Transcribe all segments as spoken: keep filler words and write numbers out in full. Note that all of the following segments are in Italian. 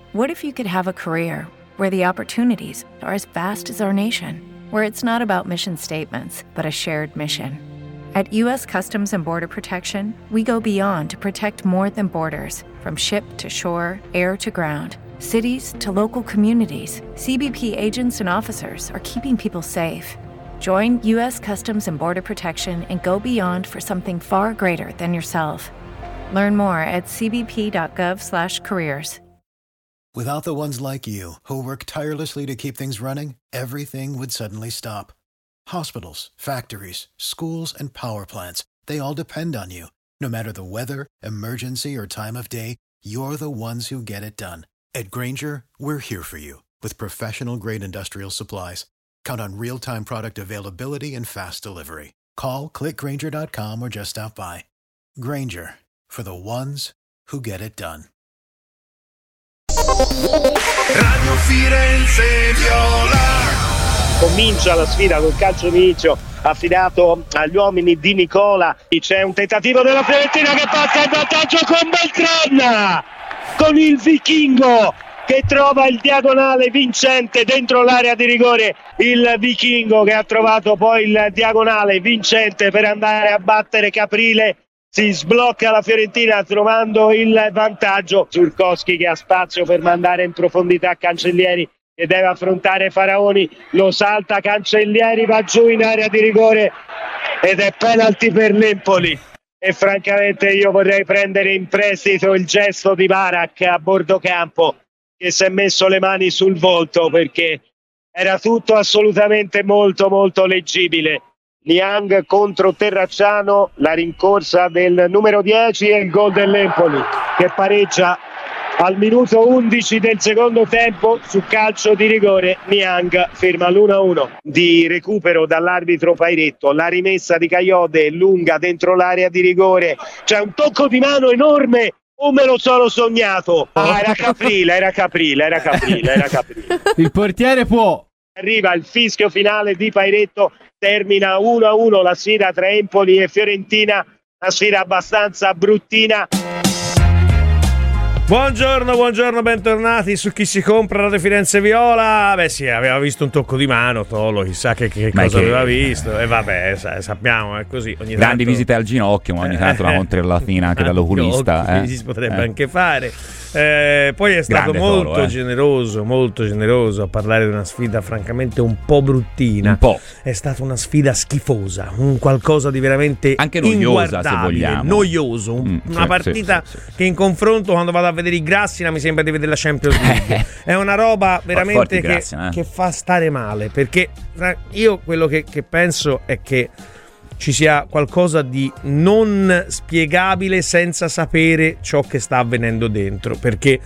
What if you could have a career where the opportunities are as vast as our nation, where it's not about mission statements, but a shared mission? At U S Customs and Border Protection, we go beyond to protect more than borders. From ship to shore, air to ground, cities to local communities, C B P agents and officers are keeping people safe. Join U S Customs and Border Protection and go beyond for something far greater than yourself. Learn more at c b p dot gov slash careers. Without the ones like you, who work tirelessly to keep things running, everything would suddenly stop. Hospitals, factories, schools, and power plants, they all depend on you. No matter the weather, emergency, or time of day, you're the ones who get it done. At Grainger, we're here for you with professional-grade industrial supplies. Count on real-time product availability and fast delivery. Call, click grainger dot com, or just stop by. Grainger, for the ones who get it done. Radio Firenze Viola. Comincia la sfida col calcio d'inizio affidato agli uomini di Nicola. C'è un tentativo della Fiorentina che passa in vantaggio con Beltran, con il Vichingo che trova il diagonale vincente dentro l'area di rigore. Il Vichingo che ha trovato poi il diagonale vincente per andare a battere Caprile. Si sblocca la Fiorentina trovando il vantaggio. Zurkowski che ha spazio per mandare in profondità Cancellieri che deve affrontare Faraoni, lo salta Cancellieri, va giù in area di rigore ed è penalty per l'Empoli. E francamente io vorrei prendere in prestito il gesto di Barak a bordo campo che si è messo le mani sul volto perché era tutto assolutamente molto molto leggibile. Niang contro Terracciano, la rincorsa del numero dieci e il gol dell'Empoli che pareggia al minuto undici del secondo tempo su calcio di rigore. Niang ferma l'uno a uno. Di recupero dall'arbitro Pairetto, la rimessa di Caiode lunga dentro l'area di rigore, c'è un tocco di mano enorme o me lo sono sognato? Ah, era Caprile, era Caprile, era Caprile, era Caprile. Il portiere può. Arriva il fischio finale di Pairetto, termina uno a uno la sfida tra Empoli e Fiorentina, una sfida abbastanza bruttina. Buongiorno, buongiorno, bentornati su Chi si compra Radio Firenze Viola. Beh sì, aveva visto un tocco di mano, Tolo, chissà che, che cosa che... aveva visto. E vabbè, sappiamo, è così. Ogni Grandi tanto... visite al ginocchio, ma ogni tanto una controllatina anche dall'oculista. Eh. Si potrebbe eh. anche fare. Eh, poi è stato Grande molto Tolo, eh. generoso, molto generoso a parlare di una sfida francamente un po' bruttina. Un po'. È stata una sfida schifosa, un qualcosa di veramente anche noiosa, se vogliamo. Noioso, un, mm, una sì, partita sì, sì, sì. che in confronto quando vado a vedere i Grassina mi sembra di vedere la Champions League. È una roba veramente che, Grassina, eh. che fa stare male, perché io quello che, che penso è che ci sia qualcosa di non spiegabile senza sapere ciò che sta avvenendo dentro, perché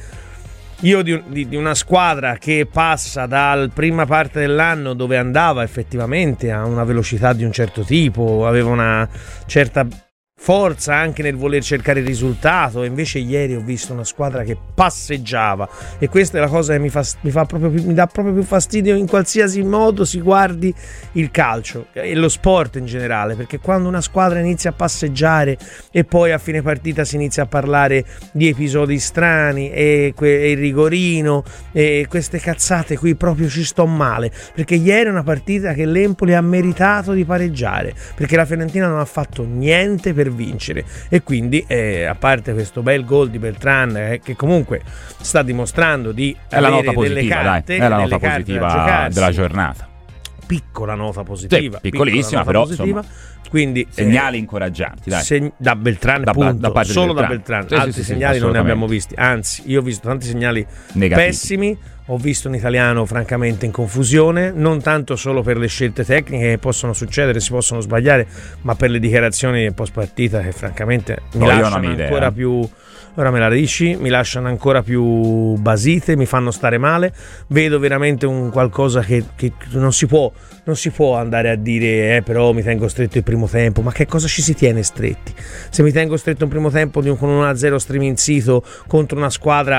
io di, di, di una squadra che passa dalla prima parte dell'anno dove andava effettivamente a una velocità di un certo tipo, aveva una certa forza anche nel voler cercare il risultato, e invece ieri ho visto una squadra che passeggiava, e questa è la cosa che mi fa, mi fa proprio più, mi dà proprio più fastidio in qualsiasi modo si guardi il calcio e lo sport in generale, perché quando una squadra inizia a passeggiare e poi a fine partita si inizia a parlare di episodi strani e, que, e il rigorino e queste cazzate qui, proprio ci sto male, perché ieri è una partita che l'Empoli ha meritato di pareggiare, perché la Fiorentina non ha fatto niente per vincere, e quindi eh, a parte questo bel gol di Beltran eh, che comunque sta dimostrando di è la avere nota positiva, delle carte, dai, è la nota da positiva della giornata, piccola nota positiva, sì, piccolissima, piccola però positiva. Insomma, quindi segnali eh, incoraggianti, dai. Seg- da Beltran, da, punto, da solo Beltran. da Beltran, sì, altri sì, sì, segnali sì, non ne abbiamo visti, anzi io ho visto tanti segnali negativi, pessimi. Ho visto un italiano francamente in confusione, non tanto solo per le scelte tecniche che possono succedere, si possono sbagliare, ma per le dichiarazioni post partita che francamente mi no, lasciano ancora più, ora me la dici, mi lasciano ancora più basite, mi fanno stare male. Vedo veramente un qualcosa che, che non si può non si può andare a dire eh però mi tengo stretto il primo tempo, ma che cosa ci si tiene stretti? Se mi tengo stretto un primo tempo con un uno a zero streaming sito contro una squadra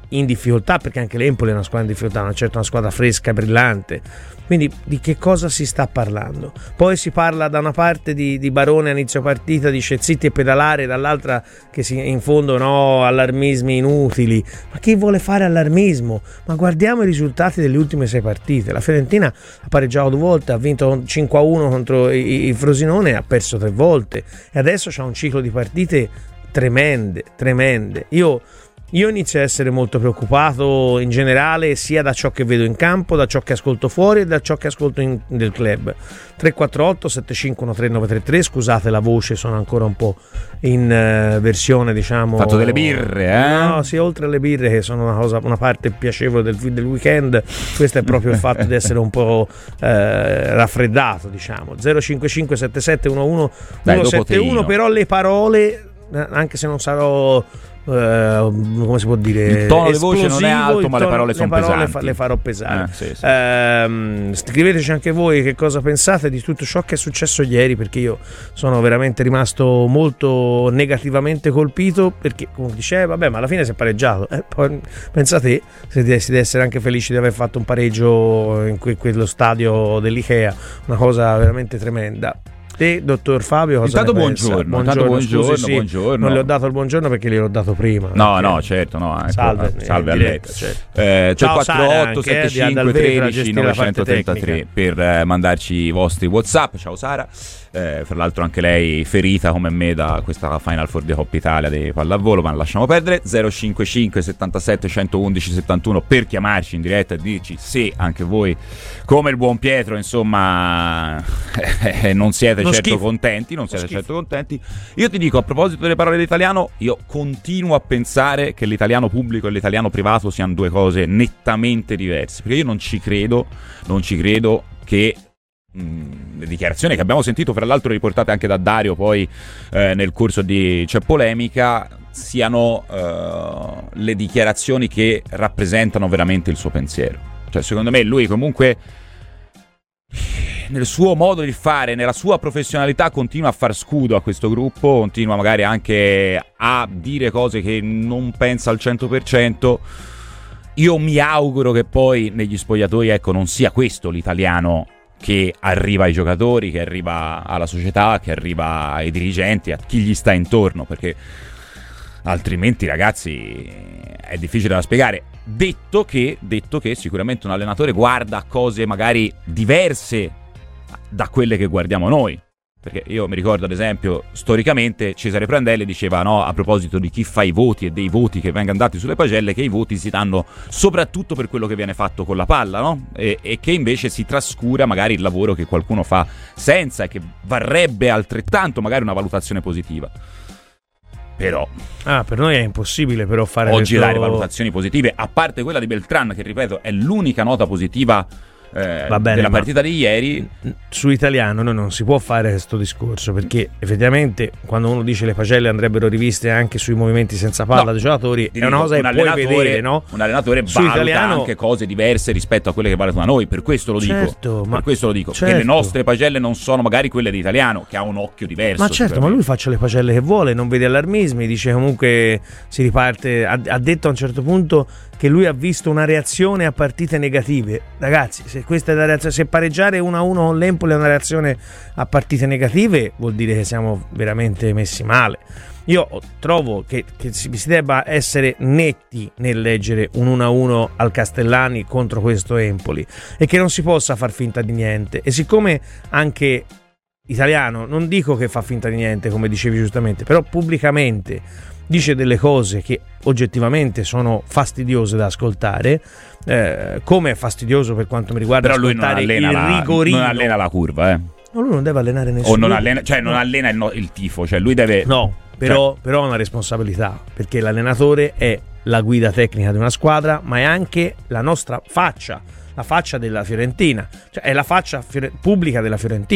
in difficoltà, perché anche l'Empoli è una squadra in difficoltà, non è certo una squadra fresca, brillante. Quindi di che cosa si sta parlando? Poi si parla da una parte di, di Barone a inizio partita, dice zitti e pedalare, dall'altra che si, in fondo no, allarmismi inutili. Ma chi vuole fare allarmismo? Ma guardiamo i risultati delle ultime sei partite. La Fiorentina ha pareggiato due volte, ha vinto cinque a uno contro il Frosinone e ha perso tre volte. E adesso c'ha un ciclo di partite tremende, tremende. Io... Io inizio a essere molto preoccupato in generale, sia da ciò che vedo in campo, da ciò che ascolto fuori e da ciò che ascolto in, del club. Tre quattro otto sette cinque uno tre nove tre tre, scusate la voce, sono ancora un po' in uh, versione, diciamo... Fatto delle birre, eh? No, sì, oltre alle birre, che sono una, cosa, una parte piacevole del, del weekend, questo è proprio il fatto di essere un po' eh, raffreddato, diciamo. zero cinque cinque sette sette uno uno uno sette uno, però le parole, anche se non sarò... Uh, come si può dire, il tono di voce non è alto, ma tono, le parole sono le parole pesanti, fa, le farò pesare. Eh, sì, sì. Uh, scriveteci anche voi che cosa pensate di tutto ciò che è successo ieri, perché io sono veramente rimasto molto negativamente colpito, perché come dicevo, vabbè, ma alla fine si è pareggiato, eh, poi, pensate, si deve, si deve essere anche felici di aver fatto un pareggio in que, quello stadio dell'Ikea, una cosa veramente tremenda. Te, dottor Fabio, cosa intanto ne buongiorno, pensa? intanto buongiorno, scusi, sì, buongiorno. Non le ho dato il buongiorno perché gliel'ho dato prima. No, perché... no, certo, no. Ecco, salve, salve a lei. Certo. Eh, Ciao, quattro otto sette cinque uno tre nove tre tre per eh, mandarci i vostri WhatsApp. Ciao Sara. Eh, fra l'altro anche lei ferita come me da questa Final Four di Coppa Italia di pallavolo, ma lasciamo perdere. Zero cinque cinque settantasette centoundici settantuno per chiamarci in diretta e dirci se anche voi, come il buon Pietro, insomma eh, non siete non certo schifo. contenti non siete schifo. certo contenti. Io ti dico, a proposito delle parole dell'italiano, io continuo a pensare che l'italiano pubblico e l'italiano privato siano due cose nettamente diverse, perché io non ci credo non ci credo che le dichiarazioni che abbiamo sentito, fra l'altro riportate anche da Dario poi eh, nel corso di C'è Polemica, siano eh, le dichiarazioni che rappresentano veramente il suo pensiero. Cioè, secondo me lui comunque nel suo modo di fare, nella sua professionalità, continua a far scudo a questo gruppo, continua magari anche a dire cose che non pensa al cento per cento. Io mi auguro che poi negli spogliatoi, ecco, non sia questo l'italiano che arriva ai giocatori, che arriva alla società, che arriva ai dirigenti, a chi gli sta intorno, perché altrimenti, ragazzi, è difficile da spiegare. Detto che, detto che sicuramente un allenatore guarda a cose magari diverse da quelle che guardiamo noi. Perché io mi ricordo, ad esempio, storicamente Cesare Prandelli diceva, no, a proposito di chi fa i voti e dei voti che vengono dati sulle pagelle, che i voti si danno soprattutto per quello che viene fatto con la palla, no? E, e che invece si trascura magari il lavoro che qualcuno fa senza, e che varrebbe altrettanto magari una valutazione positiva. Però ah, per noi è impossibile però fare oggi questo... dare valutazioni positive, a parte quella di Beltran, che ripeto è l'unica nota positiva Eh, Va bene, della partita di ieri. Su italiano noi non si può fare questo discorso, perché effettivamente quando uno dice le pagelle andrebbero riviste anche sui movimenti senza palla no, dei giocatori, è una cosa che puoi vedere, no? Un allenatore su valuta italiano... anche cose diverse rispetto a quelle che valutano noi, per questo lo dico, certo, ma... per questo lo dico certo. che le nostre pagelle non sono magari quelle di italiano, che ha un occhio diverso. Ma certo, ma lui faccia le pagelle che vuole, non vede allarmismi, dice comunque si riparte, ha, ha detto a un certo punto che lui ha visto una reazione a partite negative. Ragazzi, se questa è la reazione, se pareggiare uno a uno con l'Empoli è una reazione a partite negative, vuol dire che siamo veramente messi male. Io trovo che, che si debba essere netti nel leggere un uno a uno al Castellani contro questo Empoli, e che non si possa far finta di niente. E siccome anche italiano, non dico che fa finta di niente, come dicevi giustamente, però pubblicamente dice delle cose che oggettivamente sono fastidiose da ascoltare, eh, come è fastidioso per quanto mi riguarda però lui non allena, il la, rigorino. non allena la curva, eh. No, lui non deve allenare nessuno. O non allena, cioè non allena il, no, il tifo, cioè lui deve. No, però, cioè... però ha una responsabilità, perché l'allenatore è la guida tecnica di una squadra, ma è anche la nostra faccia, la faccia della Fiorentina, cioè è la faccia fiore- pubblica della Fiorentina.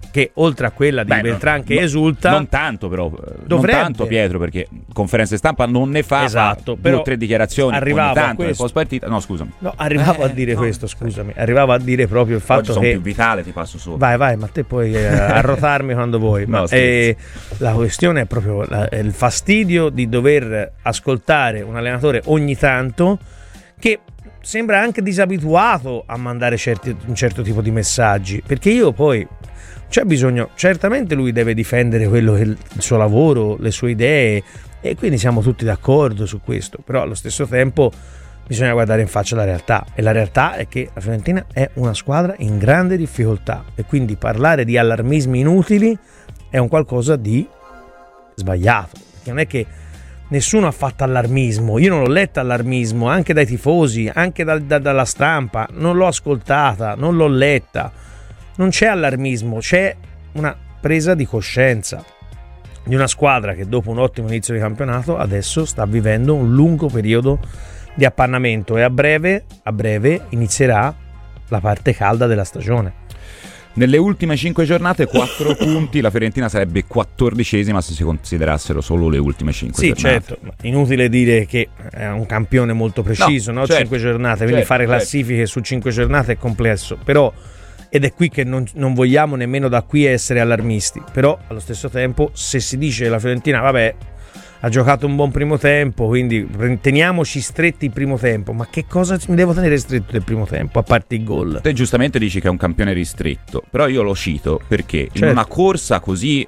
che oltre a quella di Beh, Beltran che no, esulta, non tanto però dovrebbe. non tanto Pietro, perché conferenze stampa non ne fa, esatto, fa due o tre dichiarazioni arrivavo ogni tanto nel post partita. No, scusami. No, arrivavo eh, a dire no, questo, scusami. Arrivavo a dire proprio il fatto Oggi sono che più vitale, ti passo sopra. Vai, vai, ma te puoi eh, arrotarmi quando vuoi. No, ma eh, la questione è proprio la, è il fastidio di dover ascoltare un allenatore ogni tanto che sembra anche disabituato a mandare certi, un certo tipo di messaggi, perché io poi c'è bisogno, certamente lui deve difendere quello che è il suo lavoro, le sue idee, e quindi siamo tutti d'accordo su questo, però allo stesso tempo bisogna guardare in faccia la realtà, e la realtà è che la Fiorentina è una squadra in grande difficoltà, e quindi parlare di allarmismi inutili è un qualcosa di sbagliato, perché non è che nessuno ha fatto allarmismo, io non l'ho letto allarmismo anche dai tifosi, anche da, da, dalla stampa, non l'ho ascoltata, non l'ho letta, non c'è allarmismo, c'è una presa di coscienza di una squadra che dopo un ottimo inizio di campionato adesso sta vivendo un lungo periodo di appannamento, e a breve, a breve inizierà la parte calda della stagione. Nelle ultime cinque giornate quattro punti, la Fiorentina sarebbe quattordicesima se si considerassero solo le ultime cinque sì, giornate. Certo, inutile dire che è un campione molto preciso, no, no? Certo, cinque giornate, quindi certo, fare classifiche certo. su cinque giornate è complesso, però ed è qui che non, non vogliamo nemmeno da qui essere allarmisti, però allo stesso tempo se si dice che la Fiorentina vabbè ha giocato un buon primo tempo, quindi teniamoci stretti il primo tempo, ma che cosa mi devo tenere stretto del primo tempo a parte il gol? Te giustamente dici che è un campione ristretto, però io lo cito perché certo. in una corsa così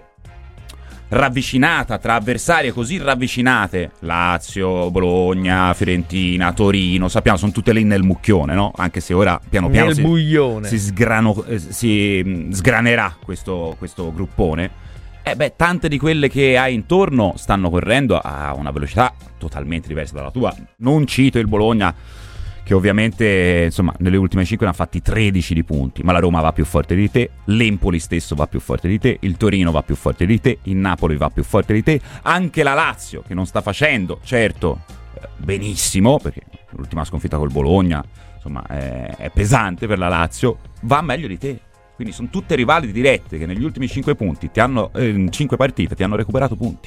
ravvicinata, tra avversarie così ravvicinate, Lazio, Bologna, Fiorentina, Torino, sappiamo sono tutte lì nel mucchione, no? Anche se ora piano piano nel si, buglione. si, sgrano, eh, si sgranerà questo, questo gruppone. Eh beh, tante di quelle che hai intorno stanno correndo a una velocità totalmente diversa dalla tua. Non cito il Bologna, che ovviamente insomma nelle ultime cinque ne ha fatti tredici di punti, ma la Roma va più forte di te, l'Empoli stesso va più forte di te, il Torino va più forte di te, il Napoli va più forte di te, anche la Lazio, che non sta facendo certo benissimo, perché l'ultima sconfitta col Bologna insomma è, è pesante per la Lazio, va meglio di te. Quindi sono tutte rivali dirette che negli ultimi cinque punti ti hanno eh, cinque partite ti hanno recuperato punti.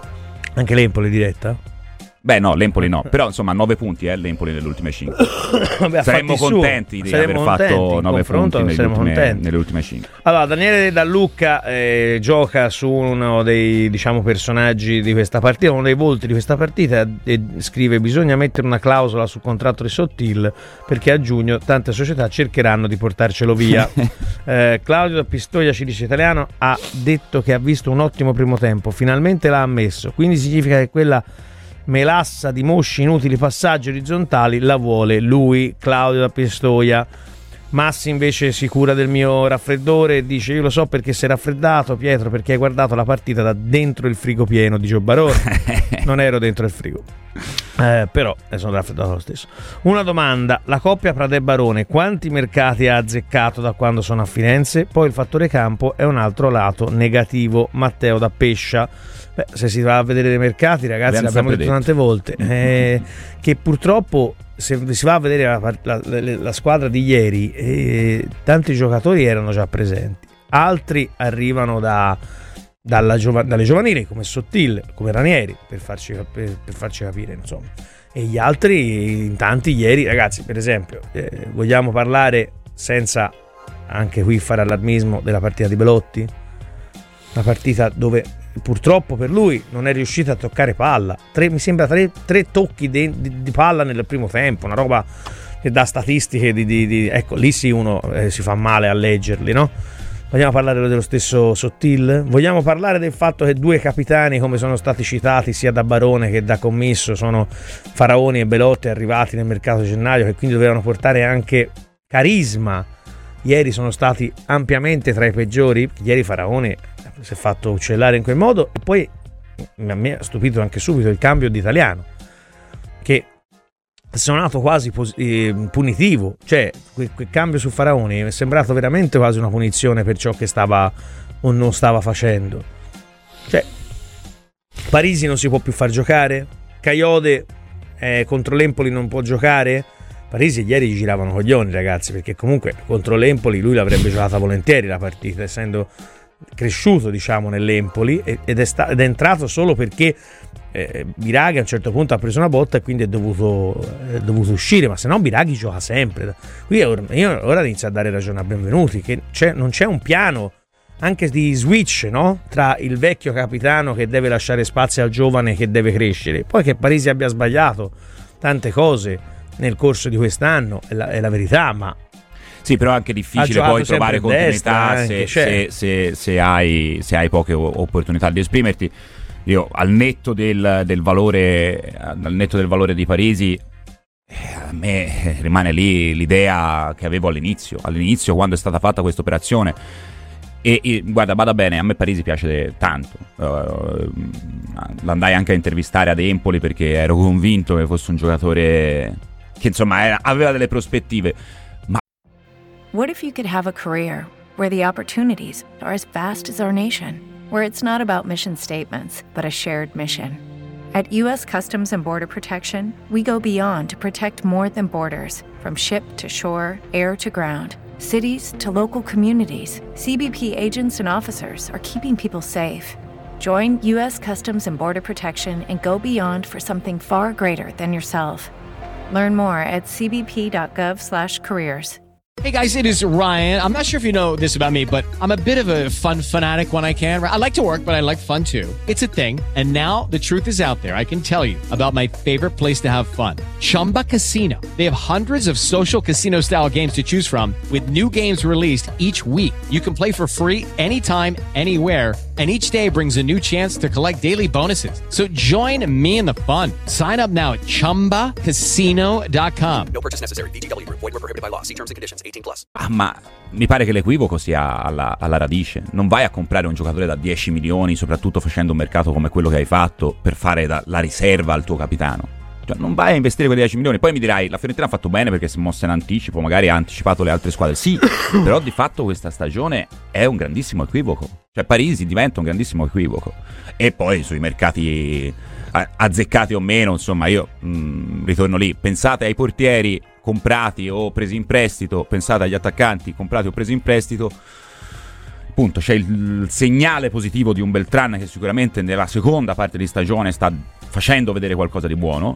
Anche l'Empoli diretta? Beh no, l'Empoli no, però insomma nove punti eh, l'Empoli nelle ultime cinque. Vabbè, saremmo contenti di saremmo aver contenti, fatto nove punti nelle ultime, nelle ultime cinque. Allora, Daniele Da Lucca eh, gioca su uno dei diciamo personaggi di questa partita, uno dei volti di questa partita, e scrive: bisogna mettere una clausola sul contratto di Sottil perché a giugno tante società cercheranno di portarcelo via. eh, Claudio da Pistoia, ci dice Italiano, ha detto che ha visto un ottimo primo tempo, finalmente l'ha ammesso, quindi significa che quella melassa di mosci inutili passaggi orizzontali la vuole lui, Claudio da Pistoia. Massi invece si cura del mio raffreddore e dice: io lo so perché sei raffreddato, Pietro, perché hai guardato la partita da dentro il frigo pieno di Gio Barone. Non ero dentro il frigo, eh, però eh, sono raffreddato lo stesso. Una domanda: la coppia Prade Barone quanti mercati ha azzeccato da quando sono a Firenze? Poi il fattore campo è un altro lato negativo. Matteo da Pescia. Beh, se si va a vedere dei mercati, ragazzi, l'abbiamo detto, detto tante volte, eh, che purtroppo se si va a vedere la, la, la, la squadra di ieri, eh, tanti giocatori erano già presenti, altri arrivano da, dalla giova, dalle giovanili come Sottil, come Ranieri, per farci, per, per farci capire, insomma, e gli altri in tanti ieri, ragazzi, per esempio, eh, vogliamo parlare senza anche qui fare allarmismo della partita di Belotti, una partita dove purtroppo per lui non è riuscito a toccare palla, tre, mi sembra tre, tre tocchi di, di, di palla nel primo tempo, una roba che dà statistiche di, di, di ecco, lì sì uno eh, si fa male a leggerli, no? Vogliamo parlare dello stesso Sottil? Vogliamo parlare del fatto che due capitani, come sono stati citati sia da Barone che da Commisso, sono Faraoni e Belotti, arrivati nel mercato di gennaio, che quindi dovevano portare anche carisma. Ieri sono stati ampiamente tra i peggiori. Ieri Faraoni si è fatto uccellare in quel modo, e poi a me ha stupito anche subito il cambio di Italiano, che è suonato quasi pos- eh, punitivo, cioè quel, quel cambio su Faraoni è sembrato veramente quasi una punizione per ciò che stava o non stava facendo. Cioè Parisi non si può più far giocare, Caiode eh, contro l'Empoli non può giocare. Parisi ieri gli giravano coglioni, ragazzi, perché comunque contro l'Empoli lui l'avrebbe giocata volentieri la partita, essendo cresciuto, diciamo, nell'Empoli ed è, sta- ed è entrato solo perché eh, Biraghi a un certo punto ha preso una botta e quindi è dovuto, è dovuto uscire, ma se no Biraghi gioca sempre. Qui ora, io ora inizio a dare ragione a Benvenuti, che c'è, non c'è un piano anche di switch, no? Tra il vecchio capitano che deve lasciare spazio al giovane che deve crescere. Poi che Parisi abbia sbagliato tante cose nel corso di quest'anno è la, è la verità, ma sì, però è anche difficile poi trovare continuità se, se, se, se, hai, se hai poche opportunità di esprimerti. Io al netto del, del valore al netto del valore di Parisi, a me rimane lì l'idea che avevo all'inizio all'inizio quando è stata fatta questa operazione. E, e guarda, vada bene, a me Parisi piace tanto. Uh, l'andai anche a intervistare ad Empoli perché ero convinto che fosse un giocatore che insomma era, aveva delle prospettive. Ma What if you could have a career where the opportunities are as vast as our nation, where it's not about mission statements, but a shared mission? At U S Customs and Border Protection, we go beyond to protect more than borders, from ship to shore, air to ground. Cities to local communities, C B P agents and officers are keeping people safe. Join U S Customs and Border Protection and go beyond for something far greater than yourself. Learn more at c b p dot gov slash careers. Hey guys, it is Ryan. I'm not sure if you know this about me, but I'm a bit of a fun fanatic when I can. I like to work, but I like fun too. It's a thing. And now the truth is out there. I can tell you about my favorite place to have fun. Chumba Casino. They have hundreds of social casino style games to choose from with new games released each week. You can play for free anytime, anywhere. And each day brings a new chance to collect daily bonuses. So join me in the fun. Sign up now at chumba casino dot com. No purchase necessary. V G W. Void where prohibited by law. See terms and conditions. eighteen plus. Ah, ma mi pare che l'equivoco sia alla, alla radice. Non vai a comprare un giocatore da dieci milioni, soprattutto facendo un mercato come quello che hai fatto, per fare da, la riserva al tuo capitano. Cioè, non vai a investire quei dieci milioni. Poi mi dirai, la Fiorentina ha fatto bene perché si è mossa in anticipo, magari ha anticipato le altre squadre. Sì, però di fatto questa stagione è un grandissimo equivoco. Cioè Parisi diventa un grandissimo equivoco. E poi sui mercati azzeccati o meno, insomma, io mh, ritorno lì. Pensate ai portieri comprati o presi in prestito, pensate agli attaccanti comprati o presi in prestito. Appunto, c'è il segnale positivo di un Beltran che sicuramente nella seconda parte di stagione sta facendo vedere qualcosa di buono.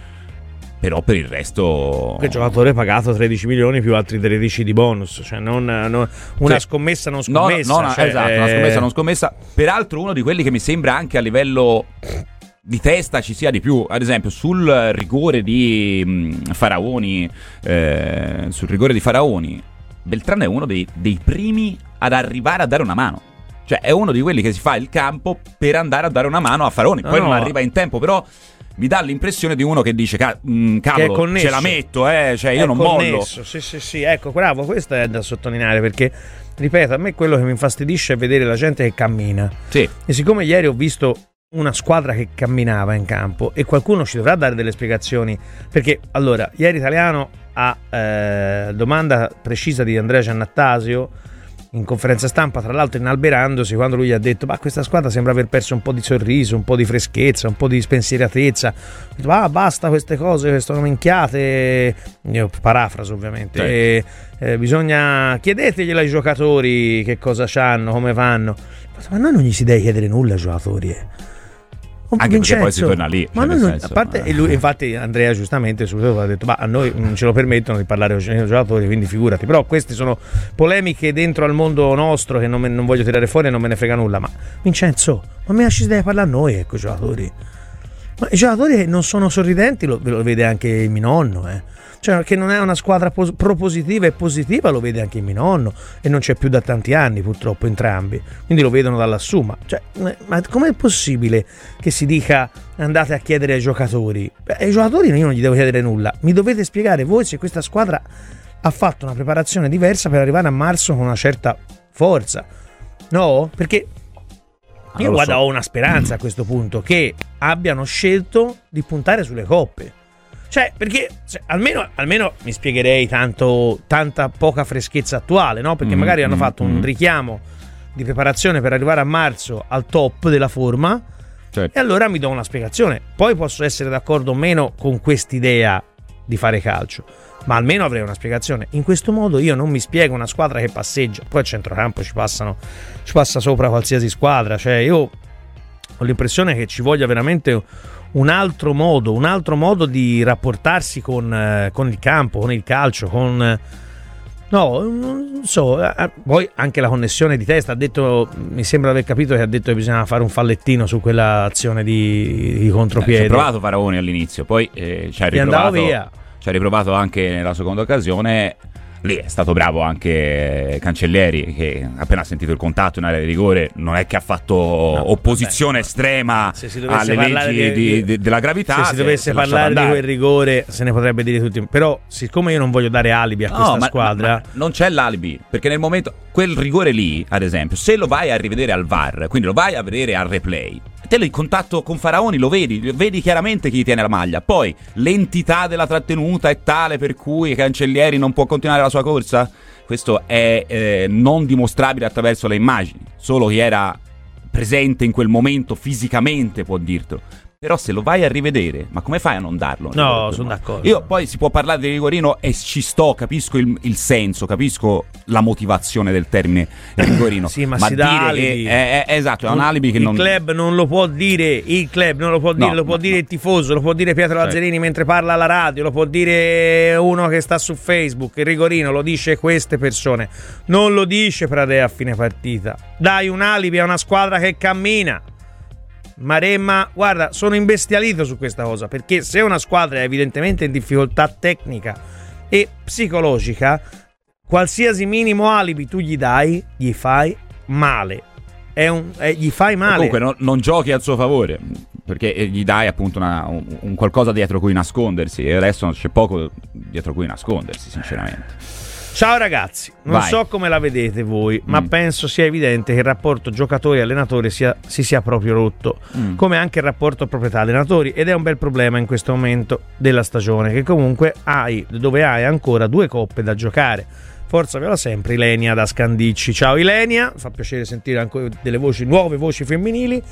Però per il resto che giocatore pagato tredici milioni più altri tredici di bonus, cioè non, non una cioè, scommessa non scommessa, no, no, no, cioè, esatto, eh... una scommessa non scommessa. Peraltro uno di quelli che mi sembra anche a livello di testa ci sia di più. Ad esempio sul rigore di mh, Faraoni eh, sul rigore di Faraoni Beltran è uno dei, dei primi ad arrivare a dare una mano. Cioè è uno di quelli che si fa il campo per andare a dare una mano a Faraoni. Poi no, non arriva in tempo, però mi dà l'impressione di uno che dice ca- mh, cavolo, ce la metto, eh, cioè io è non connesso. mollo. Sì, sì, sì, ecco, bravo, questo è da sottolineare perché, ripeto, a me quello che mi infastidisce è vedere la gente che cammina. Sì. E siccome ieri ho visto una squadra che camminava in campo e qualcuno ci dovrà dare delle spiegazioni, perché allora, ieri Italiano a eh, domanda precisa di Andrea Giannattasio in conferenza stampa, tra l'altro inalberandosi, quando lui gli ha detto ma questa squadra sembra aver perso un po' di sorriso, un po' di freschezza, un po' di spensieratezza, ha detto, ah basta queste cose, sono minchiate, io parafraso ovviamente, certo. e, eh, bisogna, chiedeteglielo ai giocatori che cosa c'hanno, come vanno, ma noi non gli si deve chiedere nulla ai giocatori, eh. Anche Vincenzo, perché poi si torna lì, ma cioè noi non, senso, a parte, eh. e lui, infatti Andrea giustamente subito ha detto ma a noi non ce lo permettono di parlare con i giocatori, quindi figurati. Però queste sono polemiche dentro al mondo nostro che non, me, non voglio tirare fuori e non me ne frega nulla. Ma Vincenzo, ma me lasci deve parlare a noi, ecco, i giocatori. Ma i giocatori che non sono sorridenti lo, lo vede anche il mio nonno, eh. Cioè che non è una squadra pos- propositiva e positiva lo vede anche il mio nonno, e non c'è più da tanti anni purtroppo entrambi, quindi lo vedono da lassù. Ma, cioè, ma com'è possibile che si dica andate a chiedere ai giocatori? Beh, ai giocatori io non gli devo chiedere nulla, mi dovete spiegare voi se questa squadra ha fatto una preparazione diversa per arrivare a marzo con una certa forza, no? Perché io guarda, so. ho una speranza a questo punto che abbiano scelto di puntare sulle coppe. Cioè, perché cioè, almeno, almeno mi spiegherei tanto, tanta poca freschezza attuale, no? Perché mm, magari mm, hanno fatto mm. un richiamo di preparazione per arrivare a marzo al top della forma, certo. E allora mi do una spiegazione. Poi posso essere d'accordo o meno con quest'idea di fare calcio, ma almeno avrei una spiegazione. In questo modo io non mi spiego una squadra che passeggia, poi a centrocampo ci passano, ci passa sopra qualsiasi squadra, cioè io ho l'impressione che ci voglia veramente un altro modo, un altro modo di rapportarsi con, eh, con il campo, con il calcio, con... Eh, no, non so, eh, poi anche la connessione di testa, ha detto, mi sembra aver capito che ha detto che bisognava fare un fallettino su quella azione di, di contropiede. Eh, ci ha provato Faraoni all'inizio, poi eh, ci ha riprovato, via. ci ha riprovato anche nella seconda occasione. Lì è stato bravo anche Cancellieri, che appena sentito il contatto in area di rigore non è che ha fatto no, opposizione vabbè, estrema alle leggi di, di, di, della gravità. Se si dovesse se parlare di quel rigore se ne potrebbe dire tutti, però siccome io non voglio dare alibi a no, questa ma, squadra ma, ma non c'è l'alibi, perché nel momento quel rigore lì, ad esempio, se lo vai a rivedere al V A R, quindi lo vai a vedere al replay, te il contatto con Faraoni lo vedi, vedi chiaramente chi tiene la maglia, poi l'entità della trattenuta è tale per cui Cancellieri non può continuare la sua corsa. Questo è eh, non dimostrabile attraverso le immagini, solo chi era presente in quel momento fisicamente può dirtelo. Però se lo vai a rivedere, ma come fai a non darlo? No, sono d'accordo. Io poi si può parlare di rigorino e ci sto, capisco il, il senso, capisco la motivazione del termine rigorino. Sì, ma, ma si dire dà che è, è, esatto, è un alibi che il non... Il club non lo può dire, il club non lo può dire, no, lo può no, dire no. il tifoso, lo può dire Pietro Certo. Lazzarini mentre parla alla radio, lo può dire uno che sta su Facebook, il rigorino lo dice queste persone, non lo dice Pradè a fine partita. Dai un alibi a una squadra che cammina. Maremma, guarda, sono imbestialito su questa cosa, perché se una squadra è evidentemente in difficoltà tecnica e psicologica, qualsiasi minimo alibi tu gli dai, gli fai male. È un, è, gli fai male. Comunque no, non giochi al suo favore, perché gli dai appunto una, un, un qualcosa dietro cui nascondersi, e adesso c'è poco dietro cui nascondersi, sinceramente. Ciao ragazzi, non Vai. so come la vedete voi, ma mm. penso sia evidente che il rapporto giocatori-allenatore sia, si sia proprio rotto, mm. come anche il rapporto proprietà-allenatori, ed è un bel problema in questo momento della stagione, che comunque hai, dove hai ancora due coppe da giocare. Forza Viola sempre, Ilenia da Scandicci. Ciao Ilenia, fa piacere sentire anche delle voci, nuove voci femminili.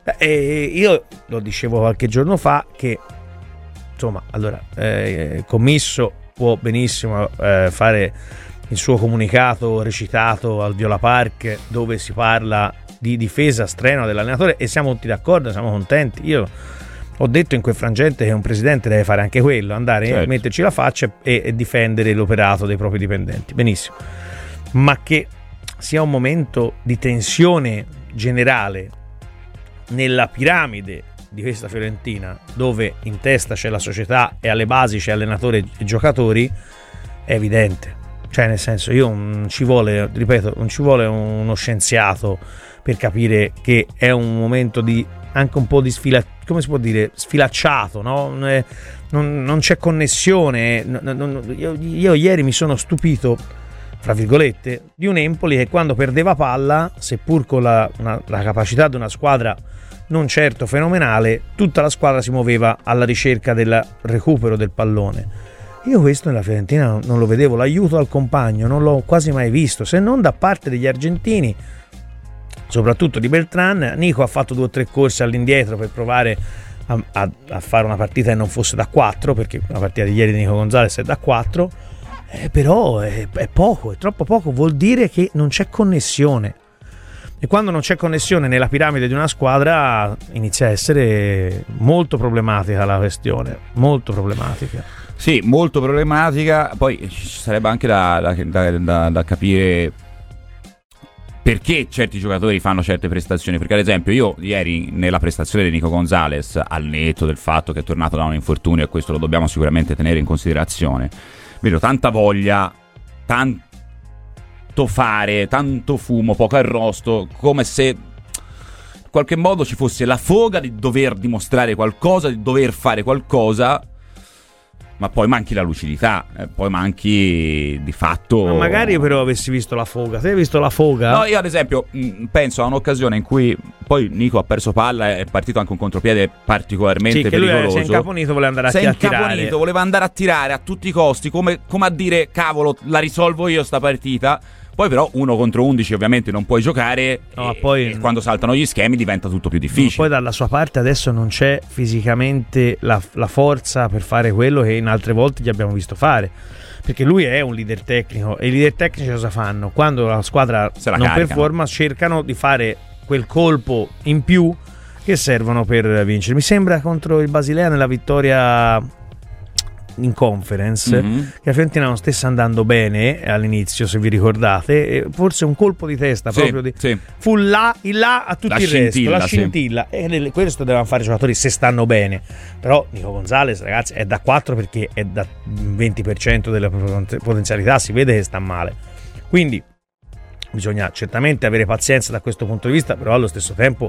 E io lo dicevo qualche giorno fa che, insomma, allora, eh, Commisso può benissimo eh, fare il suo comunicato recitato al Viola Park, dove si parla di difesa strenua dell'allenatore, e siamo tutti d'accordo, siamo contenti. Io ho detto in quel frangente che un presidente deve fare anche quello, andare certo. a metterci la faccia e, e difendere l'operato dei propri dipendenti, benissimo, ma che sia un momento di tensione generale nella piramide di questa Fiorentina, dove in testa c'è la società e alle basi c'è allenatore e giocatori, è evidente. Cioè, nel senso, io non ci vuole, ripeto, non ci vuole uno scienziato per capire che è un momento di anche un po' di sfila, come si può dire, sfilacciato, no? Non, è, non, non c'è connessione. Non, non, io, io ieri mi sono stupito, fra virgolette, di un Empoli che quando perdeva palla, seppur con la, una, la capacità di una squadra non certo fenomenale, tutta la squadra si muoveva alla ricerca del recupero del pallone. Io questo nella Fiorentina non lo vedevo, l'aiuto al compagno non l'ho quasi mai visto, se non da parte degli argentini, soprattutto di Beltran. Nico ha fatto due o tre corse all'indietro per provare a, a, a fare una partita che non fosse da quattro, perché la partita di ieri di Nico Gonzalez è da quattro, eh, però è, è poco, è troppo poco, vuol dire che non c'è connessione. E quando non c'è connessione nella piramide di una squadra inizia a essere molto problematica la questione, molto problematica. Sì, molto problematica. Poi ci sarebbe anche da, da, da, da capire perché certi giocatori fanno certe prestazioni. Perché ad esempio io ieri nella prestazione di Nico Gonzalez, al netto del fatto che è tornato da un infortunio, e questo lo dobbiamo sicuramente tenere in considerazione, vedo tanta voglia, tanto fare, tanto fumo, poco arrosto, come se in qualche modo ci fosse la foga di dover dimostrare qualcosa, di dover fare qualcosa, ma poi manchi la lucidità, eh, poi manchi di fatto. Ma magari però avessi visto la foga. Te hai visto la foga? No, io ad esempio mh, penso a un'occasione in cui poi Nico ha perso palla, è partito anche un contropiede particolarmente sì, che pericoloso. Lui si è incaponito, voleva andare a, si è a tirare. incaponito, voleva andare a tirare a tutti i costi, come, come a dire cavolo, la risolvo io sta partita. Poi però uno contro undici ovviamente non puoi giocare, no, e, poi, e quando saltano gli schemi diventa tutto più difficile. Poi dalla sua parte adesso non c'è fisicamente la, la forza per fare quello che in altre volte gli abbiamo visto fare, perché lui è un leader tecnico e i leader tecnici cosa fanno? Quando la squadra Se la non caricano. performa cercano di fare quel colpo in più che servono per vincere. Mi sembra contro il Basilea nella vittoria in conference, mm-hmm. che la Fiorentina non stesse andando bene all'inizio, se vi ricordate, e forse un colpo di testa sì, proprio di, sì. fu là, in là a tutto La il resto, la sì. scintilla, e le- questo devono fare i giocatori se stanno bene. Però Nico Gonzalez, ragazzi, è da quattro perché è da venti per cento delle poten- potenzialità, si vede che sta male, quindi bisogna certamente avere pazienza da questo punto di vista, però allo stesso tempo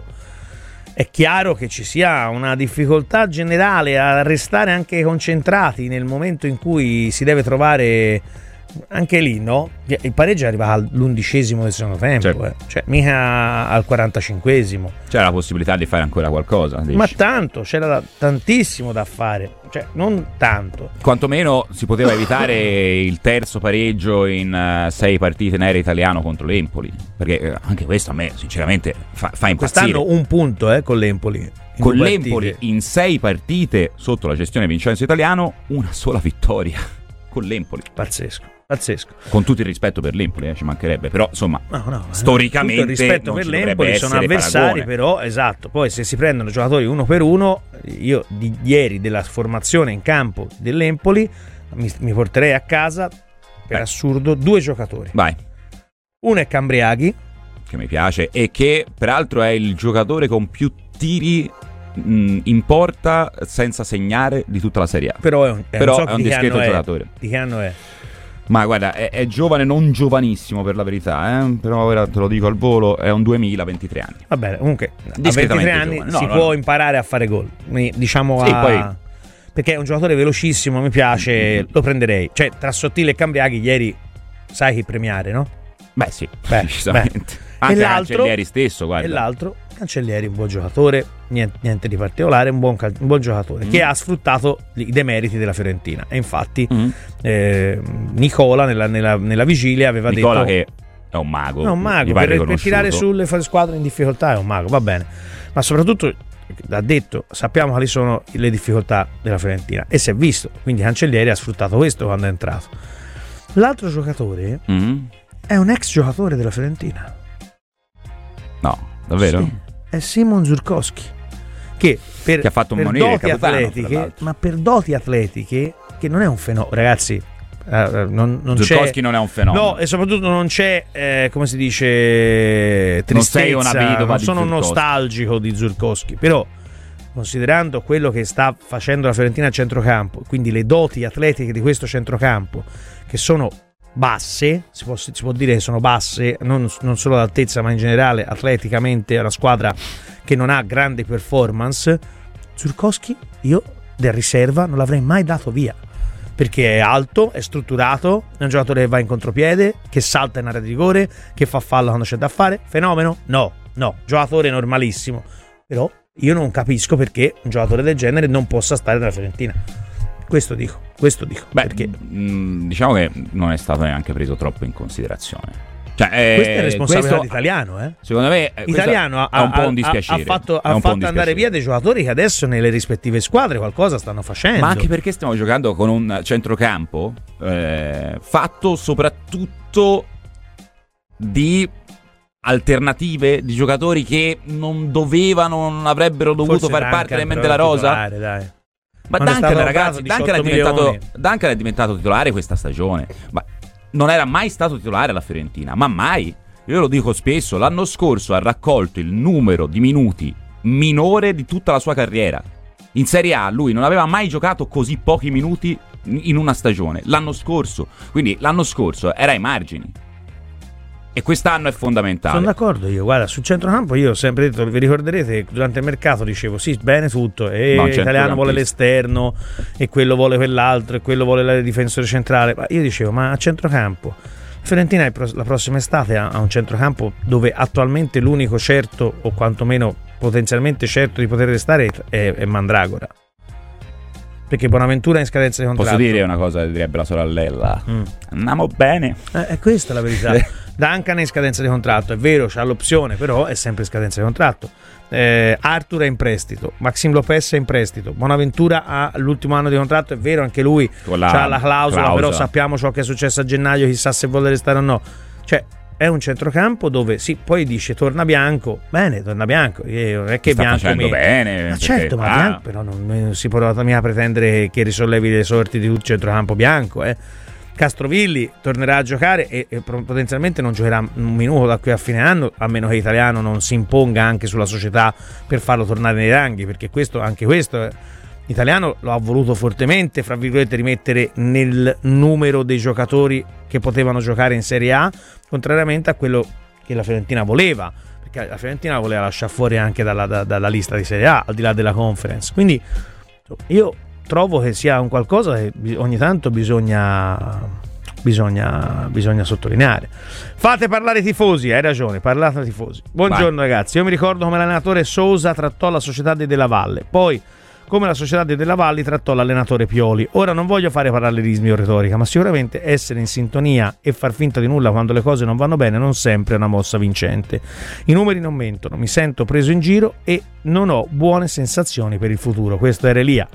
è chiaro che ci sia una difficoltà generale a restare anche concentrati nel momento in cui si deve trovare anche lì, no? Il pareggio arriva all'undicesimo del secondo tempo, Certo. eh. Cioè mica al quarantacinquesimo. C'è la possibilità di fare ancora qualcosa, dici? Ma tanto, c'era da- tantissimo da fare, cioè non tanto. Quantomeno si poteva evitare il terzo pareggio in uh, sei partite in aereo italiano contro l'Empoli, perché eh, anche questo a me sinceramente fa, fa impazzire. Quest'anno un punto eh, con l'Empoli. in Con due l'Empoli partite. in sei partite sotto la gestione Vincenzo Italiano, una sola vittoria con l'Empoli. Pazzesco. Pazzesco. Con tutto il rispetto per l'Empoli, eh, ci mancherebbe, però insomma, No, no, storicamente tutto il rispetto non per ci dovrebbe l'Empoli, sono essere avversari, paragone. però esatto. Poi se si prendono giocatori uno per uno, io di ieri della formazione in campo dell'Empoli mi, mi porterei a casa per Eh. assurdo due giocatori. Vai, Uno è Cambriaghi, che mi piace e che peraltro è il giocatore con più tiri mh, in porta senza segnare di tutta la Serie A. però è un, eh, Però non so è un di che discreto anno è. giocatore. Di che anno è? Ma guarda, è, è giovane, non giovanissimo per la verità, eh? Però ora te lo dico al volo, è un duemila, ventitré anni. Va bene, comunque a Discretamente ventitré anni giovane. No, si no, può no. imparare a fare gol. Quindi, diciamo Sì, a... poi- perché è un giocatore velocissimo, mi piace, Mm-hmm. lo prenderei. Cioè, tra Sottile e Cambriaghi ieri sai chi premiare, no? Beh sì, Beh, decisamente. beh. Anche E l'altro- Cancellieri stesso, guarda. E l'altro, Cancellieri, un buon giocatore, niente, niente di particolare, un buon, cal- un buon giocatore Mm. che ha sfruttato i demeriti della Fiorentina. E infatti Mm. eh, Nicola nella, nella- nella vigilia aveva Nicola detto... che è un mago. È un mi mago, pare per, per riconosciuto. tirare sulle fa- squadre in difficoltà è un mago, va bene. Ma soprattutto, ha detto, sappiamo quali sono le difficoltà della Fiorentina. E si è visto, quindi Cancellieri ha sfruttato questo quando è entrato. L'altro giocatore Mm? è un ex giocatore della Fiorentina. No, davvero? Sì, è Simon Zurkowski, che per, Che ha fatto un per Monier doti Capitano, tra atletiche, l'altro. ma per doti atletiche, che non è un fenomeno, ragazzi. eh, non, non Zurkowski c'è, non è un fenomeno. no, e soprattutto non c'è, eh, come si dice, tristezza. sei una vedova non di sono Zurkowski. nostalgico di Zurkowski, però considerando quello che sta facendo la Fiorentina a centrocampo, quindi le doti atletiche di questo centrocampo, che sono basse, si può, si può dire che sono basse, non, non solo d'altezza, ma in generale atleticamente è una squadra che non ha grandi performance. Zurkowski io del riserva non l'avrei mai dato via, perché è alto, è strutturato, è un giocatore che va in contropiede, che salta in area di rigore, che fa fallo quando c'è da fare. Fenomeno? No, no, giocatore normalissimo, però io non capisco perché un giocatore del genere non possa stare nella Fiorentina. Questo dico, questo dico. Beh, perché mh, diciamo che non è stato neanche preso troppo in considerazione. Cioè, eh, questa è responsabilità questo, dell'italiano, eh? secondo me, eh, questo Italiano è un po' ha, un dispiacere. ha fatto, È ha un po' un fatto andare dispiacere. via dei giocatori che adesso nelle rispettive squadre qualcosa stanno facendo. Ma anche perché stiamo giocando con un centrocampo eh, fatto soprattutto di alternative di giocatori che non dovevano, non avrebbero dovuto Forse far Duncan, parte realmente però, della rosa. titolare, dai. Ma Non è Duncan, stato ragazzi, dato Duncan è, diciotto diventato, milioni. Duncan è diventato titolare questa stagione. Ma non era mai stato titolare alla Fiorentina, ma mai. Io lo dico spesso, l'anno scorso ha raccolto il numero di minuti minore di tutta la sua carriera. In Serie A lui non aveva mai giocato così pochi minuti in una stagione. L'anno scorso, quindi l'anno scorso era ai margini. E quest'anno è fondamentale. Sono d'accordo io, guarda, sul centrocampo io ho sempre detto, vi ricorderete, durante il mercato dicevo sì, bene tutto, e Ma un l'italiano vuole centrocampista. l'esterno, e quello vuole quell'altro, e quello vuole il difensore centrale. Ma io dicevo, ma a centrocampo, Fiorentina è pro- la prossima estate ha, ha un centrocampo dove attualmente l'unico certo, o quantomeno potenzialmente certo di poter restare è, è Mandragora. Perché Bonaventura è in scadenza di contratto. Posso dire una cosa che direbbe la sorellella? Mm. Andiamo bene. Eh, è questa la verità. Duncan è in scadenza di contratto, è vero, c'ha l'opzione, però è sempre in scadenza di contratto. eh, Arthur è in prestito, Maxim Lopez è in prestito, Bonaventura ha l'ultimo anno di contratto, è vero, anche lui la ha la clausola, clausola, però sappiamo ciò che è successo a gennaio, chissà se vuole restare o no. Cioè è un centrocampo dove sì, poi dice torna Bianco, bene, torna Bianco, eh, non è che sta Bianco facendo mi... bene, ma perché- certo, ma ah. Bianco però non si può mica pretendere che risollevi le sorti di tutto il centrocampo bianco. eh. Castrovilli tornerà a giocare e, e potenzialmente non giocherà un minuto da qui a fine anno, a meno che Italiano non si imponga anche sulla società per farlo tornare nei ranghi, perché questo, anche questo eh, Italiano lo ha voluto fortemente, fra virgolette, rimettere nel numero dei giocatori che potevano giocare in Serie A, contrariamente a quello che la Fiorentina voleva, perché la Fiorentina voleva lasciare fuori anche dalla, da, dalla lista di Serie A, al di là della Conference. Quindi io trovo che sia un qualcosa che ogni tanto bisogna bisogna, bisogna sottolineare. Fate parlare i tifosi, hai ragione, parlate ai tifosi. Buongiorno Vai. Ragazzi, io mi ricordo come l'allenatore Sousa trattò la società di Della Valle, poi come la società di Della Valle trattò l'allenatore Pioli. Ora non voglio fare parallelismi o retorica, ma sicuramente essere in sintonia e far finta di nulla quando le cose non vanno bene non sempre è una mossa vincente. I numeri non mentono, mi sento preso in giro e non ho buone sensazioni per il futuro. Questo era Elia.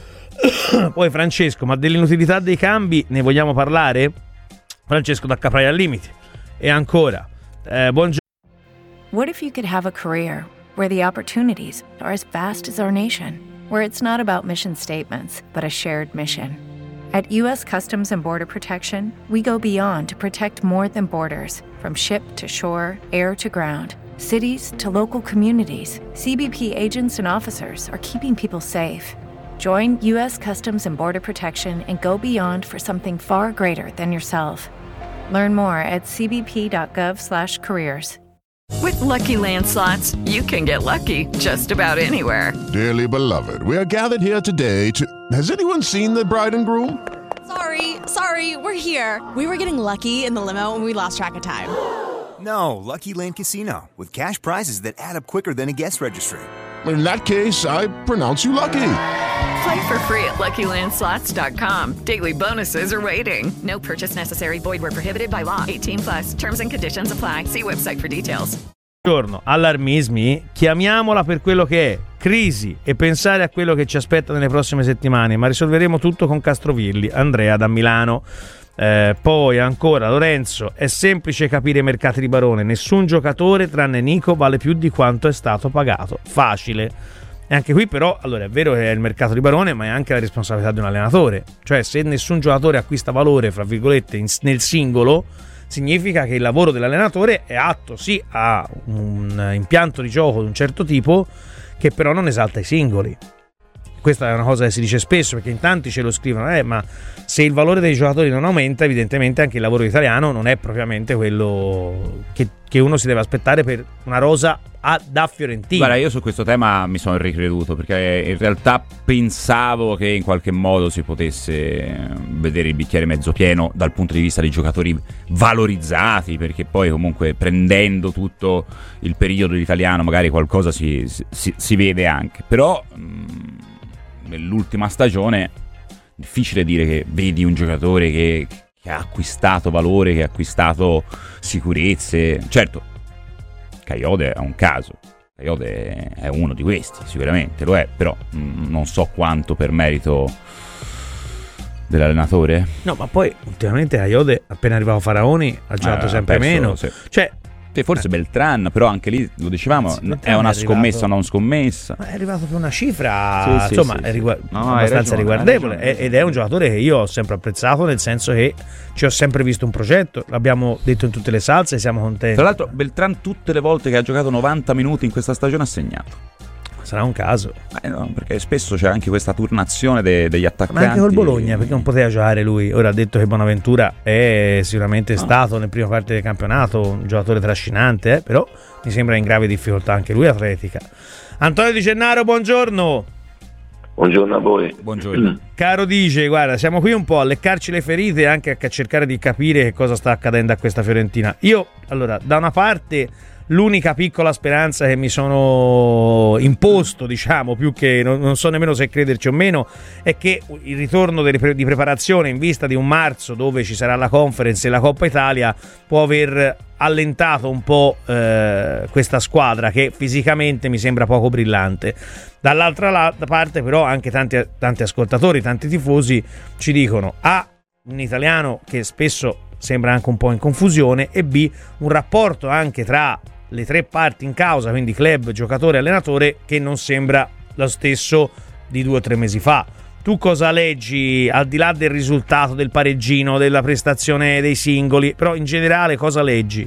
Poi Francesco, ma dell'inutilità dei cambi ne vogliamo parlare? Francesco da Capraia al limite. E ancora, eh, buongiorno. What if you could have a career where the opportunities are as vast as our nation, where it's not about mission statements, but a shared mission? At U S Customs and Border Protection, we go beyond to protect more than borders, from ship to shore, air to ground, cities to local communities. C B P agents and officers are keeping people safe. Join U S Customs and Border Protection and go beyond for something far greater than yourself. Learn more at cbp.gov slash careers. With Lucky Land Slots, you can get lucky just about anywhere. Dearly beloved, we are gathered here today to... Has anyone seen the bride and groom? Sorry, sorry, we're here. We were getting lucky in the limo and we lost track of time. No, Lucky Land Casino, with cash prizes that add up quicker than a guest registry. In that case, I pronounce you lucky. Play for free at lucky land slots dot com. Daily bonuses are waiting. No purchase necessary. Void where prohibited by law. eighteen plus. Terms and conditions apply. See website for details. Buongiorno, allarmismi, chiamiamola per quello che è, crisi, e pensare a quello che ci aspetta nelle prossime settimane, ma risolveremo tutto con Castrovilli. Andrea da Milano. Eh, poi ancora Lorenzo, è semplice capire i mercati di Barone, nessun giocatore tranne Nico vale più di quanto è stato pagato, facile. E anche qui però, allora è vero che è il mercato di Barone, ma è anche la responsabilità di un allenatore, cioè se nessun giocatore acquista valore, fra virgolette, in, nel singolo, significa che il lavoro dell'allenatore è atto sì a un impianto di gioco di un certo tipo che però non esalta i singoli. Questa è una cosa che si dice spesso, perché in tanti ce lo scrivono, eh, ma se il valore dei giocatori non aumenta, evidentemente anche il lavoro italiano non è propriamente quello che, che uno si deve aspettare per una rosa a, da Fiorentina. Guarda, io su questo tema mi sono ricreduto, perché in realtà pensavo che in qualche modo si potesse vedere il bicchiere mezzo pieno dal punto di vista dei giocatori valorizzati, perché poi comunque prendendo tutto il periodo italiano magari qualcosa si, si, si vede anche, però mh, nell'ultima stagione difficile dire che vedi un giocatore che, che ha acquistato valore, che ha acquistato sicurezze. Certo, Kayode è un caso, Kayode è uno di questi, sicuramente lo è, però mh, non so quanto per merito dell'allenatore. No, ma poi ultimamente Kayode, appena arrivato Faraoni, ha giocato eh, sempre perso, meno, sì. Cioè forse Beltran, però anche lì lo dicevamo, sì, è una è scommessa o non scommessa. Ma è arrivato per una cifra sì, sì, insomma sì, è rigu- no, abbastanza ragione, riguardevole ed è un giocatore che io ho sempre apprezzato, nel senso che ci ho sempre visto un progetto, l'abbiamo detto in tutte le salse e siamo contenti. Tra l'altro Beltran tutte le volte che ha giocato novanta minuti in questa stagione ha segnato. Sarà un caso. Eh no, perché spesso c'è anche questa turnazione de- degli attaccanti. Ma anche col Bologna, perché non poteva giocare lui. Ora ha detto che Bonaventura è sicuramente no. stato nel prima parte del campionato un giocatore trascinante, eh, però mi sembra in grave difficoltà anche lui atletica. Antonio Di Gennaro, buongiorno. Buongiorno a voi. Buongiorno. Caro Dice, guarda, siamo qui un po' a leccarci le ferite e anche a cercare di capire che cosa sta accadendo a questa Fiorentina. Io, allora, da una parte l'unica piccola speranza che mi sono imposto, diciamo, più che non, non so nemmeno se crederci o meno, è che il ritorno delle, di preparazione in vista di un marzo dove ci sarà la Conference e la Coppa Italia può aver allentato un po' eh, questa squadra che fisicamente mi sembra poco brillante. Dall'altra la- parte però anche tanti, tanti ascoltatori, tanti tifosi ci dicono A, un italiano che spesso sembra anche un po' in confusione, e B, un rapporto anche tra le tre parti in causa, quindi club, giocatore e allenatore, che non sembra lo stesso di due o tre mesi fa. Tu cosa leggi, al di là del risultato del pareggino, della prestazione dei singoli, però in generale cosa leggi?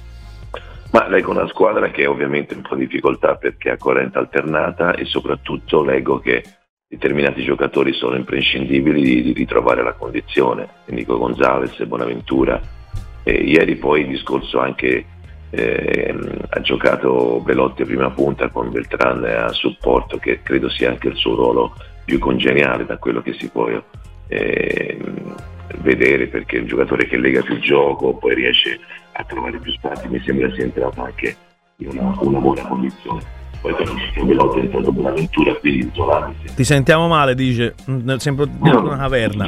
Ma leggo una squadra che è ovviamente un po' in difficoltà perché ha corrente alternata, e soprattutto leggo che determinati giocatori sono imprescindibili di, di ritrovare la condizione. Nico Gonzalez e Bonaventura. E ieri poi il discorso anche eh, ha giocato Belotti a prima punta con Beltran a supporto, che credo sia anche il suo ruolo più congeniale da quello che si può eh, vedere, perché è un giocatore che lega più gioco, poi riesce a trovare più spazi, mi sembra sia entrato anche in una, una buona condizione. Poi però Belotti è entrato Bonaventura, quindi Zola. Ti sentiamo male, dice, sembra dentro una caverna.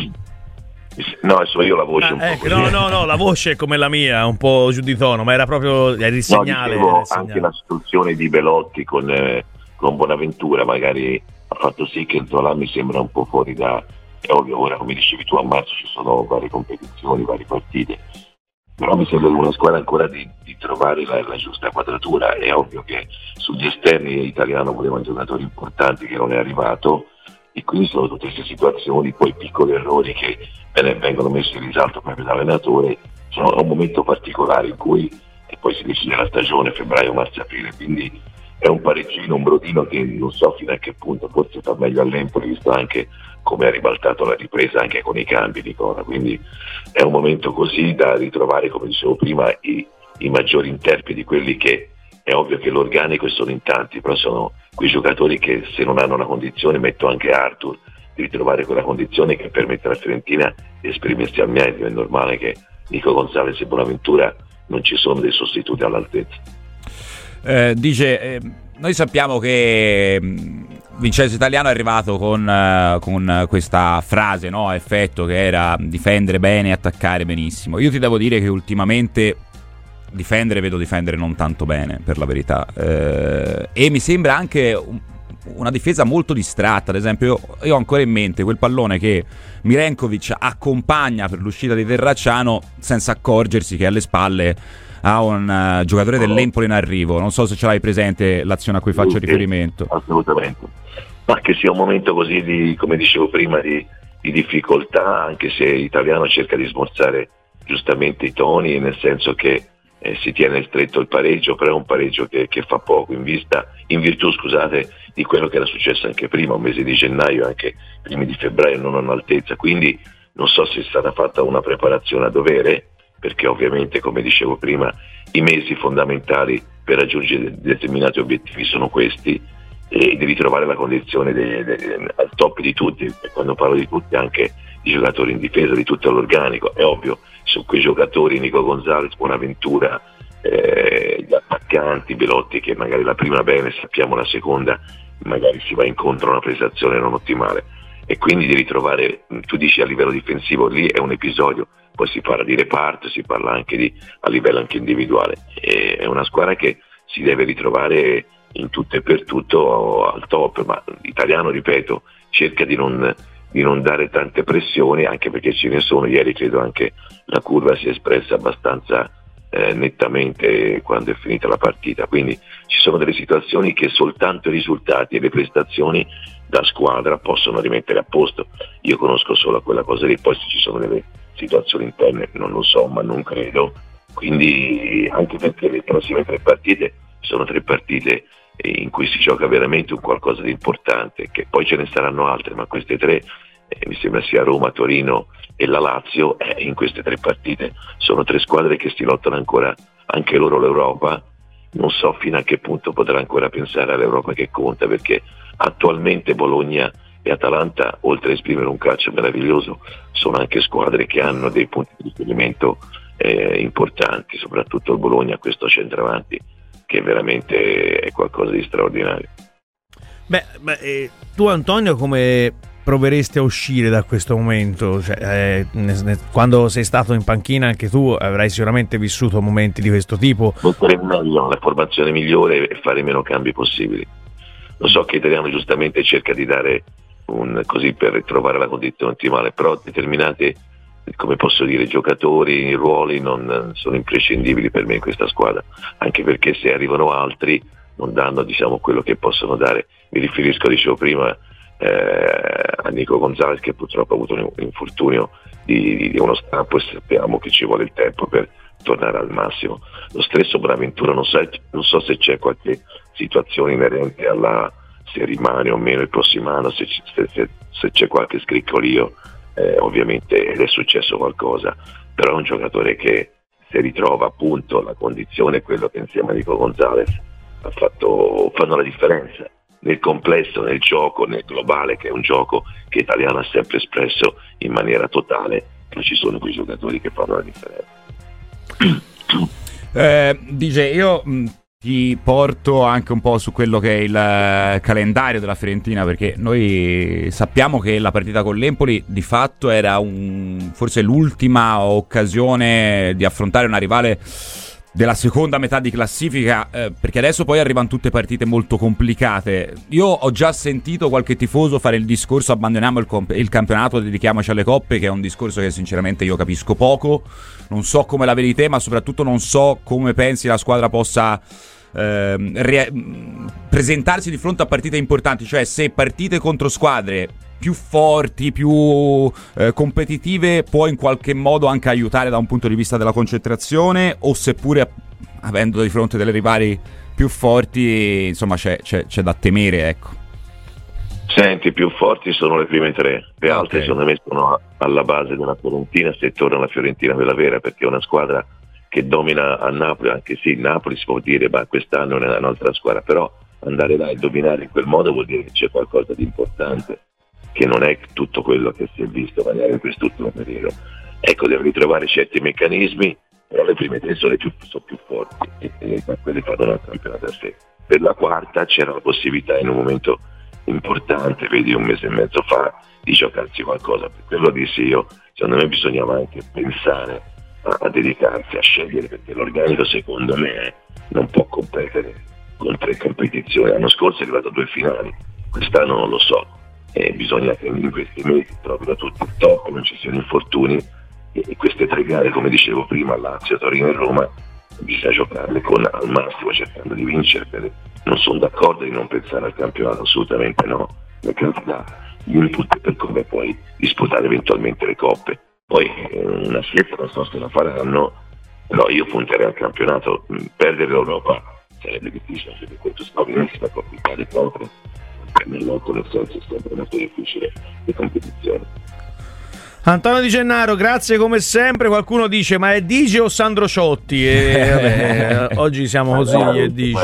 No, adesso io la voce ah, un ecco, po' no, no, no, la voce è come la mia, un po' giù di tono, ma era proprio il segnale. No, dicevo, il segnale. Anche la soluzione di Belotti con, eh, con Bonaventura magari ha fatto sì che Zola mi sembra un po' fuori da... È ovvio, ora come dicevi tu a marzo ci sono varie competizioni, varie partite, però mi sembra una squadra ancora di, di trovare la, la giusta quadratura. È ovvio che sugli esterni italiano voleva un giocatore importante che non è arrivato, e quindi sono tutte queste situazioni, poi piccoli errori che vengono messi in risalto proprio dall'allenatore. Sono un momento particolare in cui e poi si decide la stagione, febbraio, marzo, aprile, quindi è un pareggino, un brodino che non so fino a che punto, forse fa meglio all'Empoli, visto anche come ha ribaltato la ripresa anche con i cambi di Cora, quindi è un momento così da ritrovare, come dicevo prima, i, i maggiori interpreti, quelli che è ovvio che l'organico sono in tanti, però sono quei giocatori che se non hanno una condizione, metto anche Arthur, di ritrovare quella condizione che permette alla Fiorentina di esprimersi al meglio. È normale che Nico Gonzalez e Bonaventura non ci sono dei sostituti all'altezza. Eh, dice, eh, noi sappiamo che mh, Vincenzo Italiano è arrivato con, uh, con questa frase, no, a effetto, che era difendere bene e attaccare benissimo. Io ti devo dire che ultimamente difendere vedo difendere non tanto bene, per la verità, eh, e mi sembra anche un, una difesa molto distratta. Ad esempio io, io ho ancora in mente quel pallone che Milenkovic accompagna per l'uscita di Terracciano senza accorgersi che alle spalle ha un uh, giocatore dell'Empoli in arrivo. Non so se ce l'hai presente l'azione a cui faccio sì, riferimento. Assolutamente, ma che sia un momento così di, come dicevo prima, di, di difficoltà, anche se l'italiano cerca di smorzare giustamente i toni, nel senso che eh, si tiene stretto il pareggio, però è un pareggio che, che fa poco in vista, in virtù scusate, di quello che era successo anche prima, un mese di gennaio, anche primi di febbraio non hanno altezza, quindi non so se è stata fatta una preparazione a dovere, perché ovviamente, come dicevo prima, i mesi fondamentali per raggiungere determinati obiettivi sono questi, e devi trovare la condizione de, de, de, al top di tutti, e quando parlo di tutti anche di giocatori in difesa, di tutto l'organico. È ovvio, su quei giocatori, Nico Gonzalez, Bonaventura, eh, gli attaccanti, Belotti, che magari la prima bene, sappiamo la seconda magari si va incontro a una prestazione non ottimale, e quindi di ritrovare, tu dici a livello difensivo, lì è un episodio, poi si parla di reparto, si parla anche di a livello anche individuale, e è una squadra che si deve ritrovare in tutto e per tutto al top, ma l'italiano, ripeto, cerca di non, di non dare tante pressioni, anche perché ce ne sono. Ieri credo anche la curva si è espressa abbastanza eh, nettamente quando è finita la partita, quindi ci sono delle situazioni che soltanto i risultati e le prestazioni da squadra possono rimettere a posto. Io conosco solo quella cosa lì, poi se ci sono delle situazioni interne non lo so, ma non credo, quindi anche perché le prossime tre partite sono tre partite in cui si gioca veramente un qualcosa di importante, che poi ce ne saranno altre, ma queste tre eh, mi sembra sia Roma, Torino e la Lazio, eh, in queste tre partite sono tre squadre che si lottano ancora anche loro l'Europa. Non so fino a che punto potrà ancora pensare all'Europa che conta, perché attualmente Bologna e Atalanta, oltre a esprimere un calcio meraviglioso, sono anche squadre che hanno dei punti di riferimento eh, importanti, soprattutto il Bologna, questo centravanti che veramente è qualcosa di straordinario. Beh, beh eh, tu Antonio come proveresti a uscire da questo momento? Cioè, eh, ne, ne, quando sei stato in panchina anche tu avrai sicuramente vissuto momenti di questo tipo. Mettere meglio la formazione migliore e fare meno cambi possibili. Lo so che Italiano giustamente cerca di dare un così per trovare la condizione ottimale, però determinate, come posso dire, giocatori, i ruoli non sono imprescindibili per me in questa squadra, anche perché se arrivano altri non danno, diciamo, quello che possono dare. Mi riferisco, dicevo prima, eh, a Nico Gonzalez, che purtroppo ha avuto un infortunio di, di uno strappo e sappiamo che ci vuole il tempo per tornare al massimo. Lo stesso Bonaventura, non so, non so se c'è qualche situazione inerente alla se rimane o meno il prossimo anno, se, se, se, se c'è qualche scriccolio, eh, ovviamente ed è successo qualcosa, però è un giocatore che se ritrova appunto la condizione, quello che insieme a Nico Gonzalez ha fatto, fanno la differenza nel complesso, nel gioco, nel globale, che è un gioco che Italiano ha sempre espresso in maniera totale, però ci sono quei giocatori che fanno la differenza. eh, D J, io mh, ti porto anche un po' su quello che è il uh, calendario della Fiorentina, perché noi sappiamo che la partita con l'Empoli di fatto era un, forse l'ultima occasione di affrontare una rivale della seconda metà di classifica, eh, perché adesso poi arrivano tutte partite molto complicate. Io ho già sentito qualche tifoso fare il discorso abbandoniamo il, comp- il campionato, dedichiamoci alle coppe, che è un discorso che sinceramente io capisco poco, non so come la vedi te, ma soprattutto non so come pensi la squadra possa eh, re- presentarsi di fronte a partite importanti, cioè se partite contro squadre più forti, più eh, competitive può in qualche modo anche aiutare da un punto di vista della concentrazione, o seppure avendo di fronte delle rivali più forti insomma c'è, c'è, c'è da temere, ecco. Senti, più forti sono le prime tre, le okay. altre secondo me sono alla base della Fiorentina, se torna la Fiorentina quella vera, perché è una squadra che domina a Napoli, anche sì, Napoli si può dire ma quest'anno è un'altra squadra, però andare là e dominare in quel modo vuol dire che c'è qualcosa di importante, che non è tutto quello che si è visto magari in quest'ultimo periodo. Ecco, devo ritrovare certi meccanismi, però le prime tre sono, più, sono più forti e, e quelle fanno il campionato a sé. Per la quarta c'era la possibilità in un momento importante, vedi un mese e mezzo fa, di giocarsi qualcosa. Per quello dissi io, secondo me bisognava anche pensare a, a dedicarsi, a scegliere, perché l'organico secondo me non può competere con tre competizioni. L'anno scorso è arrivato a due finali, quest'anno non lo so. E bisogna che in questi mesi proprio da tutti il top non ci siano infortuni e queste tre gare, come dicevo prima, Lazio, Torino e Roma, bisogna giocarle con al massimo, cercando di vincere. Non sono d'accordo di non pensare al campionato, assolutamente no, perché ti dà gli input per come puoi disputare eventualmente le coppe. Poi una scelta non so se la faranno, però io punterei al campionato. Perdere l'Europa sarebbe difficile, perché questo spaventissima Coppa Italia proprio nell'otto, nel senso è sempre molto difficile di competizione. Antonio Di Gennaro, grazie come sempre. Qualcuno dice ma è D J o Sandro Ciotti? E vabbè, oggi siamo così e dice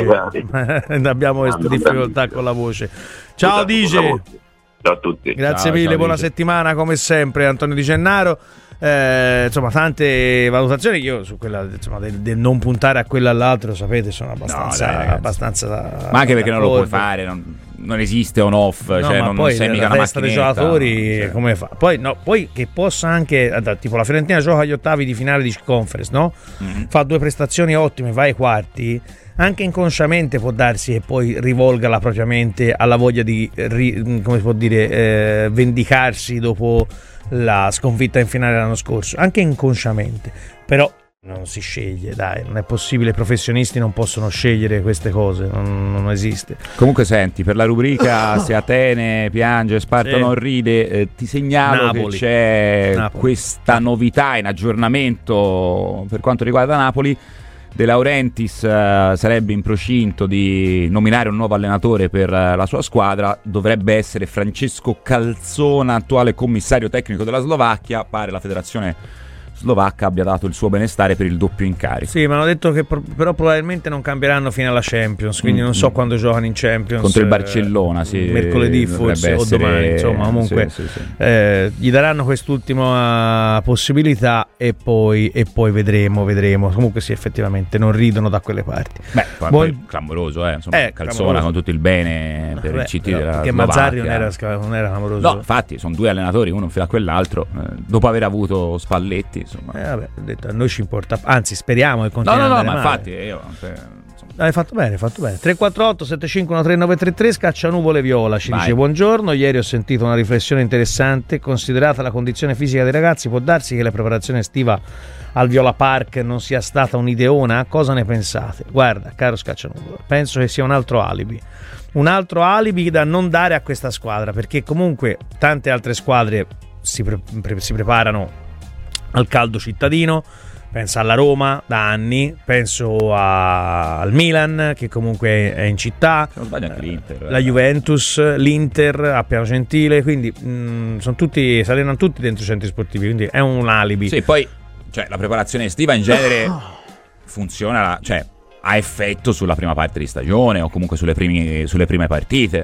abbiamo questa difficoltà con la voce. Ciao D J, ciao a tutti, grazie ciao, mille, ciao, buona D J. Settimana come sempre Antonio Di Gennaro. Eh, insomma, tante valutazioni. Io su quella, insomma, del, del non puntare a quello all'altro, sapete, sono abbastanza, no, dai, abbastanza ma anche perché d'accordo. Non lo puoi fare, non, non esiste on off, no, cioè ma non, poi non sei mica la una testa dei macchinetta, giocatori, cioè. Come fa? Poi, no, poi che possa anche, tipo la Fiorentina gioca agli ottavi di finale di conference, no? Mm-hmm. Fa due prestazioni ottime, va ai quarti, anche inconsciamente può darsi e poi rivolga la propria mente alla voglia di ri, come si può dire eh, vendicarsi dopo la sconfitta in finale l'anno scorso, anche inconsciamente. Però non si sceglie, dai, non è possibile, i professionisti non possono scegliere queste cose, non, non esiste. Comunque senti, per la rubrica se Atene piange, Sparta sì. non ride, eh, ti segnalo Napoli. Che c'è Napoli. Questa novità in aggiornamento per quanto riguarda Napoli. De Laurentiis uh, sarebbe in procinto di nominare un nuovo allenatore per uh, la sua squadra. Dovrebbe essere Francesco Calzona, attuale commissario tecnico della Slovacchia. Pare la federazione slovacca abbia dato il suo benestare per il doppio incarico. Sì, ma hanno detto che pro- però probabilmente non cambieranno fino alla Champions, quindi mm, non so mm. quando giocano in Champions. Contro il Barcellona, sì. Mercoledì forse o essere... domani, insomma, comunque sì, sì, sì. Eh, gli daranno quest'ultima possibilità e poi, e poi vedremo, vedremo. Comunque sì, effettivamente non ridono da quelle parti. Beh, poi, Buon... poi clamoroso, eh, insomma, eh, Calzona clamoroso. Con tutto il bene per Beh, il C T no, della perché Slovacchia. Mazzarri non era, non era clamoroso. No, infatti sono due allenatori, uno in fila a quell'altro, eh, dopo aver avuto Spalletti, insomma. Eh, vabbè, ho detto, a noi ci importa, anzi speriamo che continui no no a no ma male. infatti io eh, hai fatto bene, hai fatto bene. tre quattro otto sette cinque uno tre nove tre tre Scaccianuvole Viola ci Vai. dice buongiorno, ieri ho sentito una riflessione interessante, considerata la condizione fisica dei ragazzi può darsi che la preparazione estiva al Viola Park non sia stata un'ideona? Cosa ne pensate? Guarda, caro Scaccianuvole, penso che sia un altro alibi un altro alibi da non dare a questa squadra, perché comunque tante altre squadre si, pre- pre- si preparano al caldo cittadino. Penso alla Roma da anni, penso a, al Milan che comunque è in città, se non sbaglio anche l'Inter, la Juventus, l'Inter a Pianocentile, quindi mh, sono tutti, si allenano tutti dentro i centri sportivi, quindi è un alibi. Sì, poi cioè, la preparazione estiva in genere funziona, cioè ha effetto sulla prima parte di stagione o comunque sulle, primi, sulle prime partite.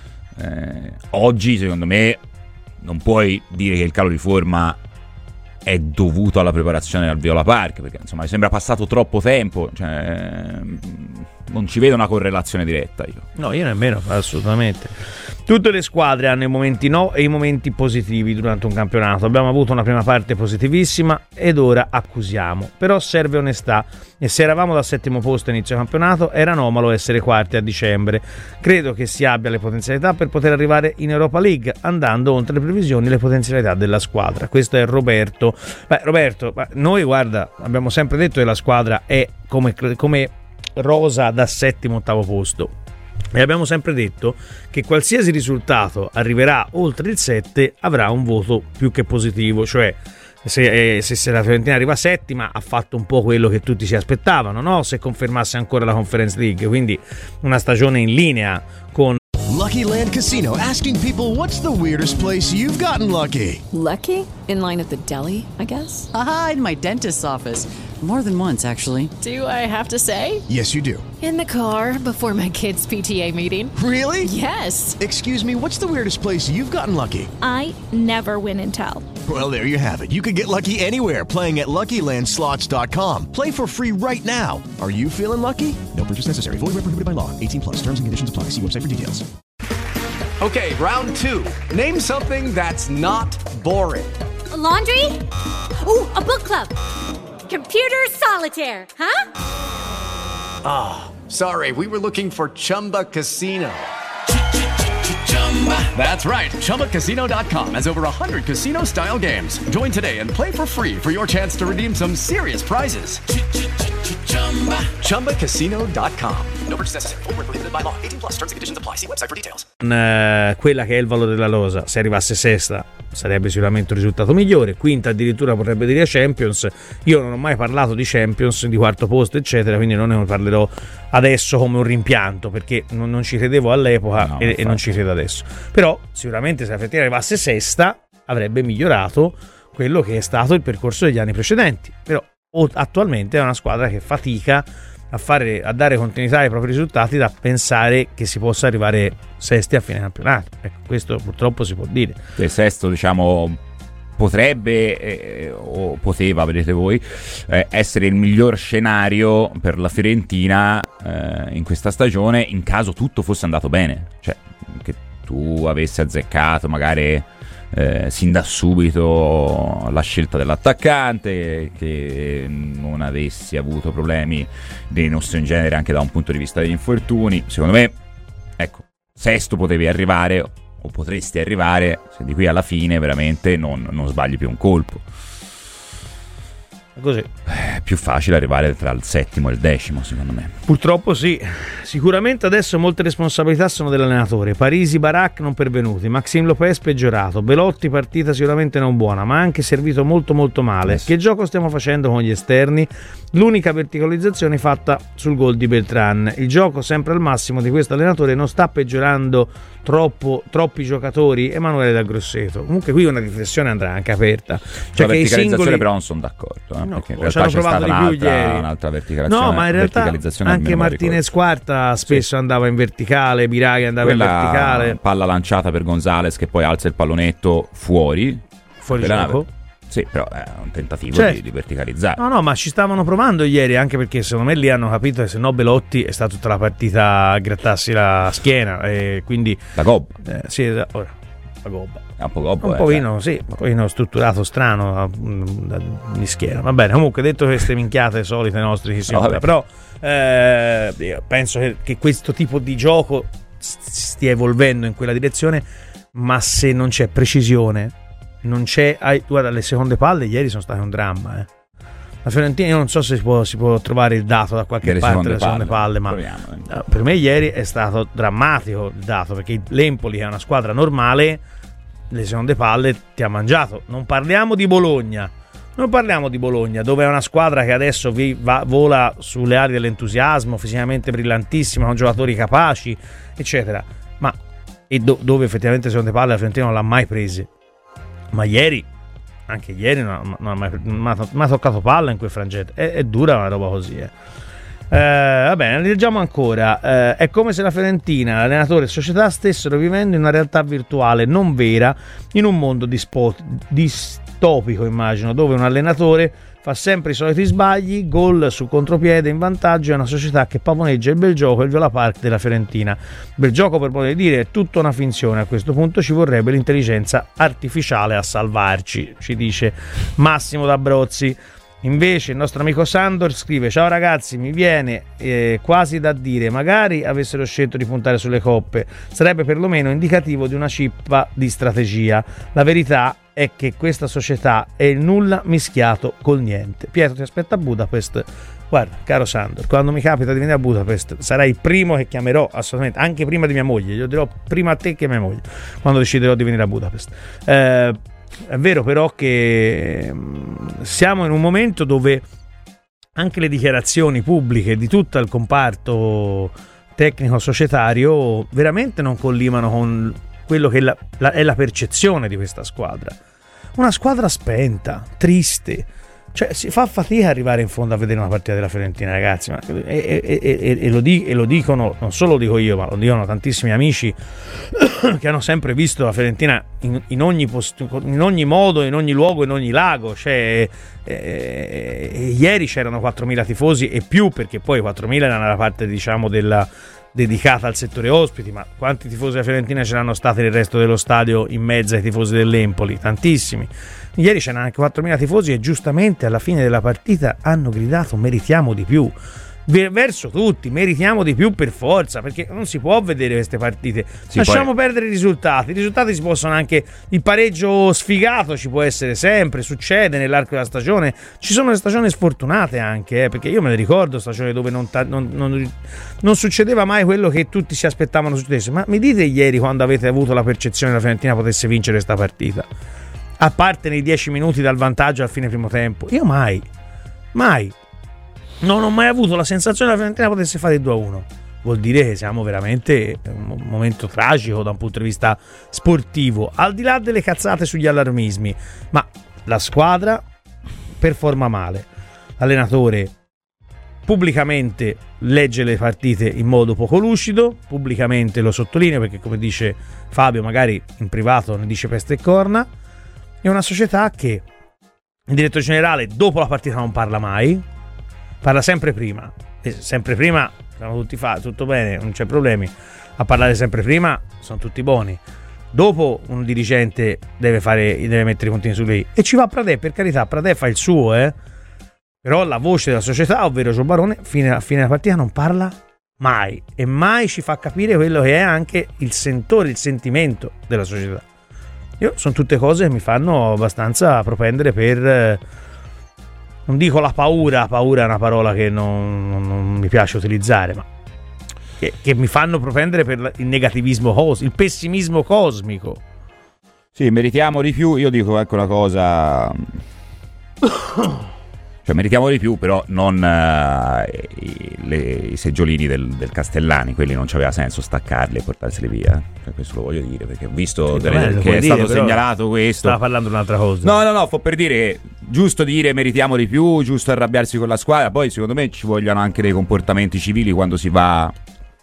Eh, oggi secondo me non puoi dire che il calo di forma è dovuto alla preparazione al Viola Park, perché insomma mi sembra passato troppo tempo, cioè non ci vedo una correlazione diretta io. No, io nemmeno, assolutamente. Tutte le squadre hanno i momenti no e i momenti positivi durante un campionato. Abbiamo avuto una prima parte positivissima ed ora accusiamo. Però serve onestà e se eravamo dal settimo posto a inizio campionato era anomalo essere quarti a dicembre. Credo che si abbia le potenzialità per poter arrivare in Europa League andando oltre le previsioni e le potenzialità della squadra. Questo è Roberto. Beh, Roberto, noi guarda, abbiamo sempre detto che la squadra è come, come rosa da settimo ottavo posto. E abbiamo sempre detto che qualsiasi risultato arriverà oltre il sette avrà un voto più che positivo, cioè se, eh, se, se la Fiorentina arriva settima ha fatto un po' quello che tutti si aspettavano, no? Se confermasse ancora la Conference League, quindi una stagione in linea con Lucky Land Casino, asking people what's the weirdest place you've gotten lucky? Lucky? In line at the deli, I guess? Aha, in my dentist's office. More than once, actually. Do I have to say? Yes, you do. In the car before my kids' P T A meeting. Really? Yes. Excuse me, what's the weirdest place you've gotten lucky? I never win and tell. Well, there you have it. You can get lucky anywhere, playing at Lucky Land Slots dot com. Play for free right now. Are you feeling lucky? No purchase necessary. Void where prohibited by law. eighteen plus. Terms and conditions apply. See website for details. Okay, round two. Name something that's not boring. A laundry? Ooh, a book club. Computer solitaire, huh? Ah, oh, sorry. We were looking for Chumba Casino. That's right. Chumba Casino dot com has over one hundred casino-style games. Join today and play for free for your chance to redeem some serious prizes. Chumba Casino dot com. No purchase necessary. Void where prohibited by law. eighteen plus. Terms and conditions apply. See website for details. Uh, quella che è il valore della rosa, se arrivasse sesta sarebbe sicuramente un risultato migliore, quinta addirittura potrebbe dire Champions. Io non ho mai parlato di Champions, di quarto posto eccetera, quindi non ne parlerò adesso come un rimpianto, perché non, non ci credevo all'epoca no, e, e non ci credo adesso. Però sicuramente se la Fiorentina arrivasse sesta avrebbe migliorato quello che è stato il percorso degli anni precedenti. Però attualmente è una squadra che fatica a, fare, a dare continuità ai propri risultati, da pensare che si possa arrivare sesti a fine campionato. Ecco, questo purtroppo si può dire. Il sesto, diciamo, potrebbe eh, o poteva, vedete voi, eh, essere il miglior scenario per la Fiorentina eh, in questa stagione, in caso tutto fosse andato bene, cioè che tu avessi azzeccato magari Eh, sin da subito la scelta dell'attaccante, che non avessi avuto problemi di nostro in genere anche da un punto di vista degli infortuni. Secondo me, ecco, sesto potevi arrivare o potresti arrivare se di qui alla fine veramente non, non sbagli più un colpo. Così. più facile arrivare tra il settimo e il decimo, secondo me. Purtroppo sì. Sicuramente adesso molte responsabilità sono dell'allenatore. Parisi, Barak non pervenuti, Maxime Lopez peggiorato, Belotti partita sicuramente non buona, ma anche servito molto molto male. Yes. Che gioco stiamo facendo con gli esterni? L'unica verticalizzazione fatta sul gol di Beltran. Il gioco sempre al massimo di questo allenatore non sta peggiorando troppo troppi giocatori. Emanuele da Grosseto. Comunque qui una riflessione andrà anche aperta. Cioè la che verticalizzazione singoli... però non sono d'accordo, eh? No, perché in realtà c'è stata un'altra, un'altra verticalizzazione. No, ma in realtà anche Martinez Quarta spesso sì. andava in verticale, Biraghi andava Quella in verticale. Palla lanciata per Gonzalez che poi alza il pallonetto fuori. Fuori gioco. Una... Sì, però è un tentativo certo. di, di verticalizzare. No, no, ma ci stavano provando ieri, anche perché secondo me lì hanno capito che se no Belotti è stata tutta la partita a grattarsi la schiena e quindi... La gobba. Eh, sì, ora, la gobba. È un po' gobbo, un eh, pochino, sì, un pochino strutturato strano di schiena. Va bene, comunque detto queste minchiate solite nostre che siamo, no, però eh, io penso che, che questo tipo di gioco si stia evolvendo in quella direzione, ma se non c'è precisione, non c'è, guarda, le seconde palle ieri sono state un dramma, eh. La Fiorentina, io non so se si può, si può trovare il dato da qualche delle parte seconde delle seconde palle, palle ma eh. per me ieri è stato drammatico il dato, perché l'Empoli, che è una squadra normale, le seconde palle ti ha mangiato. Non parliamo di Bologna, non parliamo di Bologna, dove è una squadra che adesso vi va, vola sulle ali dell'entusiasmo, fisicamente brillantissima, con giocatori capaci, eccetera, ma e do, dove effettivamente le seconde palle la Fiorentina non l'ha mai prese. Ma ieri, anche ieri, non, non ha mai toccato palla in quel frangente. È, è dura una roba così. Eh. Eh, va bene, leggiamo ancora. Eh, è come se la Fiorentina, l'allenatore e la società stessero vivendo in una realtà virtuale non vera, in un mondo dispo- distopico, immagino, dove un allenatore fa sempre i soliti sbagli, gol su contropiede in vantaggio, è una società che pavoneggia il bel gioco e il viola park della Fiorentina. Bel gioco, per poter dire, è tutta una finzione. A questo punto ci vorrebbe l'intelligenza artificiale a salvarci, ci dice Massimo D'Abrozzi. Invece il nostro amico Sandor scrive: ciao ragazzi, mi viene eh, quasi da dire, magari avessero scelto di puntare sulle coppe, sarebbe perlomeno indicativo di una cippa di strategia. La verità è che questa società è il nulla mischiato col niente. Pietro ti aspetta a Budapest. Guarda, caro Sandor, quando mi capita di venire a Budapest sarai il primo che chiamerò, assolutamente, anche prima di mia moglie. Glielo dirò prima a te che a mia moglie, quando deciderò di venire a Budapest. eh È vero però che siamo in un momento dove anche le dichiarazioni pubbliche di tutto il comparto tecnico societario veramente non collimano con quello che è la, la, è la percezione di questa squadra. Una squadra spenta, triste. Cioè si fa fatica arrivare in fondo a vedere una partita della Fiorentina, ragazzi, ma, e, e, e, e, lo di, e lo dicono, non solo lo dico io, ma lo dicono tantissimi amici che hanno sempre visto la Fiorentina in, in, ogni post, in ogni modo, in ogni luogo, in ogni lago. Cioè, eh, eh, ieri c'erano quattromila tifosi e più, perché poi quattromila erano la parte, diciamo, della dedicata al settore ospiti, ma quanti tifosi della Fiorentina ce l'hanno stati nel resto dello stadio in mezzo ai tifosi dell'Empoli? Tantissimi. Ieri c'erano anche quattromila tifosi e giustamente alla fine della partita hanno gridato meritiamo di più. Verso tutti, meritiamo di più per forza, perché non si può vedere queste partite. Sì, lasciamo poi... perdere i risultati. I risultati si possono anche, il pareggio sfigato ci può essere sempre, succede nell'arco della stagione. Ci sono le stagioni sfortunate anche, eh, perché io me ne ricordo stagioni dove non, ta- non, non, non succedeva mai quello che tutti si aspettavano succedesse. Ma mi dite ieri, quando avete avuto la percezione che la Fiorentina potesse vincere questa partita, a parte nei dieci minuti dal vantaggio al fine primo tempo? Io mai, mai non ho mai avuto la sensazione che la Fiorentina potesse fare il due a uno. Vuol dire che siamo veramente in un momento tragico da un punto di vista sportivo, al di là delle cazzate sugli allarmismi. Ma la squadra performa male, l'allenatore pubblicamente legge le partite in modo poco lucido, pubblicamente lo sottolineo, perché come dice Fabio magari in privato ne dice peste e corna. È una società che il direttore generale dopo la partita non parla mai, parla sempre prima, e sempre prima siamo tutti fa, tutto bene, non c'è problemi, a parlare sempre prima sono tutti buoni. Dopo un dirigente deve fare, deve mettere i puntini su lei, e ci va Pradè, per carità, Pradè fa il suo, eh. Però la voce della società, ovvero Gio Barone, fine, a fine della partita non parla mai, e mai ci fa capire quello che è anche il sentore, il sentimento della società. Io sono tutte cose che mi fanno abbastanza propendere per non dico la paura, paura è una parola che non, non, non mi piace utilizzare, ma che, che mi fanno propendere per il negativismo cosmico, il pessimismo cosmico. Sì, meritiamo di più. Io dico ecco una cosa, cioè meritiamo di più, però non uh, i, le, i seggiolini del, del Castellani, quelli non c'aveva senso staccarli e portarseli via. Cioè, questo lo voglio dire perché ho visto sì, delle, bello, che è dire, stato segnalato questo. Stava parlando di un'altra cosa. No, no, no, fu per dire che giusto dire meritiamo di più, giusto arrabbiarsi con la squadra. Poi secondo me ci vogliono anche dei comportamenti civili quando si va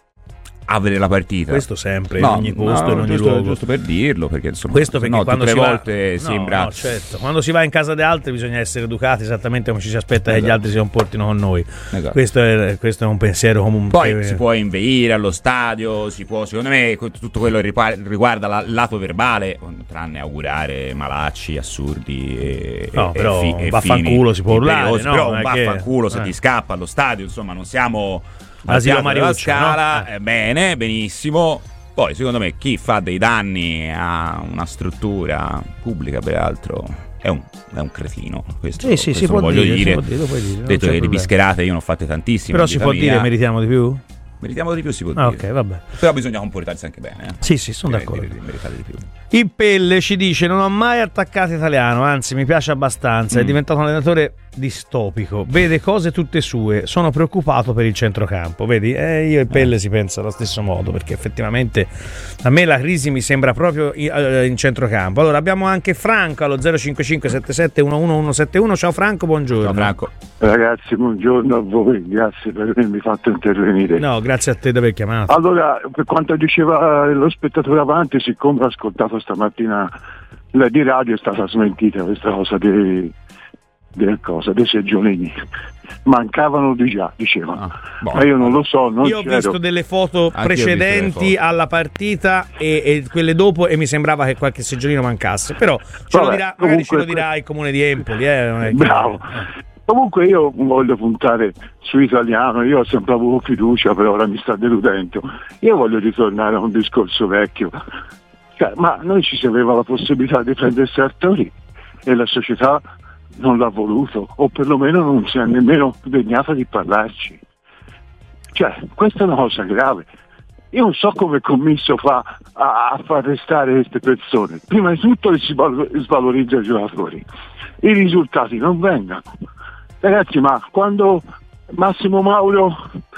a vedere la partita. Questo sempre, no, in ogni posto, no, in ogni giusto, luogo. Giusto per dirlo, perché insomma, questo perché no, quando tutte si le va... volte no, sembra no, certo. Quando si va in casa di altri bisogna essere educati esattamente come ci si aspetta esatto. che gli altri si comportino con noi. Esatto. Questo, è, questo è un pensiero comunque. Poi si può inveire allo stadio, si può, secondo me tutto quello che riguarda il lato verbale, tranne augurare malacci assurdi e, no, e, però e, fi, vaffanculo si può urlare, no? Però un vaffanculo che... se eh. ti scappa allo stadio, insomma non siamo Asilo Mariuccio, Scala, no? eh. bene, benissimo. Poi secondo me chi fa dei danni a una struttura pubblica peraltro è un, è un cretino. Questo, sì, sì, questo si lo può voglio dire, dire. Si può dire, puoi dire, detto che di bischerate io ne ho fatte tantissime. Però si può mia. dire meritiamo di più? Meritiamo di più, si può ah, dire. Ok, vabbè. Però bisogna comportarsi anche bene. Eh? Sì, sì, sono Direi d'accordo. Di, di, di, di più. Il Pelle ci dice: non ho mai attaccato italiano, anzi mi piace abbastanza, mm. è diventato un allenatore distopico, vede cose tutte sue, sono preoccupato per il centrocampo. Vedi, eh, io e Pelle eh. si pensa allo stesso modo, perché effettivamente a me la crisi mi sembra proprio in centrocampo. Allora abbiamo anche Franco allo zero cinque cinque sette sette uno uno uno sette uno. Ciao Franco, buongiorno. Ciao Franco. Ragazzi, buongiorno a voi, grazie per avermi fatto intervenire. No, grazie a te di aver chiamato. Allora, per quanto diceva lo spettatore avanti, siccome ho ascoltato stamattina la di radio, è stata smentita questa cosa dei, dei, cosa, dei seggiolini. Mancavano di già, dicevano. Ah, boh, ma io non lo so, non io ho c'ero. visto delle foto Anche precedenti alla partita e, e quelle dopo e mi sembrava che qualche seggiolino mancasse, però ce Vabbè, lo dirà, magari ce lo dirà il comune di Empoli, eh, non è che... Bravo. Comunque io voglio puntare su italiano, io ho sempre avuto fiducia, però ora mi sta deludendo. Io voglio ritornare a un discorso vecchio. Cioè, ma noi ci si aveva la possibilità di prendere Sartori e la società non l'ha voluto, o perlomeno non si è nemmeno degnata di parlarci. Cioè, questa è una cosa grave. Io non so come il commisso fa a, a far restare queste persone. Prima di tutto si svalorizza i giocatori, i risultati non vengano. Ragazzi, ma quando Massimo Mauro,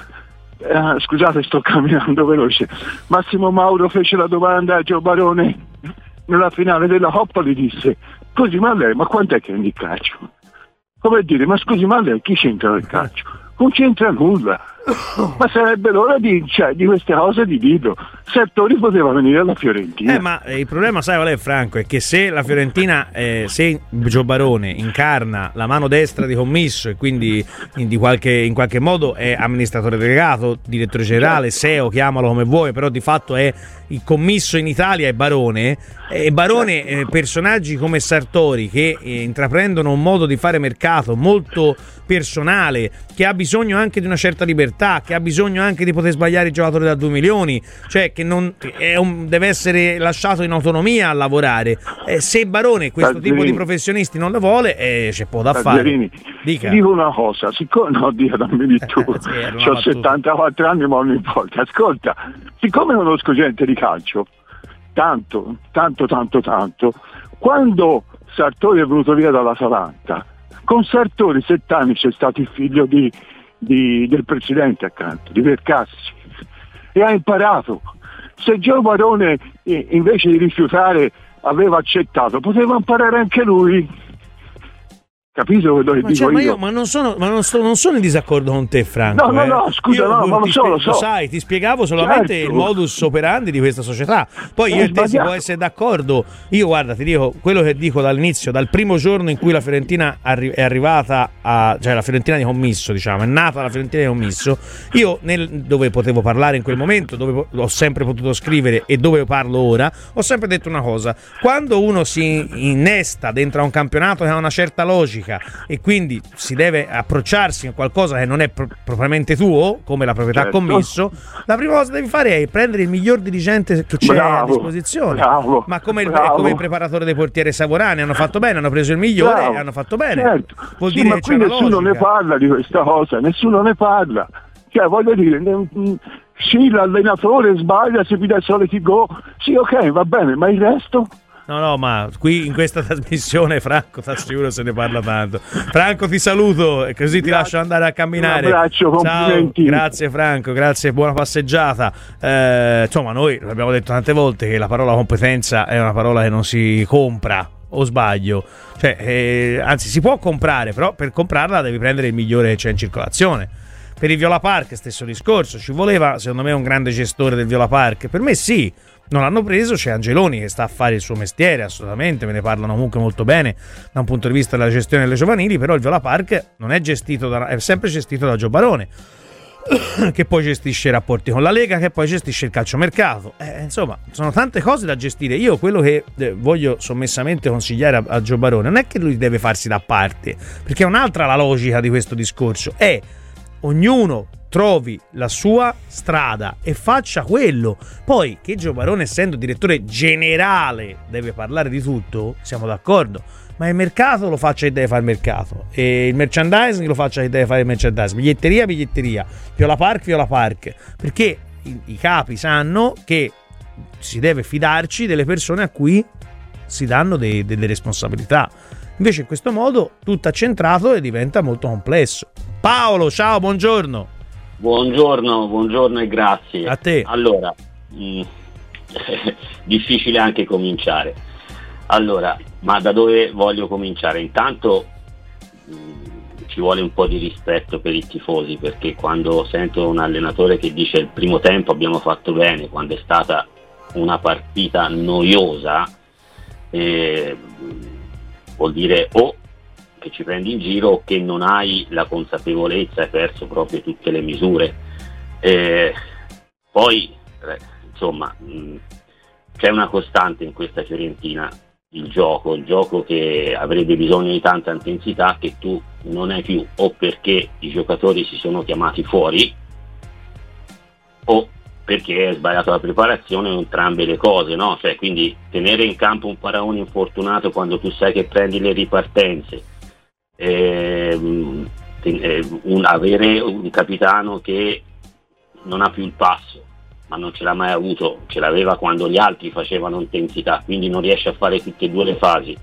eh, scusate sto camminando veloce, Massimo Mauro fece la domanda a Gio Barone nella finale della Coppa, gli disse: scusi ma lei, ma quant'è che è nel calcio? Come dire, ma scusi ma lei chi c'entra nel calcio? Non c'entra nulla. Ma sarebbe l'ora di, cioè, di queste cose di dirlo. Sartori poteva venire alla Fiorentina. Eh, ma il problema, sai qual è, Franco? È che se la Fiorentina, eh, se Gio Barone incarna la mano destra di commisso e quindi in, di qualche, in qualche modo è amministratore delegato, direttore generale, S E O, chiamalo come vuoi, però di fatto è il commisso in Italia è Barone. E Barone, eh, personaggi come Sartori che eh, intraprendono un modo di fare mercato molto personale, che ha bisogno anche di una certa libertà, che ha bisogno anche di poter sbagliare i giocatori da due milioni, cioè che non è un, deve essere lasciato in autonomia a lavorare. Eh, se Barone questo Tazzerini. tipo di professionisti non lo vuole, eh, c'è poco da Tazzerini. fare. Dica. Dico una cosa, siccome no, Dio, dammi di tu, eh, ho settantaquattro anni ma non importa. Ascolta, siccome conosco gente di calcio, tanto, tanto, tanto, tanto, quando Sartori è venuto via dall'Atalanta, con Sartori sette anni c'è stato il figlio di, di, del presidente accanto, di Vercassi, e ha imparato. Se Gio Barone invece di rifiutare aveva accettato, poteva imparare anche lui. Capito quello che ma dico cioè, ma io? io? Ma non sono, ma non, sto, non sono in disaccordo con te, Franco. No, no, eh. no, scusa, io, no, ma lo so, lo so. Lo sai, ti spiegavo solamente certo. il modus operandi di questa società. Poi Eh, io e te si sbagliato. può essere d'accordo. Io, guarda, ti dico quello che dico dall'inizio, dal primo giorno in cui la Fiorentina arri- è arrivata a, cioè la Fiorentina di commisso, diciamo, è nata la Fiorentina di commisso. Io, nel, dove potevo parlare in quel momento, dove po- ho sempre potuto scrivere e dove parlo ora, ho sempre detto una cosa: quando uno si innesta dentro a un campionato che ha una certa logica, logica, e quindi si deve approcciarsi a qualcosa che non è pro- propriamente tuo, come la proprietà Certo. commesso, la prima cosa che devi fare è prendere il miglior dirigente che c'è Bravo, a disposizione. bravo, Ma come il, bravo. come il preparatore dei portieri Savorani, hanno fatto bene, hanno preso il migliore Bravo. e hanno fatto bene. Certo. Vuol Sì, dire ma che qui c'è una nessuno logica. ne parla di questa cosa, nessuno ne parla. Cioè, voglio dire, ne- mh, sì, l'allenatore sbaglia, si piglia i soliti go, sì, ok, va bene, ma il resto? No, no, ma qui in questa trasmissione Franco sicuro se ne parla tanto. Franco, ti saluto e così ti lascio andare a camminare. Un abbraccio, complimenti. Ciao, grazie Franco, grazie, buona passeggiata. Eh, insomma, noi abbiamo detto tante volte che la parola competenza è una parola che non si compra, o sbaglio? Cioè, eh, anzi, si può comprare, però per comprarla devi prendere il migliore che c'è in circolazione. Per il Viola Park stesso discorso, ci voleva secondo me un grande gestore del Viola Park. Per me sì, non l'hanno preso, c'è Angeloni che sta a fare il suo mestiere, assolutamente, me ne parlano comunque molto bene da un punto di vista della gestione delle giovanili, però il Viola Park non è gestito da, è sempre gestito da Gio Barone, che poi gestisce i rapporti con la Lega, che poi gestisce il calciomercato. Eh, insomma, sono tante cose da gestire. Io quello che eh, voglio sommessamente consigliare a, a Gio Barone non è che lui deve farsi da parte, perché è un'altra la logica di questo discorso, è ognuno trovi la sua strada e faccia quello. Poi che Gio Barone, essendo direttore generale, deve parlare di tutto, siamo d'accordo, ma il mercato lo faccia chi deve fare il mercato, e il merchandising lo faccia chi deve fare il merchandising, biglietteria biglietteria, Viola Park Viola Park, perché i, i capi sanno che si deve fidarci delle persone a cui si danno dei, delle responsabilità. Invece in questo modo tutto accentrato e diventa molto complesso. Paolo, ciao, buongiorno. Buongiorno, buongiorno e grazie. A te. Allora, mh, difficile anche cominciare. Allora, ma da dove voglio cominciare? Intanto mh, ci vuole un po' di rispetto per i tifosi, perché quando sento un allenatore che dice il primo tempo abbiamo fatto bene, quando è stata una partita noiosa, eh, vuol dire o che ci prendi in giro o che non hai la consapevolezza, hai perso proprio tutte le misure. Eh, poi eh, insomma mh, c'è una costante in questa Fiorentina, il gioco, il gioco che avrebbe bisogno di tanta intensità che tu non hai più, o perché i giocatori si sono chiamati fuori o perché è sbagliato la preparazione, o entrambe le cose, no? Cioè, quindi tenere in campo un Faraoni infortunato quando tu sai che prendi le ripartenze, ehm, eh, un, avere un capitano che non ha più il passo, ma non ce l'ha mai avuto, ce l'aveva quando gli altri facevano intensità, quindi non riesce a fare tutte e due le fasi,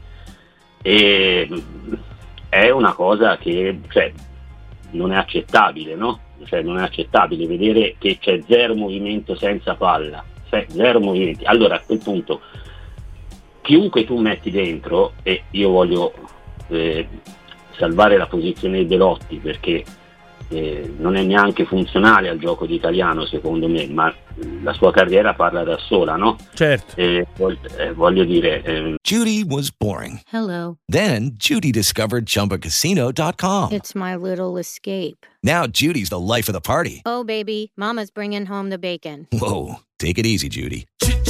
e è una cosa che, cioè, non è accettabile, no? Cioè, non è accettabile vedere che c'è zero movimento senza palla, cioè zero movimenti. Allora a quel punto chiunque tu metti dentro, e io voglio eh, salvare la posizione di Belotti, perché eh, non è neanche funzionale al gioco di Italiano secondo me, ma la sua carriera parla da sola, no? Certo. Eh, voglio, eh, voglio dire eh, Judy was boring. Hello. Then Judy discovered Chumba Casino dot com. It's my little escape. Now Judy's the life of the party. Oh, baby, mama's bringing home the bacon. Whoa, take it easy, Judy.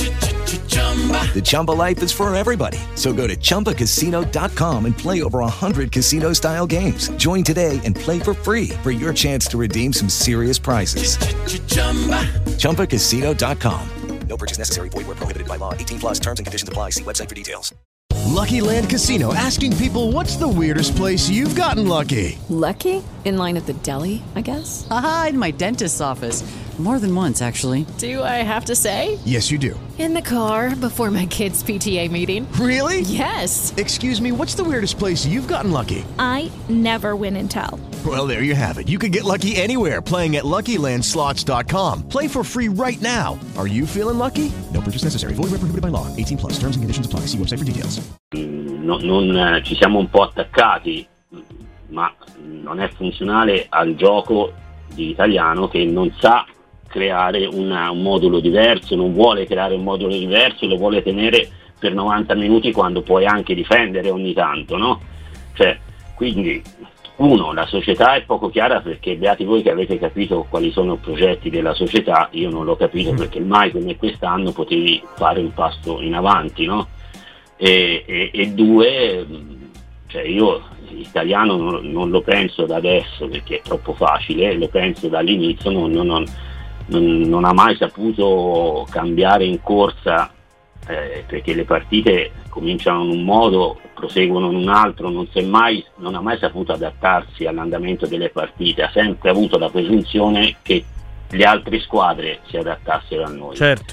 The Chumba life is for everybody. So go to Chumba Casino dot com and play over one hundred casino-style games. Join today and play for free for your chance to redeem some serious prizes. Chumba Casino dot com. No purchase necessary. Void where prohibited by law. eighteen plus terms and conditions apply. See website for details. Lucky Land Casino, asking people, what's the weirdest place you've gotten lucky? Lucky? In line at the deli, I guess? Aha, in my dentist's office. More than once, actually. Do I have to say? Yes, you do. In the car before my kids' P T A meeting. Really? Yes. Excuse me, what's the weirdest place you've gotten lucky? I never win and tell. Well, there you have it. You can get lucky anywhere, playing at Lucky Land Slots dot com. Play for free right now. Are you feeling lucky? No purchase necessary. Void where prohibited by law. eighteen plus. Terms and conditions apply. See website for details. No, non, eh, ci siamo un po' attaccati, ma non è funzionale al gioco di Italiano, che non sa creare una, un modulo diverso, non vuole creare un modulo diverso, lo vuole tenere per novanta minuti quando puoi anche difendere ogni tanto, no? Cioè, quindi uno, la società è poco chiara, perché beati voi che avete capito quali sono i progetti della società, io non l'ho capito, perché mai come quest'anno potevi fare un passo in avanti, no? E, e, e due, cioè io italiano non, non lo penso da adesso perché è troppo facile, lo penso dall'inizio, non, non, non, non, non ha mai saputo cambiare in corsa, eh, perché le partite cominciano in un modo, proseguono in un altro, non, si è mai, non ha mai saputo adattarsi all'andamento delle partite, ha sempre avuto la presunzione che le altre squadre si adattassero a noi. Certo.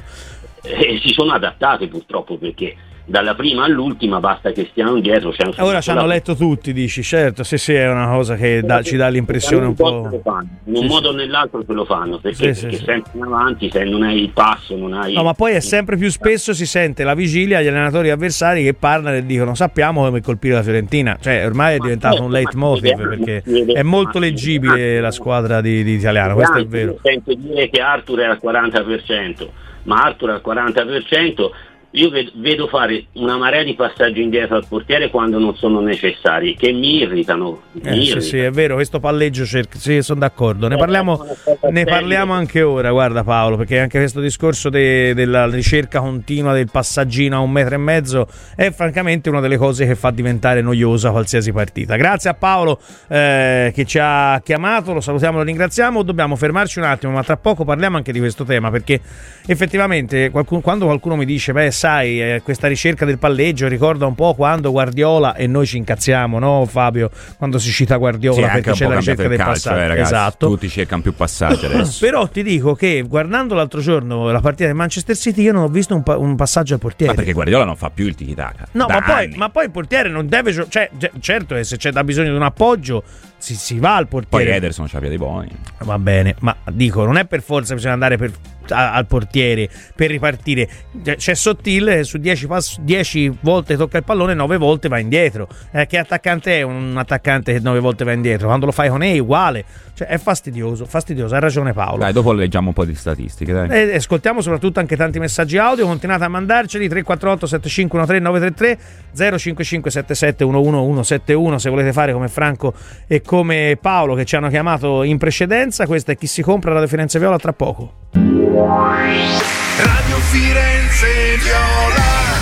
E si sono adattate purtroppo, perché dalla prima all'ultima basta che stiano dietro. C'è un Ora ci hanno la... letto tutti, dici, certo, sì sì, è una cosa che da, ci dà l'impressione un po'... In un sì, modo o sì. nell'altro se lo fanno, perché, Sì, perché sì, sempre in avanti, se non hai il passo, non hai... No, ma poi è sempre più spesso si sente la vigilia agli allenatori avversari che parlano e dicono sappiamo come colpire la Fiorentina, cioè ormai è diventato un leitmotiv, perché è molto leggibile la squadra di, di Italiano, questo è vero. Sento dire che Arthur è al quaranta per cento, ma Arthur al quaranta per cento io vedo fare una marea di passaggi indietro al portiere quando non sono necessari, che mi irritano. Mi Eh, sì, irritano. sì, è vero, questo palleggio cerca, sì, sono d'accordo. Ne parliamo, ne parliamo anche ora, guarda Paolo, perché anche questo discorso de, della ricerca continua del passaggino a un metro e mezzo è francamente una delle cose che fa diventare noiosa qualsiasi partita. Grazie a Paolo eh, che ci ha chiamato, lo salutiamo, lo ringraziamo. Dobbiamo fermarci un attimo, ma tra poco parliamo anche di questo tema, perché effettivamente qualcuno, quando qualcuno mi dice beh sai, eh, questa ricerca del palleggio ricorda un po' quando Guardiola, e noi ci incazziamo, no Fabio, quando si cita Guardiola, sì, perché c'è la ricerca del calcio, passaggio, eh, ragazzi, esatto. Tutti cercano più passaggi adesso. Però ti dico che guardando l'altro giorno la partita del Manchester City io non ho visto un, pa- un passaggio al portiere. Ma perché Guardiola non fa più il tiki-taka No, da ma poi, anni. ma poi il portiere non deve gio- cioè, ge- certo che se c'è da bisogno di un appoggio si, si va al portiere. Poi Ederson c'ha piedi buoni. Va bene, ma dico, non è per forza bisogna andare per, a, al portiere per ripartire. C'è Sottile, su dieci volte tocca il pallone, nove volte va indietro. Eh, che attaccante è un attaccante che nove volte va indietro? Quando lo fai con E è uguale. Cioè, è fastidioso, fastidioso, ha ragione Paolo. Dai, dopo leggiamo un po' di statistiche, dai. E ascoltiamo soprattutto anche tanti messaggi audio, continuate a mandarceli tre quattro otto sette cinque uno tre nove tre tre zero cinque cinque sette sette uno uno uno sette uno se volete fare come Franco e come Paolo che ci hanno chiamato in precedenza. Questo è Chi si compra Radio Firenze Viola, tra poco. Radio Firenze Viola.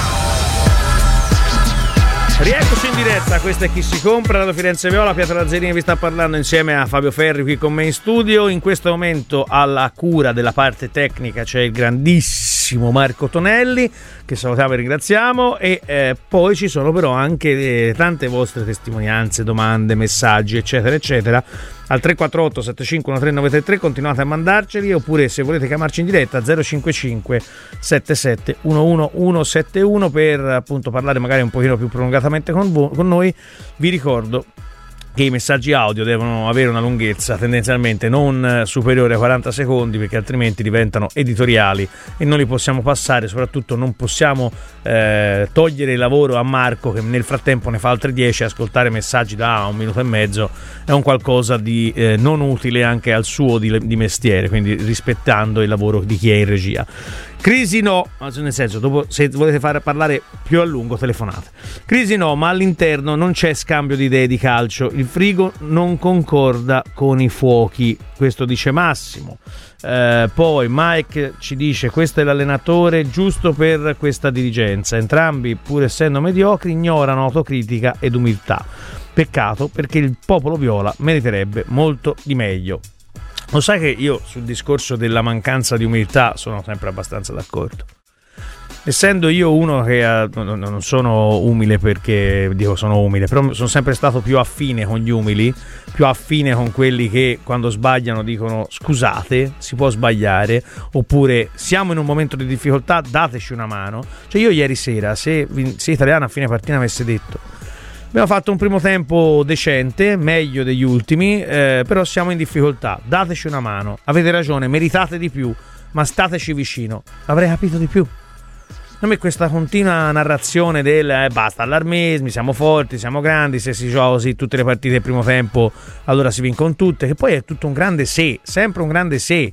Rieccoci in diretta, questo è Chi si compra, Radio Firenze Viola. Pietro Lazzarini vi sta parlando insieme a Fabio Ferri qui con me in studio. In questo momento alla cura della parte tecnica c'è il grandissimo Marco Tonelli, che salutiamo e ringraziamo, e eh, poi ci sono però anche eh, tante vostre testimonianze, domande, messaggi eccetera eccetera al tre quattro otto sette cinque uno tre nove tre tre. Continuate a mandarceli, oppure se volete chiamarci in diretta zero cinque cinque sette sette uno uno uno sette uno per appunto parlare magari un pochino più prolungatamente con, vo- con noi. Vi ricordo che i messaggi audio devono avere una lunghezza tendenzialmente non superiore ai quaranta secondi, perché altrimenti diventano editoriali e non li possiamo passare. Soprattutto non possiamo eh, togliere il lavoro a Marco, che nel frattempo ne fa altri dieci. Ascoltare messaggi da un minuto e mezzo è un qualcosa di eh, non utile anche al suo di, di mestiere, quindi rispettando il lavoro di chi è in regia. Crisi no, nel senso, dopo se volete fare parlare più a lungo telefonate. Crisi no, ma all'interno non c'è scambio di idee di calcio. Il frigo non concorda con i fuochi, questo dice Massimo. Eh, poi Mike ci dice: questo è l'allenatore giusto per questa dirigenza. Entrambi, pur essendo mediocri, ignorano autocritica ed umiltà. Peccato, perché il popolo viola meriterebbe molto di meglio. Lo sai che io sul discorso della mancanza di umiltà sono sempre abbastanza d'accordo. Essendo io uno che ha, non sono umile perché dico sono umile, però sono sempre stato più affine con gli umili, più affine con quelli che quando sbagliano dicono scusate, si può sbagliare, oppure siamo in un momento di difficoltà, dateci una mano. Cioè io ieri sera, se, se Italiano a fine partita avesse detto abbiamo fatto un primo tempo decente, meglio degli ultimi, eh, però siamo in difficoltà, dateci una mano, avete ragione, meritate di più, ma stateci vicino, avrei capito di più. A me questa continua narrazione del eh, basta allarmismi, siamo forti, siamo grandi, se si gioca così tutte le partite del primo tempo allora si vincono tutte, che poi è tutto un grande se, sempre un grande se,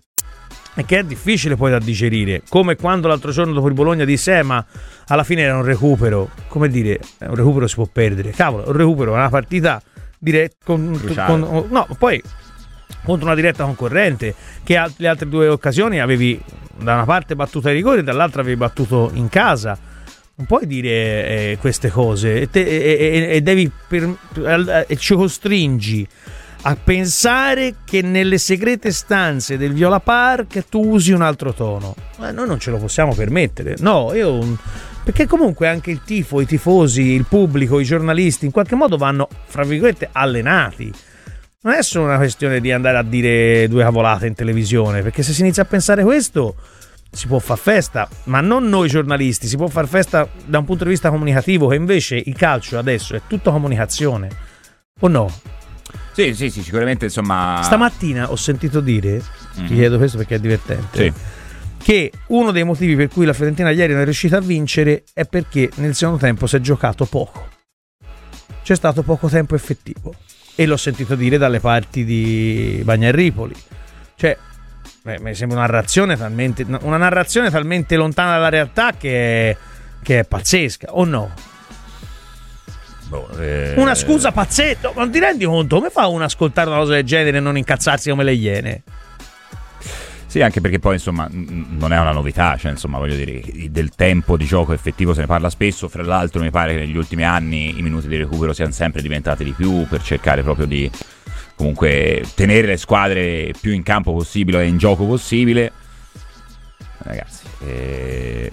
e che è difficile poi da digerire, come quando l'altro giorno dopo il Bologna disse eh, ma alla fine era un recupero. Come dire, un recupero si può perdere, cavolo, un recupero è una partita diretta con, con, no, poi contro una diretta concorrente, che le altre due occasioni avevi da una parte battuto ai rigori, dall'altra avevi battuto in casa. non puoi dire eh, queste cose e, te, e, e, e devi per, e ci costringi a pensare che nelle segrete stanze del Viola Park tu usi un altro tono. Ma noi non ce lo possiamo permettere. No, io perché comunque anche il tifo, i tifosi, il pubblico, i giornalisti in qualche modo vanno, fra virgolette, allenati. Non è solo una questione di andare a dire due cavolate in televisione, perché se si inizia a pensare questo si può far festa, ma non noi giornalisti, si può far festa da un punto di vista comunicativo, che invece il calcio adesso è tutta comunicazione, o no? Sì, sì, sì, sicuramente, insomma. Stamattina ho sentito dire, mm-hmm. ti chiedo questo perché è divertente, sì. che uno dei motivi per cui la Fiorentina ieri non è riuscita a vincere è perché nel secondo tempo si è giocato poco, c'è stato poco tempo effettivo, e l'ho sentito dire dalle parti di Bagnarripoli, cioè beh, mi sembra una narrazione talmente una narrazione talmente lontana dalla realtà che è, che è pazzesca, o no? Boh, eh... Una scusa pazzesca, non ti rendi conto? Come fa uno ad ascoltare una cosa del genere e non incazzarsi come le iene? Sì, anche perché poi insomma non è una novità, cioè insomma voglio dire, del tempo di gioco effettivo se ne parla spesso, fra l'altro mi pare che negli ultimi anni i minuti di recupero siano sempre diventati di più per cercare proprio di comunque tenere le squadre più in campo possibile e in gioco possibile. Ragazzi, eh...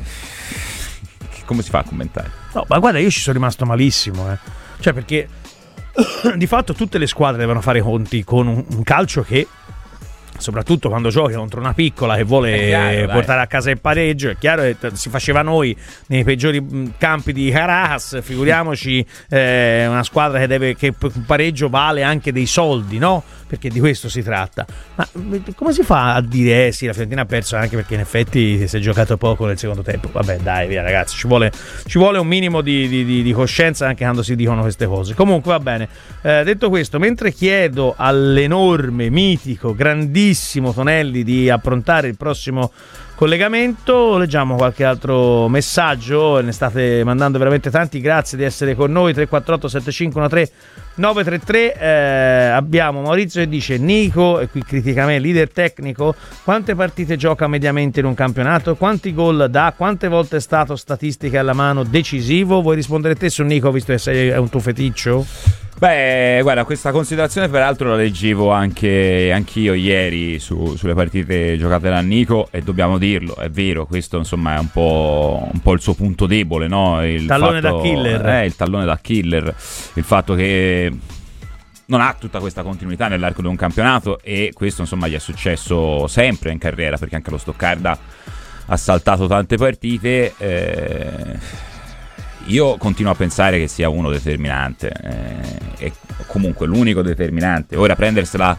come si fa a commentare? No, ma guarda, io ci sono rimasto malissimo, eh. Cioè perché di fatto tutte le squadre devono fare i conti con un, un calcio che, soprattutto quando giochi contro una piccola che vuole chiaro, portare dai. a casa il pareggio, è chiaro che si faceva noi nei peggiori campi di Caracas, figuriamoci eh, una squadra che deve, che un pareggio vale anche dei soldi, no? Perché di questo si tratta. Ma come si fa a dire eh sì, la Fiorentina ha perso, anche perché in effetti si è giocato poco nel secondo tempo? Vabbè, dai, via ragazzi, ci vuole, ci vuole un minimo di, di, di coscienza anche quando si dicono queste cose. Comunque va bene, eh, detto questo, mentre chiedo all'enorme, mitico, grandissimo Tonelli di approntare il prossimo collegamento, leggiamo qualche altro messaggio, ne state mandando veramente tanti, grazie di essere con noi. Tre quattro otto sette cinque uno tre nove tre tre. eh, abbiamo Maurizio che dice: Nico, e qui critica me, leader tecnico, quante partite gioca mediamente in un campionato, quanti gol dà, quante volte è stato, statistiche alla mano, decisivo? Vuoi rispondere te su Nico, visto che sei, è un tuo feticcio? Beh, guarda, questa considerazione peraltro la leggevo anche anch'io ieri su, sulle partite giocate da Nico, e dobbiamo dirlo, è vero, questo insomma è un po', un po' il suo punto debole, no? Il tallone fatto, da killer. Eh, il tallone da killer, il fatto che non ha tutta questa continuità nell'arco di un campionato, e questo insomma gli è successo sempre in carriera, perché anche lo Stoccarda ha saltato tante partite. eh... Io continuo a pensare che sia uno determinante, eh, e comunque l'unico determinante. Ora prendersela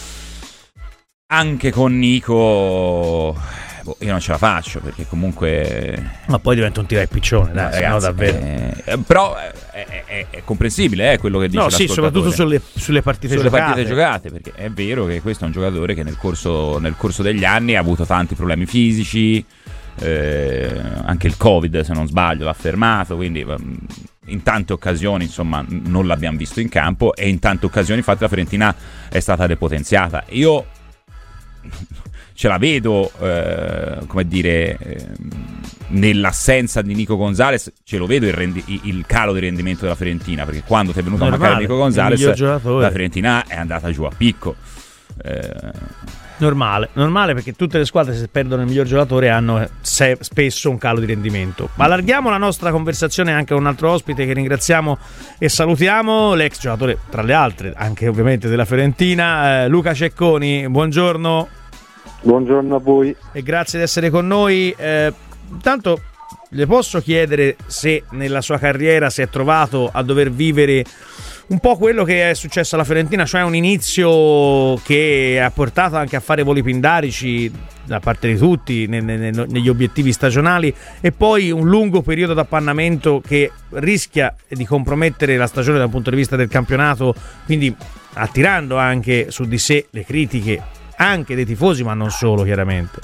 anche con Nico, boh, io non ce la faccio, perché comunque... Ma poi diventa un tira e piccione, dai, ragazzi, no, davvero. Eh, però è, è, è comprensibile eh, quello che dice no, sì, soprattutto sulle, sulle partite sulle giocate. partite giocate, perché è vero che questo è un giocatore che nel corso, nel corso degli anni ha avuto tanti problemi fisici. Eh, anche il Covid, se non sbaglio, l'ha fermato, quindi in tante occasioni insomma non l'abbiamo visto in campo, e in tante occasioni infatti la Fiorentina è stata depotenziata. Io ce la vedo eh, come dire eh, nell'assenza di Nico Gonzalez, ce lo vedo il, rendi- il calo di rendimento della Fiorentina, perché quando ti è venuto Normale, a mancare Nico Gonzalez la Fiorentina è andata giù a picco. eh, Normale, normale, perché tutte le squadre, se perdono il miglior giocatore, hanno se, spesso un calo di rendimento. Ma allarghiamo la nostra conversazione anche a un altro ospite che ringraziamo e salutiamo, l'ex giocatore, tra le altre, anche ovviamente della Fiorentina, eh, Luca Cecconi. Buongiorno. Buongiorno a voi. E grazie di essere con noi. Eh, intanto le posso chiedere se nella sua carriera si è trovato a dover vivere un po' quello che è successo alla Fiorentina, cioè un inizio che ha portato anche a fare voli pindarici da parte di tutti ne, ne, negli obiettivi stagionali, e poi un lungo periodo d'appannamento che rischia di compromettere la stagione dal punto di vista del campionato, quindi attirando anche su di sé le critiche anche dei tifosi, ma non solo, chiaramente.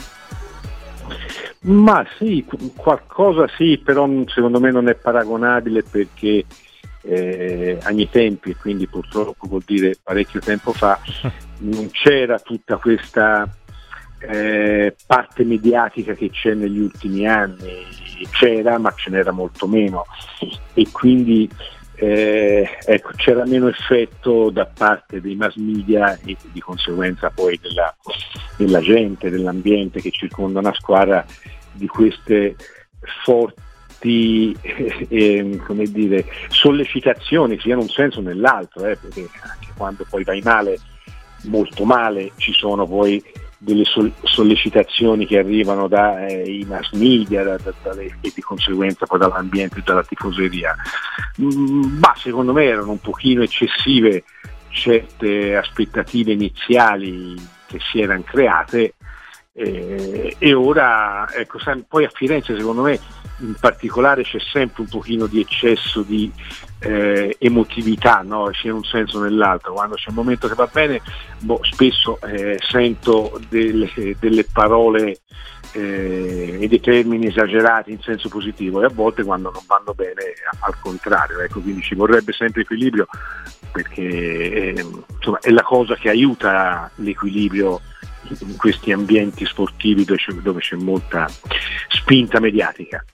Ma sì, qualcosa sì, però secondo me non è paragonabile, perché Eh, ai tempi, e quindi purtroppo vuol dire parecchio tempo fa, non c'era tutta questa eh, parte mediatica che c'è negli ultimi anni, c'era ma ce n'era molto meno, e quindi eh, ecco, c'era meno effetto da parte dei mass media e di conseguenza poi della, della gente, dell'ambiente che circonda una squadra, di queste forti eh, eh, come dire, sollecitazioni sia in un senso o nell'altro, eh, perché anche quando poi vai male, molto male, ci sono poi delle sol- sollecitazioni che arrivano dai eh, mass media da, da, da, e di conseguenza poi dall'ambiente e dalla tifoseria. Mm, ma secondo me erano un pochino eccessive certe aspettative iniziali che si erano create, eh, e ora ecco, poi a Firenze secondo me in particolare c'è sempre un pochino di eccesso di eh, emotività, no? Sia in un senso o nell'altro. Quando c'è un momento che va bene, boh, spesso eh, sento delle, delle parole eh, e dei termini esagerati in senso positivo, e a volte quando non vanno bene al contrario, ecco, quindi ci vorrebbe sempre equilibrio, perché eh, insomma, è la cosa che aiuta l'equilibrio in questi ambienti sportivi dove c'è, dove c'è molta spinta mediatica.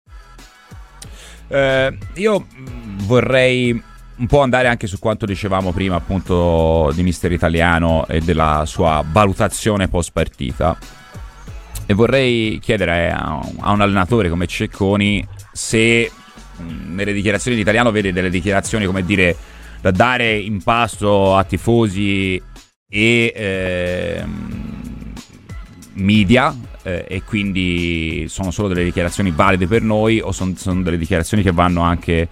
Eh, io vorrei un po' andare anche su quanto dicevamo prima, appunto, di mister Italiano e della sua valutazione post partita, e vorrei chiedere a, a un allenatore come Cecconi se mh, nelle dichiarazioni di Italiano vede delle dichiarazioni, come dire, da dare in pasto a tifosi e eh, media, eh, e quindi sono solo delle dichiarazioni valide per noi, o son, sono delle dichiarazioni che vanno anche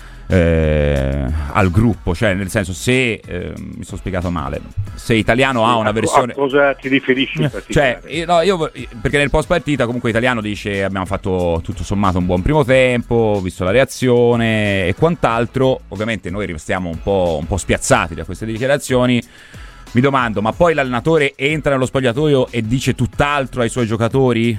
eh, al gruppo, cioè nel senso, se eh, mi sono spiegato male, se Italiano ha una versione, a cosa ti riferisci in particolare? Cioè, io, no, io, perché nel post partita comunque Italiano dice abbiamo fatto tutto sommato un buon primo tempo, visto la reazione e quant'altro. Ovviamente noi restiamo un po', un po' spiazzati da queste dichiarazioni. Mi domando, ma poi l'allenatore entra nello spogliatoio e dice tutt'altro ai suoi giocatori?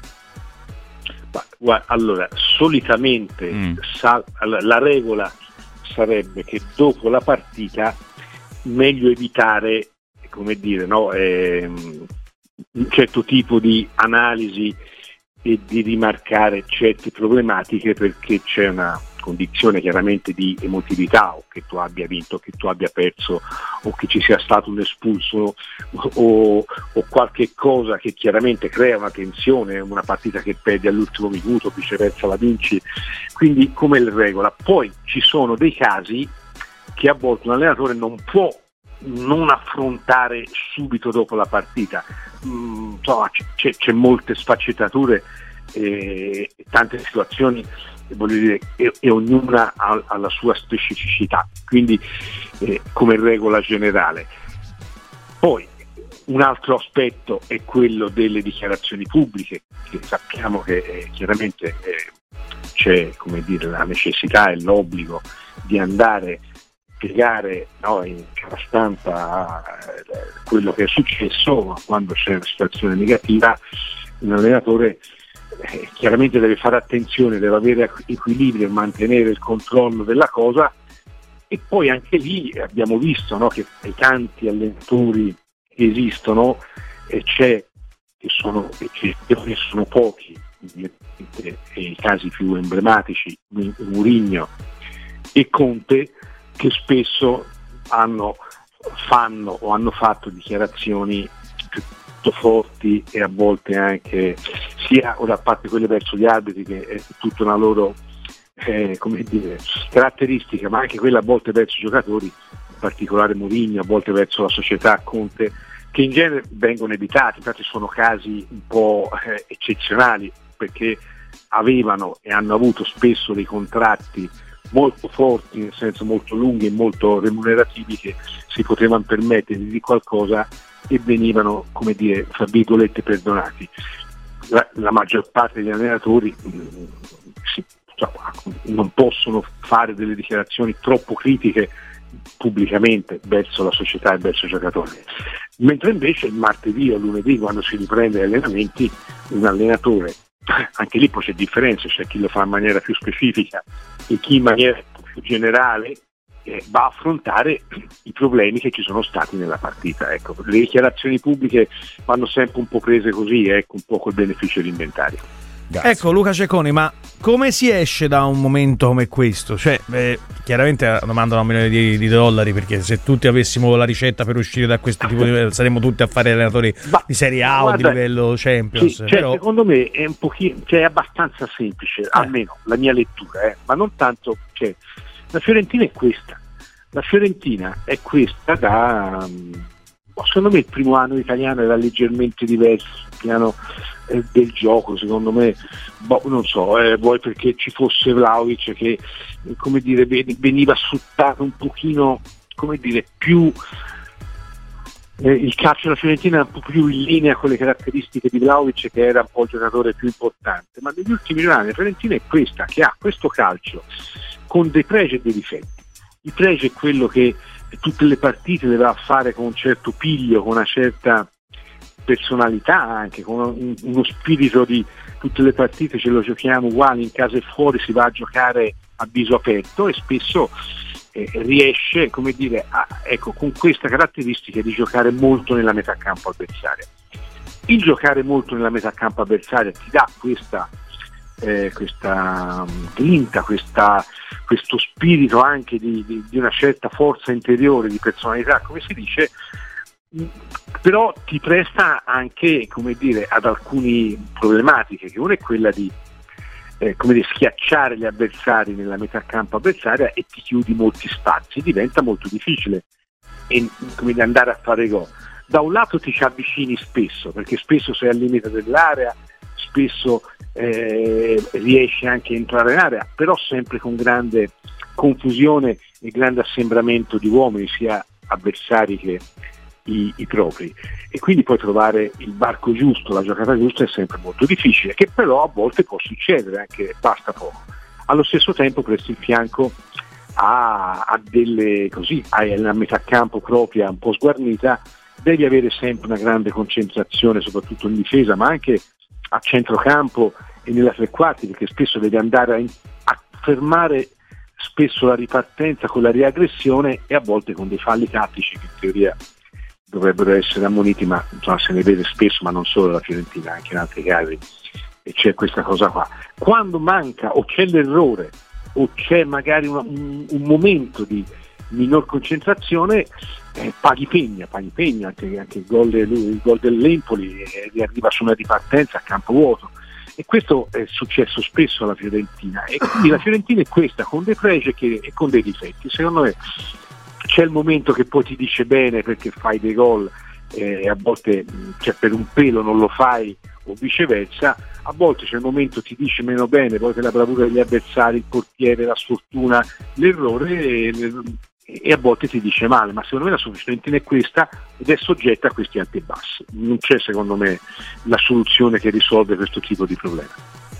Guarda, allora, solitamente mm. sa- la regola sarebbe che dopo la partita meglio evitare, come dire, no, ehm, un certo tipo di analisi e di rimarcare certe problematiche, perché c'è una condizione chiaramente di emotività, o che tu abbia vinto, o che tu abbia perso, o che ci sia stato un espulso, o, o qualche cosa che chiaramente crea una tensione, una partita che perdi all'ultimo minuto, viceversa la vinci, quindi come le regola. Poi ci sono dei casi che a volte un allenatore non può non affrontare subito dopo la partita. Mm, insomma, c'è, c'è molte sfaccettature e tante situazioni, voglio dire, e, e ognuna ha, ha la sua specificità, quindi eh, come regola generale. Poi un altro aspetto è quello delle dichiarazioni pubbliche, che sappiamo che eh, chiaramente eh, c'è, come dire, la necessità e l'obbligo di andare a spiegare, no, in cara stampa eh, quello che è successo, ma quando c'è una situazione negativa un allenatore Eh, chiaramente deve fare attenzione, deve avere equilibrio e mantenere il controllo della cosa. E poi anche lì abbiamo visto, no, che i tanti allenatori che esistono, e c'è che sono, che sono pochi, e i casi più emblematici, Mourinho e Conte, che spesso hanno fanno o hanno fatto dichiarazioni forti, e a volte anche sia o da parte quelle verso gli arbitri, che è tutta una loro eh, come dire, caratteristica, ma anche quella a volte verso i giocatori, in particolare Mourinho, a volte verso la società, Conte, che in genere vengono evitati. Infatti sono casi un po' eh, eccezionali, perché avevano e hanno avuto spesso dei contratti molto forti, nel senso molto lunghi e molto remunerativi, che si potevano permettere di qualcosa e venivano, come dire, fra virgolette, perdonati. La, la maggior parte degli allenatori mh, si, non possono fare delle dichiarazioni troppo critiche pubblicamente verso la società e verso i giocatori, mentre invece il martedì o lunedì, quando si riprende gli allenamenti, un allenatore, anche lì poi c'è differenza, c'è chi lo fa in maniera più specifica e chi in maniera più generale, eh, va a affrontare i problemi che ci sono stati nella partita. Ecco, le dichiarazioni pubbliche vanno sempre un po' prese così, ecco, un po' col beneficio dell'inventario. Grazie. Ecco Luca Cecconi, ma come si esce da un momento come questo? Cioè, eh, chiaramente è una domanda da un milione di, di dollari, perché se tutti avessimo la ricetta per uscire da questo tipo di saremmo tutti a fare allenatori ma, di Serie A guarda, o di livello Champions. Sì, però... cioè, secondo me è un pochino, cioè, è abbastanza semplice, eh. almeno la mia lettura, eh, ma non tanto. Cioè, la Fiorentina è questa. La Fiorentina è questa da. Um, secondo me il primo anno italiano era leggermente diverso sul piano eh, del gioco, secondo me, boh, non so, eh, vuoi perché ci fosse Vlahovic che eh, come dire veniva sfruttato un pochino, come dire, più eh, il calcio della Fiorentina era un po' più in linea con le caratteristiche di Vlahovic, che era un po' il giocatore più importante, ma negli ultimi due anni la Fiorentina è questa, che ha questo calcio con dei pregi e dei difetti. Il pregio è quello che tutte le partite le va a fare con un certo piglio, con una certa personalità, anche con un, uno spirito di tutte le partite ce lo giochiamo uguali, in casa e fuori si va a giocare a viso aperto, e spesso eh, riesce, come dire, a, ecco, con questa caratteristica di giocare molto nella metà campo avversaria. Il giocare molto nella metà campo avversaria ti dà questa Eh, questa grinta, questa, questo spirito anche di, di, di una certa forza interiore, di personalità, come si dice, però ti presta anche, come dire, ad alcune problematiche, che una è quella di eh, come dire, schiacciare gli avversari nella metà campo avversaria, e ti chiudi molti spazi, diventa molto difficile e, come dire, andare a fare gol. Da un lato ti ci avvicini spesso, perché spesso sei al limite dell'area, spesso eh, riesci anche a entrare in area, però sempre con grande confusione e grande assembramento di uomini, sia avversari che i, i propri, e quindi poi trovare il varco giusto, la giocata giusta è sempre molto difficile, che però a volte può succedere, anche basta poco. Allo stesso tempo presti il fianco a, a delle così, a una metà campo propria un po' sguarnita, devi avere sempre una grande concentrazione, soprattutto in difesa, ma anche a centrocampo e nella tre quarti, perché spesso devi andare a, a fermare spesso la ripartenza con la riaggressione, e a volte con dei falli tattici che in teoria dovrebbero essere ammoniti, ma insomma, se ne vede spesso, ma non solo la Fiorentina, anche in altri casi, e c'è questa cosa qua. Quando manca o c'è l'errore o c'è magari una, un, un momento di minor concentrazione, eh, paghi pegna, paghi pegna anche, anche il gol, il gol dell'Empoli eh, arriva su una ripartenza a campo vuoto, e questo è successo spesso alla Fiorentina, e quindi la Fiorentina è questa, con dei pregi che, e con dei difetti. Secondo me c'è il momento che poi ti dice bene perché fai dei gol, eh, a volte cioè, per un pelo non lo fai, o viceversa, a volte c'è il momento ti dice meno bene, poi che la bravura degli avversari, il portiere, la sfortuna, l'errore, e, e a volte ti dice male, ma secondo me la Fiorentina è questa ed è soggetta a questi alti e bassi. Non c'è secondo me la soluzione che risolve questo tipo di problema.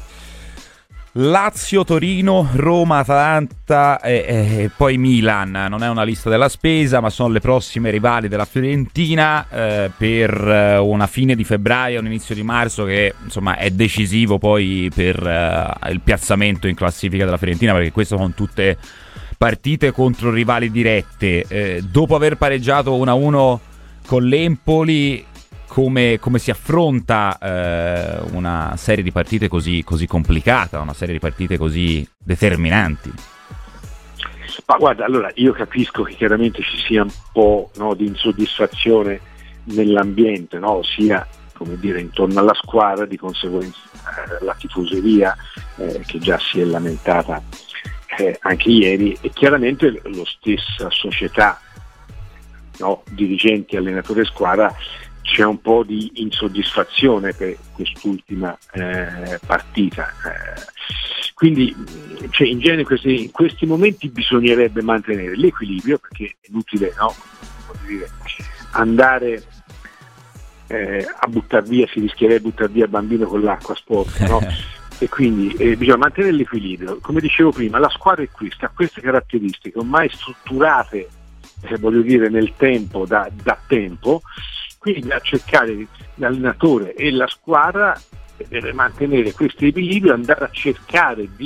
Lazio, Torino, Roma, Atalanta e, e poi Milan. Non è una lista della spesa, ma sono le prossime rivali della Fiorentina eh, per una fine di febbraio, un inizio di marzo che insomma è decisivo poi per uh, il piazzamento in classifica della Fiorentina, perché queste sono tutte partite contro rivali dirette. Eh, dopo aver pareggiato uno a uno con l'Empoli, Come, come si affronta eh, una serie di partite così, così complicata, una serie di partite così determinanti? Ma guarda, allora io capisco che chiaramente ci sia un po', no, di insoddisfazione nell'ambiente, no? Sia, come dire, intorno alla squadra, di conseguenza eh, la tifoseria eh, che già si è lamentata eh, anche ieri, e chiaramente lo stessa società, no, dirigenti, allenatori e squadra, c'è un po' di insoddisfazione per quest'ultima eh, partita. Eh, quindi cioè, in genere questi, in questi momenti bisognerebbe mantenere l'equilibrio, perché è inutile, no? Voglio dire, andare eh, a buttar via, si rischierebbe di buttare via il bambino con l'acqua sporca, no? E quindi eh, bisogna mantenere l'equilibrio. Come dicevo prima, la squadra è questa, ha queste caratteristiche ormai strutturate, eh, voglio dire, nel tempo, da, da tempo. Quindi a cercare l'allenatore e la squadra deve mantenere questo equilibrio, andare a cercare di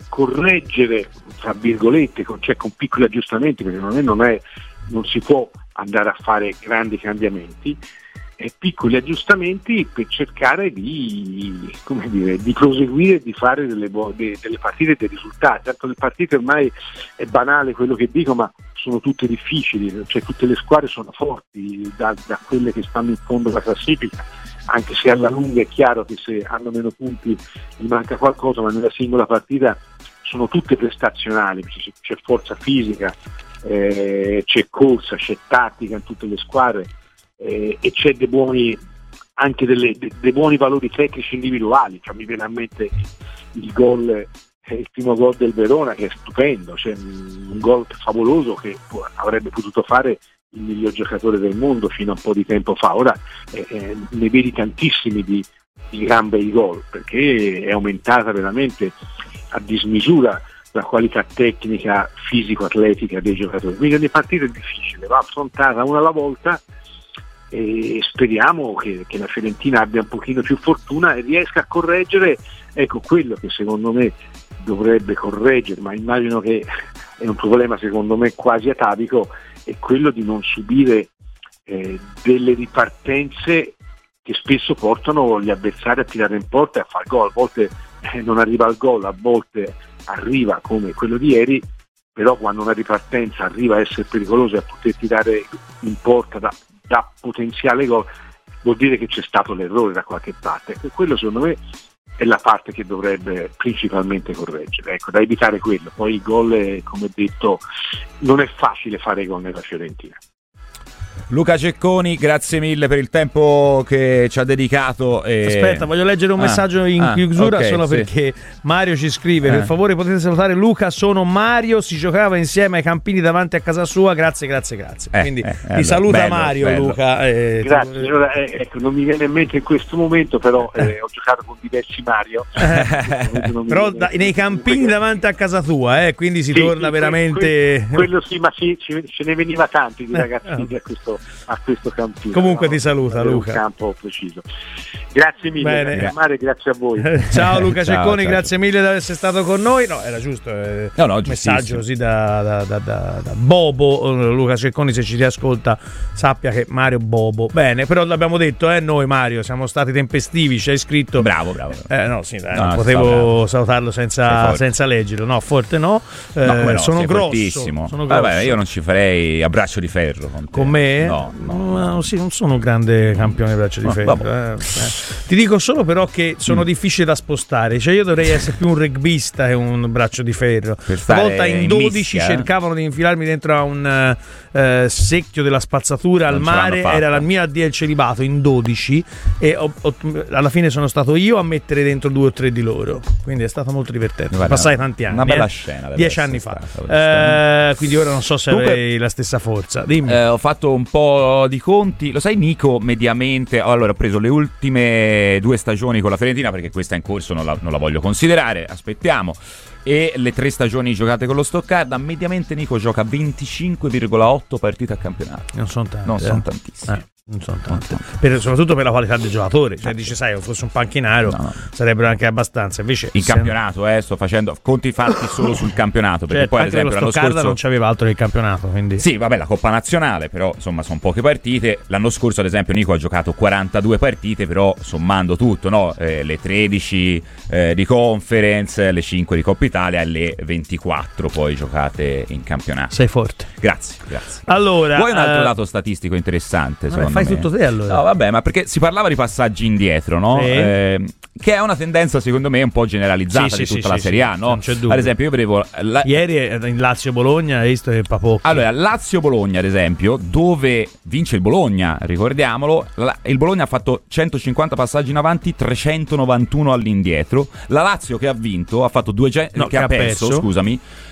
correggere, tra virgolette, con, cioè con piccoli aggiustamenti, perché non è, non è non si può andare a fare grandi cambiamenti, e piccoli aggiustamenti per cercare di, come dire, di proseguire e di fare delle, buone, delle partite e dei risultati. Tanto le partite ormai è banale quello che dico, ma sono tutte difficili, cioè tutte le squadre sono forti, da, da quelle che stanno in fondo alla classifica, anche se alla lunga è chiaro che se hanno meno punti gli manca qualcosa, ma nella singola partita sono tutte prestazionali, c'è, c'è forza fisica, eh, c'è corsa, c'è tattica in tutte le squadre, eh, e c'è dei buoni, anche delle, de, dei buoni valori tecnici individuali. Cioè, mi viene a mente il gol, eh, il primo gol del Verona, che è stupendo, cioè, un gol favoloso che avrebbe potuto fare il miglior giocatore del mondo fino a un po' di tempo fa. Ora eh, eh, ne vedi tantissimi di, di gran bei gol, perché è aumentata veramente a dismisura la qualità tecnica, fisico-atletica dei giocatori. Quindi le partite è difficile, va affrontata una alla volta, e speriamo che, che la Fiorentina abbia un pochino più fortuna e riesca a correggere, ecco, quello che secondo me dovrebbe correggere, ma immagino che è un problema secondo me quasi atavico, è quello di non subire eh, delle ripartenze che spesso portano gli avversari a tirare in porta e a far gol. A volte eh, non arriva al gol, a volte arriva come quello di ieri, però quando una ripartenza arriva a essere pericolosa e a poter tirare in porta da, da potenziale gol, vuol dire che c'è stato l'errore da qualche parte, e quello secondo me è la parte che dovrebbe principalmente correggere, ecco, da evitare quello. Poi il gol, è, come detto, non è facile fare gol nella Fiorentina. Luca Cecconi, grazie mille per il tempo che ci ha dedicato. E... Aspetta, voglio leggere un ah, messaggio in ah, chiusura, okay, sì. solo perché Mario ci scrive: eh. per favore potete salutare Luca, sono Mario, si giocava insieme ai campini davanti a casa sua, grazie, grazie, grazie. Eh, Quindi eh, ti allora, saluta bello, Mario, bello. Luca. Eh, grazie, ti... allora, eh, ecco, non mi viene in mente in questo momento, però eh, ho giocato con diversi Mario. Eh, però da, nei campini davanti a casa tua, eh, quindi si sì, torna sì, veramente... Quello, quello sì, ma sì, ce ne veniva tanti di ragazzini a questo, a questo campino. Comunque no? ti saluta Luca. Un campo preciso. Grazie mille, grazie, Mare, grazie a voi. Ciao Luca ciao, Cecconi, ciao. grazie mille di essere stato con noi. No, era giusto, eh, no, no, un messaggio così da, da, da, da, da Bobo. Luca Cecconi, se ci riascolta, sappia che Mario Bobo. Bene, però l'abbiamo detto, eh, noi Mario siamo stati tempestivi, ci hai scritto. Bravo, bravo. Eh, no, sì, dai, no, non potevo so, salutarlo senza, senza leggerlo. No, forte no. Eh, no, no sono grosso. Sono grosso. Vabbè, io non ci farei a braccio di ferro con, con me? No, no, no, no. Sì, non sono un grande campione braccio di no, ferro. Eh, eh. Ti dico solo però che sono mm. difficili da spostare. Cioè io dovrei essere più un rugbista che un braccio di ferro. Una volta in dodici in mischia, cercavano di infilarmi dentro a un uh, secchio della spazzatura non al mare. Era la mia addio al celibato in dodici e ho, ho, alla fine sono stato io a mettere dentro due o tre di loro. Quindi è stato molto divertente. Guarda, passai tanti anni. Una bella eh. scena. Dieci anni fa. Eh, quindi ora non so se Dunque, avrei la stessa forza. Dimmi. Eh, ho fatto un po' di conti. Lo sai, Nico, mediamente. Allora, ho preso le ultime due stagioni con la Fiorentina, perché questa in corso non la, non la voglio considerare. Aspettiamo. E le tre stagioni giocate con lo Stoccarda, mediamente Nico gioca venticinque virgola otto partite a campionato. Non sono tante. Non eh. sono tantissime. Eh. Non sono tante. Per, soprattutto per la qualità del giocatore. Cioè, dice, sai, se fosse un panchinaro, no, no. sarebbero anche abbastanza. Invece, in se... campionato, eh, sto facendo conti fatti solo sul campionato. Perché certo, poi, ad esempio, l'anno scorso non c'aveva altro che il campionato. Quindi... Sì, vabbè, la Coppa Nazionale, però insomma, sono poche partite. L'anno scorso, ad esempio, Nico ha giocato quarantadue partite, però sommando tutto, no? Eh, le tredici eh, di Conference, le cinque di Coppa Italia e le ventiquattro poi giocate in campionato. Sei forte. Grazie, grazie. Allora, poi un altro uh... dato statistico interessante, vabbè, secondo fai me. tutto te allora. No, vabbè, ma perché si parlava di passaggi indietro, no? Sì. Eh, che è una tendenza, secondo me, un po' generalizzata sì, di sì, tutta sì, la sì, Serie A, sì, no? non c'è dubbio. Ad esempio, io vedevo la... ieri in Lazio-Bologna, hai visto che Papocchi. Allora, Lazio-Bologna, ad esempio, dove vince il Bologna, ricordiamolo, la... il Bologna ha fatto centocinquanta passaggi in avanti, trecentonovantuno all'indietro. La Lazio che ha vinto ha fatto duecento, no, che, che ha perso, perso, scusami,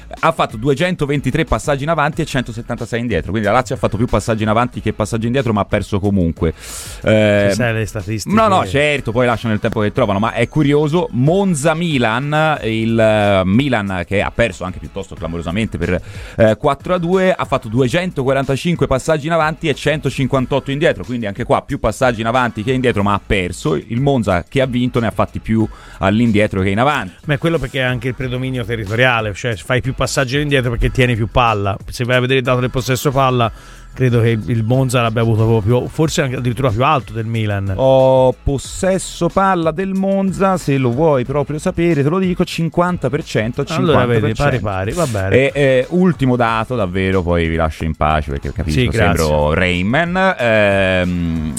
ha fatto duecentoventitré passaggi in avanti e centosettantasei indietro, quindi la Lazio ha fatto più passaggi in avanti che passaggi indietro, ma ha perso comunque. Eh, sai le statistiche? No, no, certo, poi lasciano il tempo che trovano, ma è curioso. Monza-Milan, il uh, Milan che ha perso anche piuttosto clamorosamente per uh, quattro a due, ha fatto duecentoquarantacinque passaggi in avanti e centocinquantotto indietro, quindi anche qua più passaggi in avanti che indietro, ma ha perso. Il Monza che ha vinto ne ha fatti più all'indietro che in avanti. Ma è quello perché è anche il predominio territoriale, cioè fai più passaggi all'indietro perché tieni più palla. Se vai a vedere il dato del possesso palla, credo che il Monza l'abbia avuto proprio, forse anche addirittura più alto del Milan. Ho possesso palla del Monza, se lo vuoi proprio sapere te lo dico, cinquanta per cento, cinquanta per cento. Allora vedi, pari pari, va bene. E eh, ultimo dato davvero, poi vi lascio in pace perché capisco, sì, sembro Rayman. Ehm...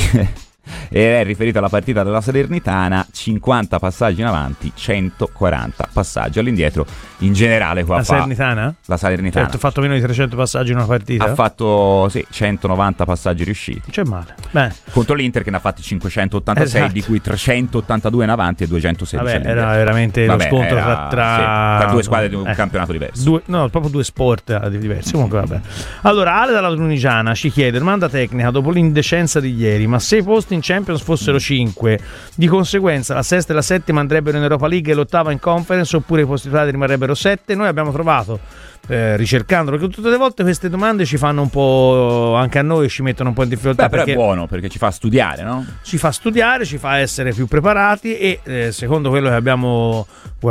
è riferito alla partita della Salernitana, cinquanta passaggi in avanti, centoquaranta passaggi all'indietro. In generale qua la fa Salernitana? La Salernitana. Certo, ha fatto meno di trecento passaggi in una partita? Ha fatto sì, centonovanta passaggi riusciti. C'è male. Beh. Contro l'Inter che ne ha fatti cinquecentottantasei, esatto, di cui trecentottantadue in avanti e duecentosedici. Vabbè, era veramente Vabbè, lo scontro era, tra, tra... Sì, tra due squadre di un eh. campionato diverso. Due, no, proprio due sport diversi. Comunque vabbè. Allora, Ale dalla Lunigiana ci chiede, domanda tecnica, dopo l'indecenza di ieri, ma se i posti in Champions fossero cinque, di conseguenza la sesta e la settima andrebbero in Europa League e l'ottava in Conference, oppure i posti titolari rimarrebbero sette? Noi abbiamo trovato, eh, ricercandolo, perché tutte le volte queste domande ci fanno un po', anche a noi ci mettono un po' in difficoltà. Beh, però perché è buono perché ci fa studiare, no? Ci fa studiare, ci fa essere più preparati e eh, secondo quello che abbiamo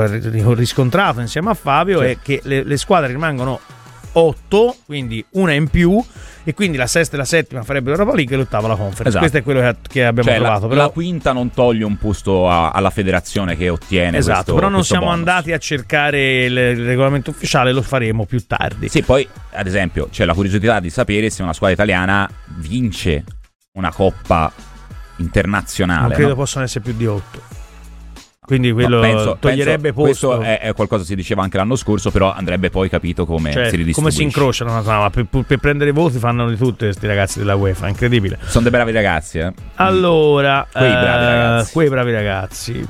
riscontrato insieme a Fabio, sì, è che le, le squadre rimangono otto, quindi una in più, e quindi la sesta e la settima farebbero Europa League e l'ottava la Conference. Esatto. Questo è quello che, che abbiamo cioè, trovato. La, però... la quinta non toglie un posto a, alla federazione che ottiene. Esatto, questo, però non questo siamo bonus. andati a cercare il, il regolamento ufficiale, lo faremo più tardi. Sì, poi ad esempio c'è la curiosità di sapere se una squadra italiana vince una coppa internazionale. Non credo no? possano essere più di otto. Quindi quello no, penso, toglierebbe penso, posto. Questo è, è qualcosa che si diceva anche l'anno scorso, però andrebbe poi capito come cioè, si ridistribuisce. Come si incrociano, no, ma per, per prendere voti fanno di tutte questi ragazzi della UEFA, incredibile. Sono dei bravi ragazzi, eh. Allora, quei eh, bravi ragazzi. Quei bravi ragazzi.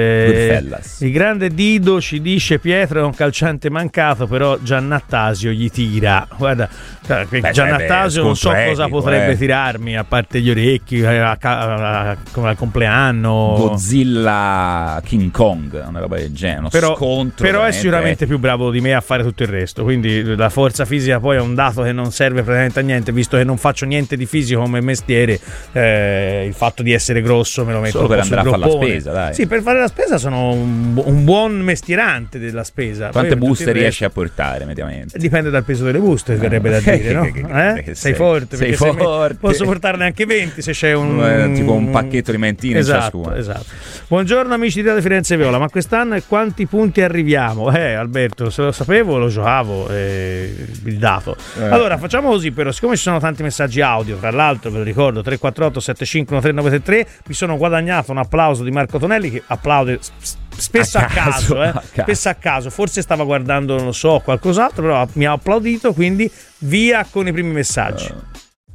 Eh, il grande Dido ci dice Pietro è un calciante mancato, però Giannattasio gli tira. Guarda, Beh, Giannattasio non so cosa epico, potrebbe eh. tirarmi, a parte gli orecchi, a, a, a, a, come al compleanno. Godzilla King Kong, una roba del genere, uno però, scontro. Però è sicuramente più bravo di me a fare tutto il resto, quindi la forza fisica poi è un dato che non serve praticamente a niente, visto che non faccio niente di fisico come mestiere. Eh, il fatto di essere grosso me lo metto solo per andare a fare la groppone. spesa, dai. Sì, per fare la spesa sono un, un buon mestierante della spesa. Quante poi, buste riesci a portare mediamente? Dipende dal peso delle buste, verrebbe da dire, no? Eh? Sei, sei forte, sei perché forte. Se posso portarne anche venti se c'è un eh, tipo un pacchetto di mentine, esatto, in ciascuno. Esatto. Buongiorno amici di Radio Firenze Viola, ma quest'anno e quanti punti arriviamo? Eh Alberto, se lo sapevo lo giocavo, eh, il dato. Eh. Allora facciamo così, però, siccome ci sono tanti messaggi audio, tra l'altro ve lo ricordo, tre quattro otto sette cinque uno tre nove tre tre, mi sono guadagnato un applauso di Marco Tonelli che applaude spesso a, a caso, caso, eh. a caso. spesso a caso, forse stava guardando, non lo so, qualcos'altro, però mi ha applaudito, quindi via con i primi messaggi. Uh.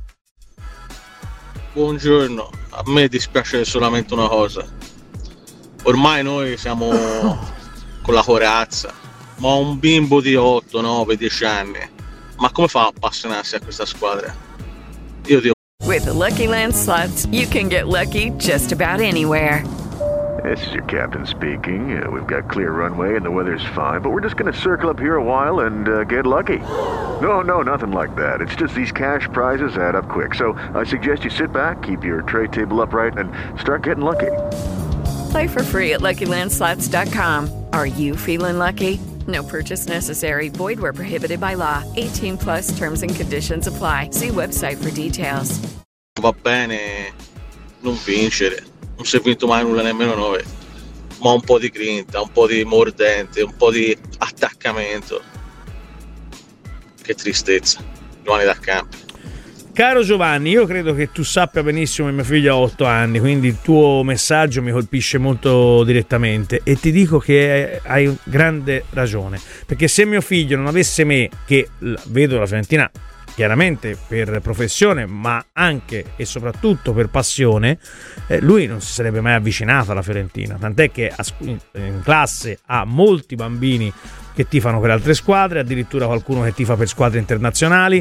Buongiorno, a me dispiace solamente una cosa. Ormai noi siamo con la corazza, ma un bimbo di otto, nove, dieci anni, ma come fa a appassionarsi a questa squadra? Io ti... With the Lucky Land Slots, you can get lucky just about anywhere. This is your captain speaking. Uh, we've got clear runway and the weather's fine, but we're just going to circle up here a while and uh, get lucky. No, no, nothing like that. It's just these cash prizes add up quick. So I suggest you sit back, keep your tray table upright, and start getting lucky. Play for free at Lucky Land Slots dot com. Are you feeling lucky? No purchase necessary. Void where prohibited by law. eighteen plus terms and conditions apply. See website for details. Va bene non vincere. Non si è vinto mai nulla, nemmeno noi. Ma un po' di grinta, un po' di mordente, un po' di attaccamento. Che tristezza. Giovanni da Campi. Caro Giovanni, io credo che tu sappia benissimo che mio figlio ha otto anni, quindi il tuo messaggio mi colpisce molto direttamente e ti dico che hai grande ragione, perché se mio figlio non avesse me, che vedo la Fiorentina chiaramente per professione, ma anche e soprattutto per passione, eh, lui non si sarebbe mai avvicinato alla Fiorentina, tant'è che in classe ha molti bambini che tifano per altre squadre, addirittura qualcuno che tifa per squadre internazionali.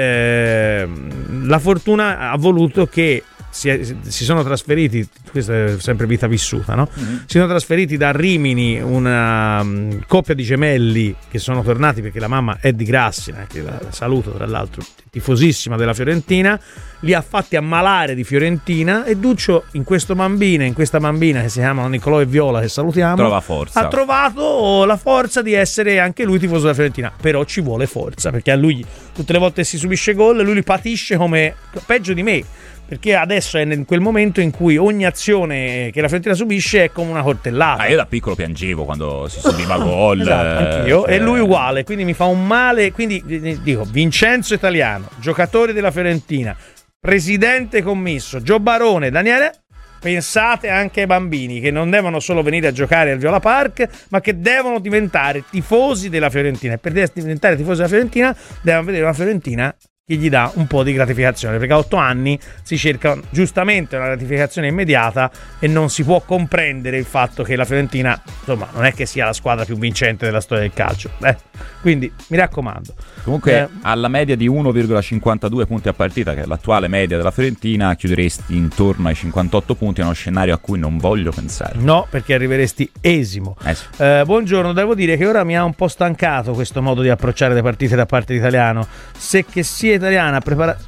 Eh, la fortuna ha voluto che si, è, si sono trasferiti, questa è sempre vita vissuta, no? Mm-hmm. Si sono trasferiti da Rimini una um, coppia di gemelli che sono tornati, perché la mamma è di Grassina, che la, la saluto tra l'altro, tifosissima della Fiorentina, li ha fatti ammalare di Fiorentina, e Duccio in questo bambino, in questa bambina che si chiamano Nicolò e Viola, che salutiamo, Trova forza. ha trovato la forza di essere anche lui tifoso della Fiorentina. Però ci vuole forza, perché a lui tutte le volte si subisce gol, lui li patisce come peggio di me, perché adesso è in quel momento in cui ogni azione che la Fiorentina subisce è come una coltellata. Ah, io da piccolo piangevo quando si subiva gol. Esatto, anch'io, cioè... e lui uguale, quindi mi fa un male. Quindi dico, Vincenzo Italiano, giocatori della Fiorentina, presidente commisso, Gio Barone, Daniele, pensate anche ai bambini che non devono solo venire a giocare al Viola Park, ma che devono diventare tifosi della Fiorentina, e per diventare tifosi della Fiorentina devono vedere una Fiorentina che gli dà un po' di gratificazione, perché a otto anni si cerca giustamente una gratificazione immediata, e non si può comprendere il fatto che la Fiorentina, insomma, non è che sia la squadra più vincente della storia del calcio. Eh, quindi mi raccomando. Comunque eh, alla media di uno virgola cinquantadue punti a partita, che è l'attuale media della Fiorentina, chiuderesti intorno ai cinquantotto punti, è uno scenario a cui non voglio pensare. No, perché arriveresti esimo. Eh sì. eh, buongiorno, devo dire che ora mi ha un po' stancato questo modo di approcciare le partite da parte di Italiano. Se che sia italiana a preparare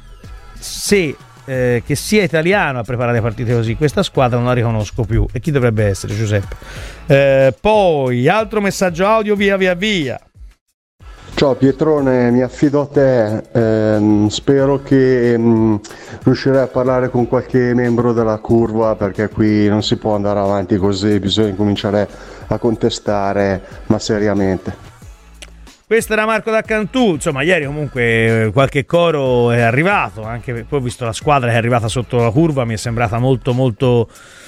se eh, che sia italiano a preparare partite così, questa squadra non la riconosco più. E chi dovrebbe essere, Giuseppe? Eh, poi altro messaggio audio, via via via. Ciao Pietrone, mi affido a te, ehm, spero che mh, riuscirai a parlare con qualche membro della curva, perché qui non si può andare avanti così, bisogna cominciare a contestare, ma seriamente. Questo era Marco da Cantù. Insomma, ieri comunque qualche coro è arrivato, anche poi ho visto la squadra che è arrivata sotto la curva, mi è sembrata molto molto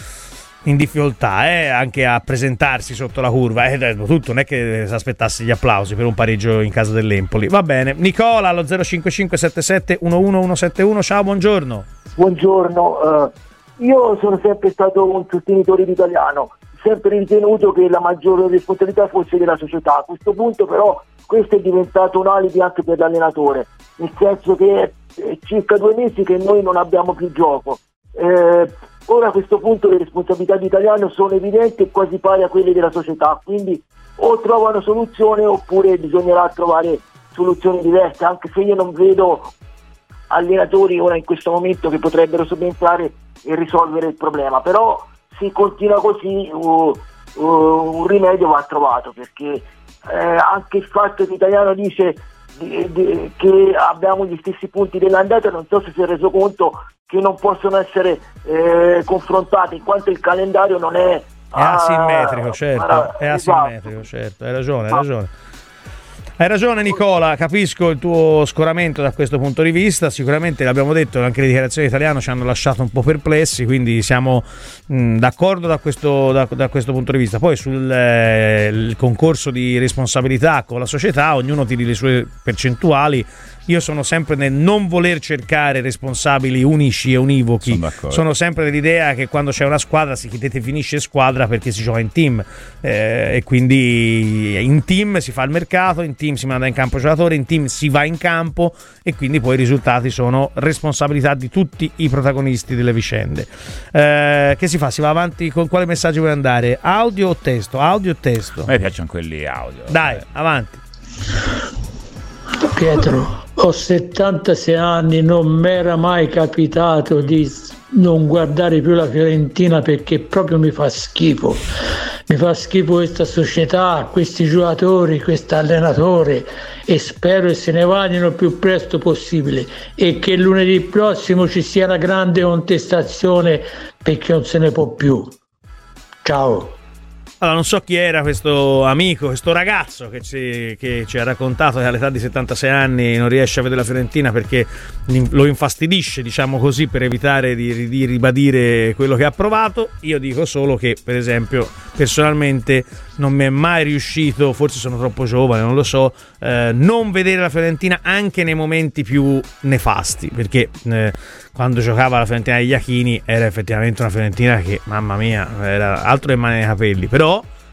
in difficoltà, eh, anche a presentarsi sotto la curva, e eh, tutto non è che si aspettassi gli applausi per un pareggio in casa dell'Empoli. Va bene, Nicola allo zero cinque cinque sette sette uno uno uno sette uno, ciao, buongiorno. Buongiorno, uh, io sono sempre stato un sostenitore di Italiano, sempre ritenuto che la maggiore responsabilità fosse della società. A questo punto però questo è diventato un alibi anche per l'allenatore, nel senso che è circa due mesi che noi non abbiamo più gioco. Eh, ora a questo punto le responsabilità di Italiano sono evidenti e quasi pari a quelle della società, quindi o trovano soluzione oppure bisognerà trovare soluzioni diverse, anche se io non vedo allenatori ora in questo momento che potrebbero subentrare e risolvere il problema. Però se continua così uh, uh, un rimedio va trovato, perché Eh, anche il fatto che l'Italiano dice di, di, che abbiamo gli stessi punti dell'andata, non so se si è reso conto che non possono essere eh, confrontati, in quanto il calendario non è, è asimmetrico, ah, certo, ah, è asimmetrico, esatto. Certo, hai ragione, hai ragione. Hai ragione Nicola, capisco il tuo scoramento da questo punto di vista. Sicuramente l'abbiamo detto, anche le dichiarazioni italiane ci hanno lasciato un po' perplessi, quindi siamo mh, d'accordo da questo, da, da questo punto di vista. Poi sul eh, il concorso di responsabilità con la società, ognuno tiri le sue percentuali. Io sono sempre nel non voler cercare responsabili unici e univochi. Sono, sono sempre dell'idea che quando c'è una squadra si definisce squadra perché si gioca in team, eh, e quindi in team si fa il mercato, in team si manda in campo il giocatore, in team si va in campo, e quindi poi i risultati sono responsabilità di tutti i protagonisti delle vicende. Eh, che si fa? Si va avanti con quale messaggio vuoi andare? Audio o testo? Audio o testo? A me piacciono quelli audio. Dai, avanti. Pietro, ho settantasei anni, non mi era mai capitato di non guardare più la Fiorentina, perché proprio mi fa schifo. Mi fa schifo questa società, questi giocatori, questo allenatore, e spero che se ne vadino il più presto possibile e che lunedì prossimo ci sia una grande contestazione, perché non se ne può più. Ciao. Allora, non so chi era questo amico, questo ragazzo che ci, che ci ha raccontato che all'età di settantasei anni non riesce a vedere la Fiorentina perché lo infastidisce, diciamo così, per evitare di, di ribadire quello che ha provato. Io dico solo che, per esempio, personalmente non mi è mai riuscito, forse sono troppo giovane, non lo so, eh, non vedere la Fiorentina anche nei momenti più nefasti, perché eh, quando giocava la Fiorentina degli Iachini era effettivamente una Fiorentina che, mamma mia, era altro che mani nei capelli. Però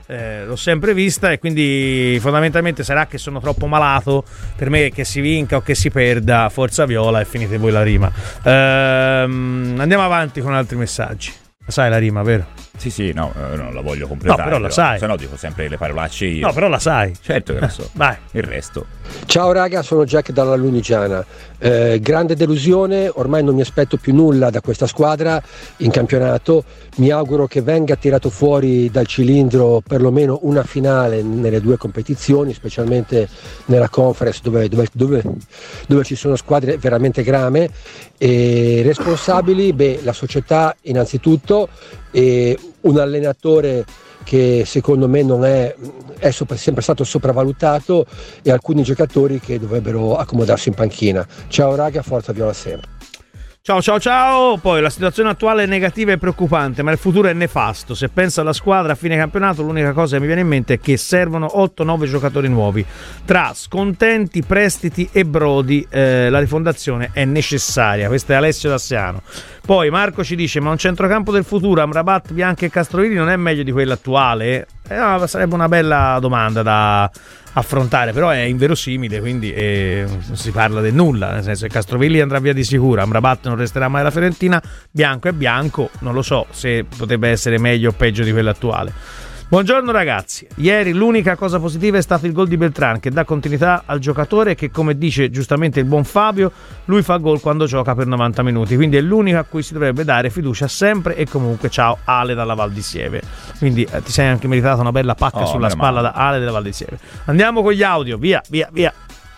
eh, l'ho sempre vista, e quindi fondamentalmente sarà che sono troppo malato per me che si vinca o che si perda. Forza Viola, e finite voi la rima. Ehm, andiamo avanti con altri messaggi. La sai la rima, vero? Sì, sì, no, non la voglio completare. No, però la sai. Se no dico sempre le parolacce io. No, però la sai. Certo che lo so. Vai. Il resto. Ciao raga, sono Jack dalla Lunigiana. Eh, grande delusione, ormai non mi aspetto più nulla da questa squadra in campionato. Mi auguro che venga tirato fuori dal cilindro perlomeno una finale nelle due competizioni, specialmente nella conference dove, dove, dove, dove ci sono squadre veramente grame. E responsabili, beh, la società innanzitutto, e un allenatore che secondo me non è, è sopra, sempre stato sopravvalutato, e alcuni giocatori che dovrebbero accomodarsi in panchina. Ciao raga, forza Viola sempre. Ciao ciao ciao. Poi la situazione attuale è negativa e preoccupante, ma il futuro è nefasto. Se penso alla squadra a fine campionato, l'unica cosa che mi viene in mente è che servono otto nove giocatori nuovi. Tra scontenti, prestiti e brodi, eh, la rifondazione è necessaria. Questo è Alessio Dassiano. Poi Marco ci dice: ma un centrocampo del futuro, Amrabat, Bianchi e Castrovilli, non è meglio di quello attuale? Eh, no, sarebbe una bella domanda da affrontare, però è inverosimile, quindi eh, non si parla del nulla, nel senso che Castrovilli andrà via di sicuro, Amrabat non resterà mai alla Fiorentina, Bianco è Bianco, non lo so se potrebbe essere meglio o peggio di quello attuale. Buongiorno ragazzi, ieri l'unica cosa positiva è stato il gol di Beltran, che dà continuità al giocatore, che come dice giustamente il buon Fabio, lui fa gol quando gioca per novanta minuti, quindi è l'unico a cui si dovrebbe dare fiducia sempre e comunque. Ciao Ale dalla Val di Sieve, quindi eh, ti sei anche meritato una bella pacca oh, sulla spalla da Ale della Val di Sieve. Andiamo con gli audio, via via via.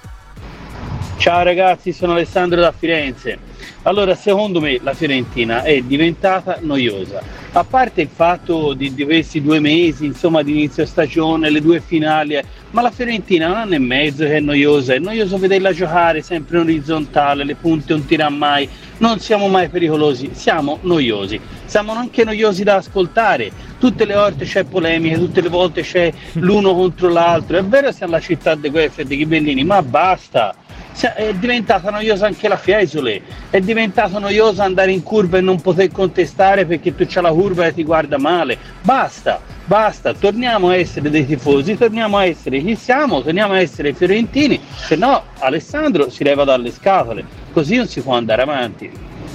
Ciao ragazzi, sono Alessandro da Firenze. Allora, secondo me la Fiorentina è diventata noiosa, a parte il fatto di, di questi due mesi, insomma, di inizio stagione, le due finali, eh, ma la Fiorentina un anno e mezzo che è noiosa, è noioso vederla giocare sempre in orizzontale, le punte non tira mai, non siamo mai pericolosi, siamo noiosi, siamo anche noiosi da ascoltare, tutte le volte c'è polemica, tutte le volte c'è l'uno contro l'altro, è vero siamo la città dei Guelfi e dei Ghibellini, ma basta! È diventata noiosa anche la Fiesole, è diventato noioso andare in curva e non poter contestare perché tu c'hai la curva e ti guarda male. Basta, basta, torniamo a essere dei tifosi, torniamo a essere chi siamo, torniamo a essere fiorentini, se no Alessandro si leva dalle scatole, così non si può andare avanti.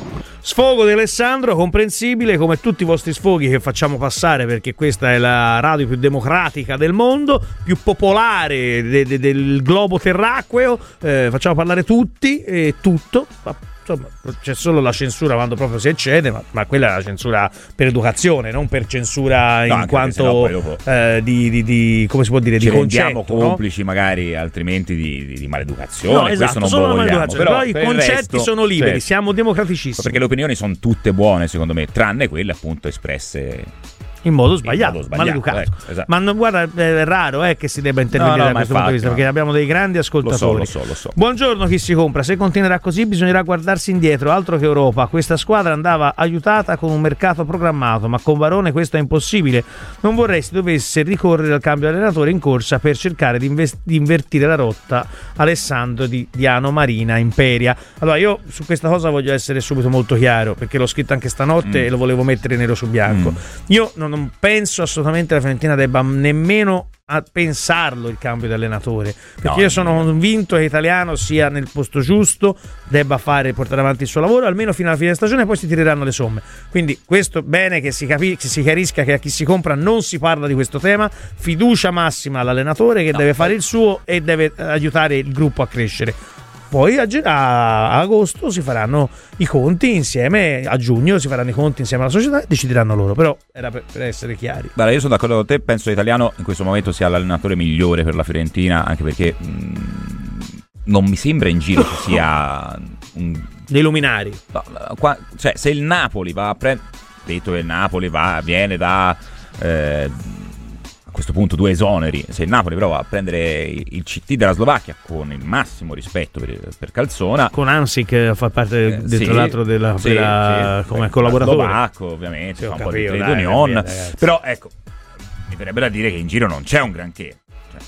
Sfogo di Alessandro, comprensibile come tutti i vostri sfoghi che facciamo passare, perché questa è la radio più democratica del mondo, più popolare de- de- del globo terracqueo, eh, facciamo parlare tutti e tutto. Insomma, c'è solo la censura quando proprio si eccede, ma, ma quella è la censura per educazione, non per censura no, in quanto dopo, eh, di, di, di come si può dire, ci di concetto, complici, no? magari altrimenti di, di, di maleducazione. No, esatto, non solo lo vogliamo, però, però i concetti resto, sono liberi, certo. Siamo democraticissimi. Perché le opinioni sono tutte buone, secondo me, tranne quelle appunto espresse in modo sbagliato, in modo sbagliato maleducato. Ecco, esatto. Ma non, guarda, è raro eh, che si debba intervenire no, no, da questo punto di vista, perché abbiamo dei grandi ascoltatori. Lo so, lo so, lo so. Buongiorno chi si compra, se continuerà così bisognerà guardarsi indietro, altro che Europa. Questa squadra andava aiutata con un mercato programmato, ma con Varone questo è impossibile. Non vorrei si dovesse ricorrere al cambio allenatore in corsa per cercare di, invest- di invertire la rotta. Alessandro di Diano Marina Imperia. Allora io su questa cosa voglio essere subito molto chiaro, perché l'ho scritto anche stanotte mm. e lo volevo mettere nero su bianco. Mm. Io non, non penso assolutamente la Fiorentina debba nemmeno a pensarlo il cambio di allenatore, perché no, io sono convinto che Italiano sia nel posto giusto, debba fare portare avanti il suo lavoro almeno fino alla fine della stagione, e poi si tireranno le somme. Quindi questo bene che si, capi- che si chiarisca che a chi si compra non si parla di questo tema, fiducia massima all'allenatore che no, deve fare il suo e deve aiutare il gruppo a crescere. Poi a, a agosto si faranno i conti insieme, a giugno si faranno i conti insieme alla società e decideranno loro, però era per, per essere chiari. Guarda, io sono d'accordo con te, penso che Italiano in questo momento sia l'allenatore migliore per la Fiorentina, anche perché mh, non mi sembra in giro ci sia un... dei luminari. No, qua, cioè se il Napoli va a prendere, detto che il Napoli va, viene da... Eh, a questo punto due esoneri, se il Napoli prova a prendere il C T della Slovacchia, con il massimo rispetto per, per Calzona, con Ansik a far parte eh, del, sì, tra l'altro della, sì, della, sì, come sì, collaboratore slovacco ovviamente, sì, fa un capito, po' di trade dai, union, dai, dai, però ecco mi verrebbe da dire che in giro non c'è un granché, cioè,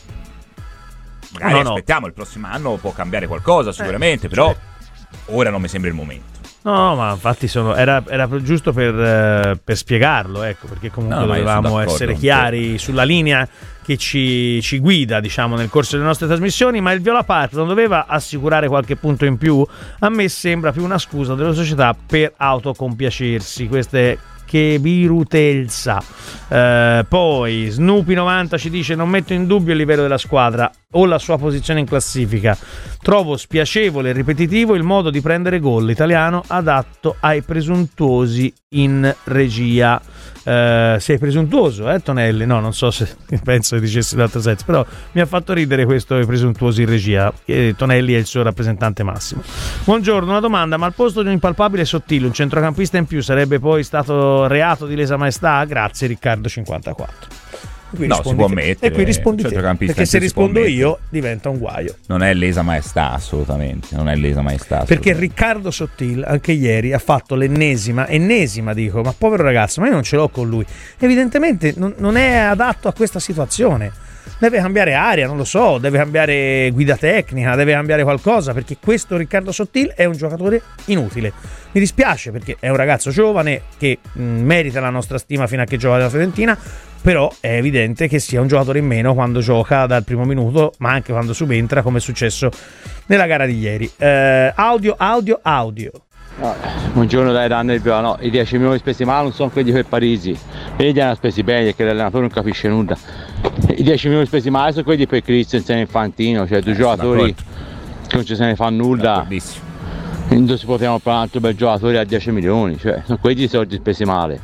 magari no, no, aspettiamo no. Il prossimo anno può cambiare qualcosa sicuramente, eh, però certo. Ora non mi sembra il momento. No, no, ma infatti sono, era, era giusto per, eh, per spiegarlo, ecco, perché comunque No, ma io sono dovevamo d'accordo essere con chiari sulla linea che ci, ci guida, diciamo, nel corso delle nostre trasmissioni. Ma il Viola Park non doveva assicurare qualche punto in più? A me sembra più una scusa della società per autocompiacersi. Queste che virutelsa. Eh, poi Snoopy novanta ci dice: non metto in dubbio il livello della squadra o la sua posizione in classifica, trovo spiacevole e ripetitivo il modo di prendere gol italiano adatto ai presuntuosi in regia. Eh, sei presuntuoso, eh Tonelli? No, non so se penso che dicessi l'altro senso, però mi ha fatto ridere questo i presuntuosi in regia. eh, Tonelli è il suo rappresentante massimo. Buongiorno, una domanda: ma al posto di un impalpabile Sottile un centrocampista in più sarebbe poi stato reato di lesa maestà? Grazie, Riccardo cinquantaquattro. No, si può te. mettere. E qui rispondi te, perché se rispondo io diventa un guaio. Non è lesa maestà, assolutamente. Non è lesa maestà. Perché Riccardo Sottil anche ieri ha fatto l'ennesima, ennesima dico, ma povero ragazzo, ma io non ce l'ho con lui. Evidentemente non, non è adatto a questa situazione. Deve cambiare aria, non lo so, deve cambiare guida tecnica, deve cambiare qualcosa, perché questo Riccardo Sottil è un giocatore inutile. Mi dispiace, perché è un ragazzo giovane che mh, merita la nostra stima fino a che gioca nella Fiorentina, però è evidente che sia un giocatore in meno quando gioca dal primo minuto, ma anche quando subentra, come è successo nella gara di ieri. Eh, audio, audio, audio. No, buongiorno dai danni del Viola, no, i dieci milioni spesi male non sono quelli per Parisi, quelli li hanno spesi bene perché l'allenatore non capisce nulla. I dieci milioni spesi male sono quelli per Christensen e Infantino, cioè due eh, giocatori che non ci se ne fa nulla. Non si poteva comprare un altro bel giocatore a dieci milioni, cioè sono quelli i soldi spesi male.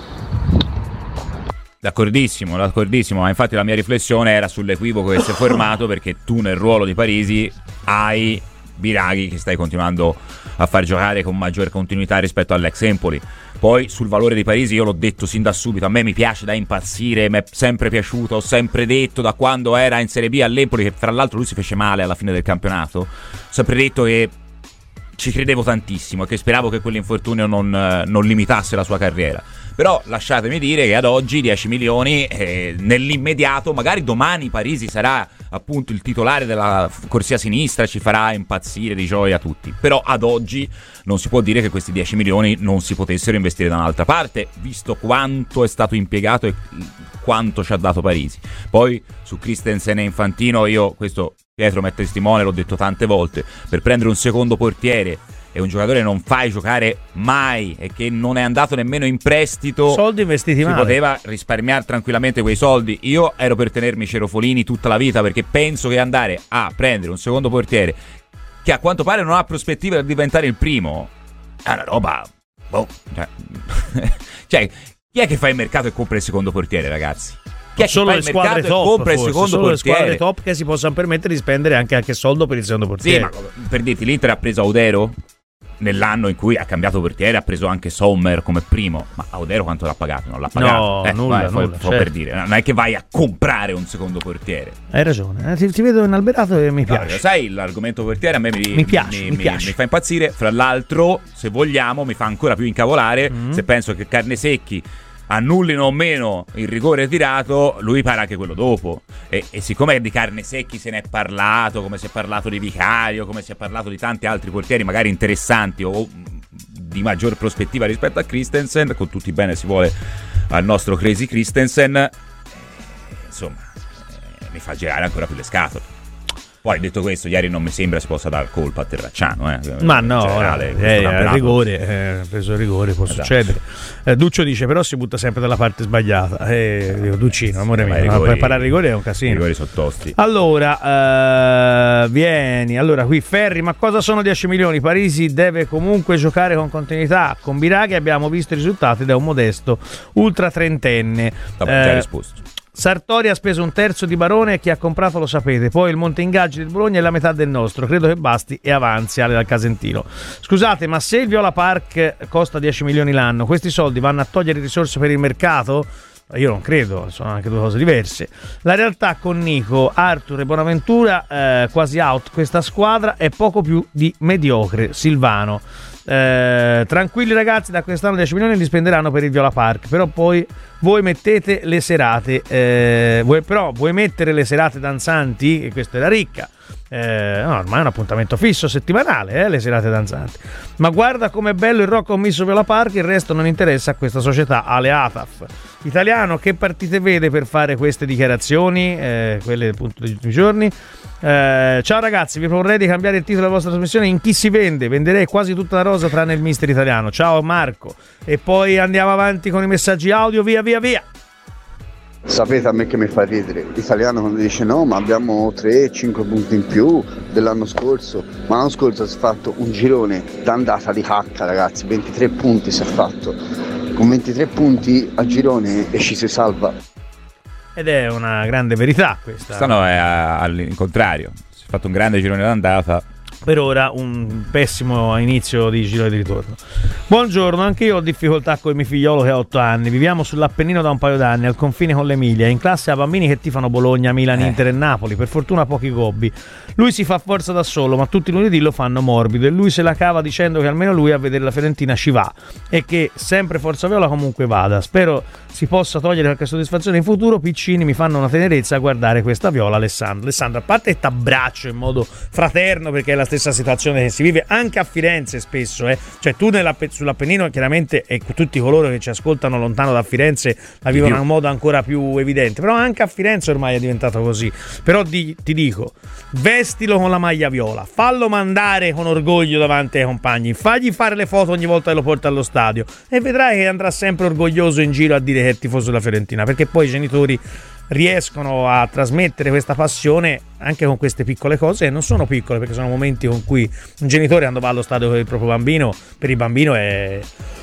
D'accordissimo, d'accordissimo, ma infatti la mia riflessione era sull'equivoco che si è formato, perché tu nel ruolo di Parisi hai Biraghi che stai continuando a far giocare con maggior continuità rispetto all'ex Empoli. Poi sul valore di Parisi io l'ho detto sin da subito, a me mi piace da impazzire, mi è sempre piaciuto, ho sempre detto da quando era in Serie B all'Empoli, che fra l'altro lui si fece male alla fine del campionato, ho sempre detto che ci credevo tantissimo e che speravo che quell'infortunio non, non limitasse la sua carriera. Però lasciatemi dire che ad oggi dieci milioni eh, nell'immediato, magari domani Parisi sarà appunto il titolare della corsia sinistra, ci farà impazzire di gioia tutti, però ad oggi non si può dire che questi dieci milioni non si potessero investire da un'altra parte, visto quanto è stato impiegato e quanto ci ha dato Parisi. Poi su Christensen e Infantino, io questo Pietro mette testimone, l'ho detto tante volte, per prendere un secondo portiere è un giocatore che non fai giocare mai e che non è andato nemmeno in prestito, soldi investiti si male, poteva risparmiare tranquillamente quei soldi. Io ero per tenermi Cerofolini tutta la vita, perché penso che andare a prendere un secondo portiere che a quanto pare non ha prospettive di diventare il primo è una roba boh, cioè, cioè chi è che fa il mercato e compra il secondo portiere, ragazzi? Chi è solo che le fa il squadre mercato top, e compra forse, il secondo solo portiere? Le squadre top che si possano permettere di spendere anche anche soldo per il secondo portiere. Sì, ma per dirti, l'Inter ha preso Audero nell'anno in cui ha cambiato portiere, ha preso anche Sommer come primo, ma Audero quanto l'ha pagato? Non l'ha pagato. No, eh, nulla, vai, nulla, fa, certo. per dire, non è che vai a comprare un secondo portiere. Hai ragione, eh, ti, ti vedo inalberato e mi piace. No, sai, l'argomento portiere a me mi, mi, piace, mi, mi, mi, piace. mi fa impazzire. Fra l'altro, se vogliamo, mi fa ancora più incavolare mm-hmm. se penso che Carnesecchi annullino o meno il rigore tirato, lui para anche quello dopo, e, e siccome di Carnesecchi se ne è parlato, come si è parlato di Vicario, come si è parlato di tanti altri portieri magari interessanti o di maggior prospettiva rispetto a Christensen, con tutti bene si vuole al nostro Crazy Christensen, eh, insomma eh, mi fa girare ancora più le scatole. Poi detto questo, ieri non mi sembra si possa dar colpa a Terracciano, eh. Ma no, generale, eh, il rigore, eh, preso il rigore, può esatto. succedere. Eh, Duccio dice però si butta sempre dalla parte sbagliata. Eh, dico, Duccino, amore mio, rigori, per parlare rigore è un casino. I rigori sono tosti. Allora, uh, vieni, allora qui Ferri, ma cosa sono dieci milioni? Parisi deve comunque giocare con continuità. Con Biraghi abbiamo visto i risultati ed è un modesto ultra trentenne. Vabbè, eh, già risposto. Sartori ha speso un terzo di Barone e chi ha comprato lo sapete. Poi il monte ingaggi del Bologna è la metà del nostro. Credo che basti e avanzi. Ale dal Casentino. Scusate, ma se il Viola Park costa dieci milioni l'anno, questi soldi vanno a togliere risorse per il mercato? Io non credo, sono anche due cose diverse. La realtà con Nico, Arthur e Bonaventura eh, quasi out. Questa squadra è poco più di mediocre. Silvano. Eh, tranquilli ragazzi, da quest'anno dieci milioni li spenderanno per il Viola Park, però poi voi mettete le serate eh, voi, però vuoi mettere le serate danzanti, e questa era ricca, Eh, no, ormai è un appuntamento fisso settimanale, eh, le serate danzanti. Ma guarda com'è bello il rock commesso per la Park, il resto non interessa a questa società, Ale Ataf. Italiano, che partite vede per fare queste dichiarazioni, eh, quelle appunto degli ultimi giorni? Eh, ciao ragazzi, vi proporrei di cambiare il titolo della vostra trasmissione in Chi si vende. Venderei quasi tutta la rosa tranne il mister italiano. Ciao Marco. E poi andiamo avanti con i messaggi audio, via via via. Sapete a me che mi fa ridere? L'italiano quando dice no, ma abbiamo tre cinque punti in più dell'anno scorso. Ma l'anno scorso si è fatto un girone d'andata di cacca, ragazzi, ventitré punti si è fatto. Con ventitré punti a girone e ci si salva. Ed è una grande verità questa. Quest'anno è al contrario, si è fatto un grande girone d'andata. Per ora un pessimo inizio di giro di ritorno. Buongiorno, anche io ho difficoltà con il mio figliolo che ha otto anni. Viviamo sull'Appennino da un paio d'anni, al confine con l'Emilia. In classe ha bambini che tifano Bologna, Milan, eh. Inter e Napoli. Per fortuna pochi gobbi. Lui si fa forza da solo, ma tutti i lunedì lo fanno morbido. E lui se la cava dicendo che almeno lui a vedere la Fiorentina ci va. E che sempre Forza Viola comunque vada. Spero si possa togliere qualche soddisfazione in futuro. Piccini mi fanno una tenerezza a guardare questa Viola. Alessandro, Alessandro, a parte che t'abbraccio in modo fraterno, perché è la stessa situazione che si vive anche a Firenze spesso, eh. Cioè tu nella, sull'Appennino chiaramente, e tutti coloro che ci ascoltano lontano da Firenze la vivono in un modo ancora più evidente, però anche a Firenze ormai è diventato così. Però di, ti dico, vestilo con la maglia viola, fallo mandare con orgoglio davanti ai compagni, fagli fare le foto ogni volta che lo porta allo stadio e vedrai che andrà sempre orgoglioso in giro a dire che è tifoso della Fiorentina, perché poi i genitori riescono a trasmettere questa passione anche con queste piccole cose, e non sono piccole perché sono momenti con cui un genitore quando va allo stadio per il proprio bambino, per il bambino è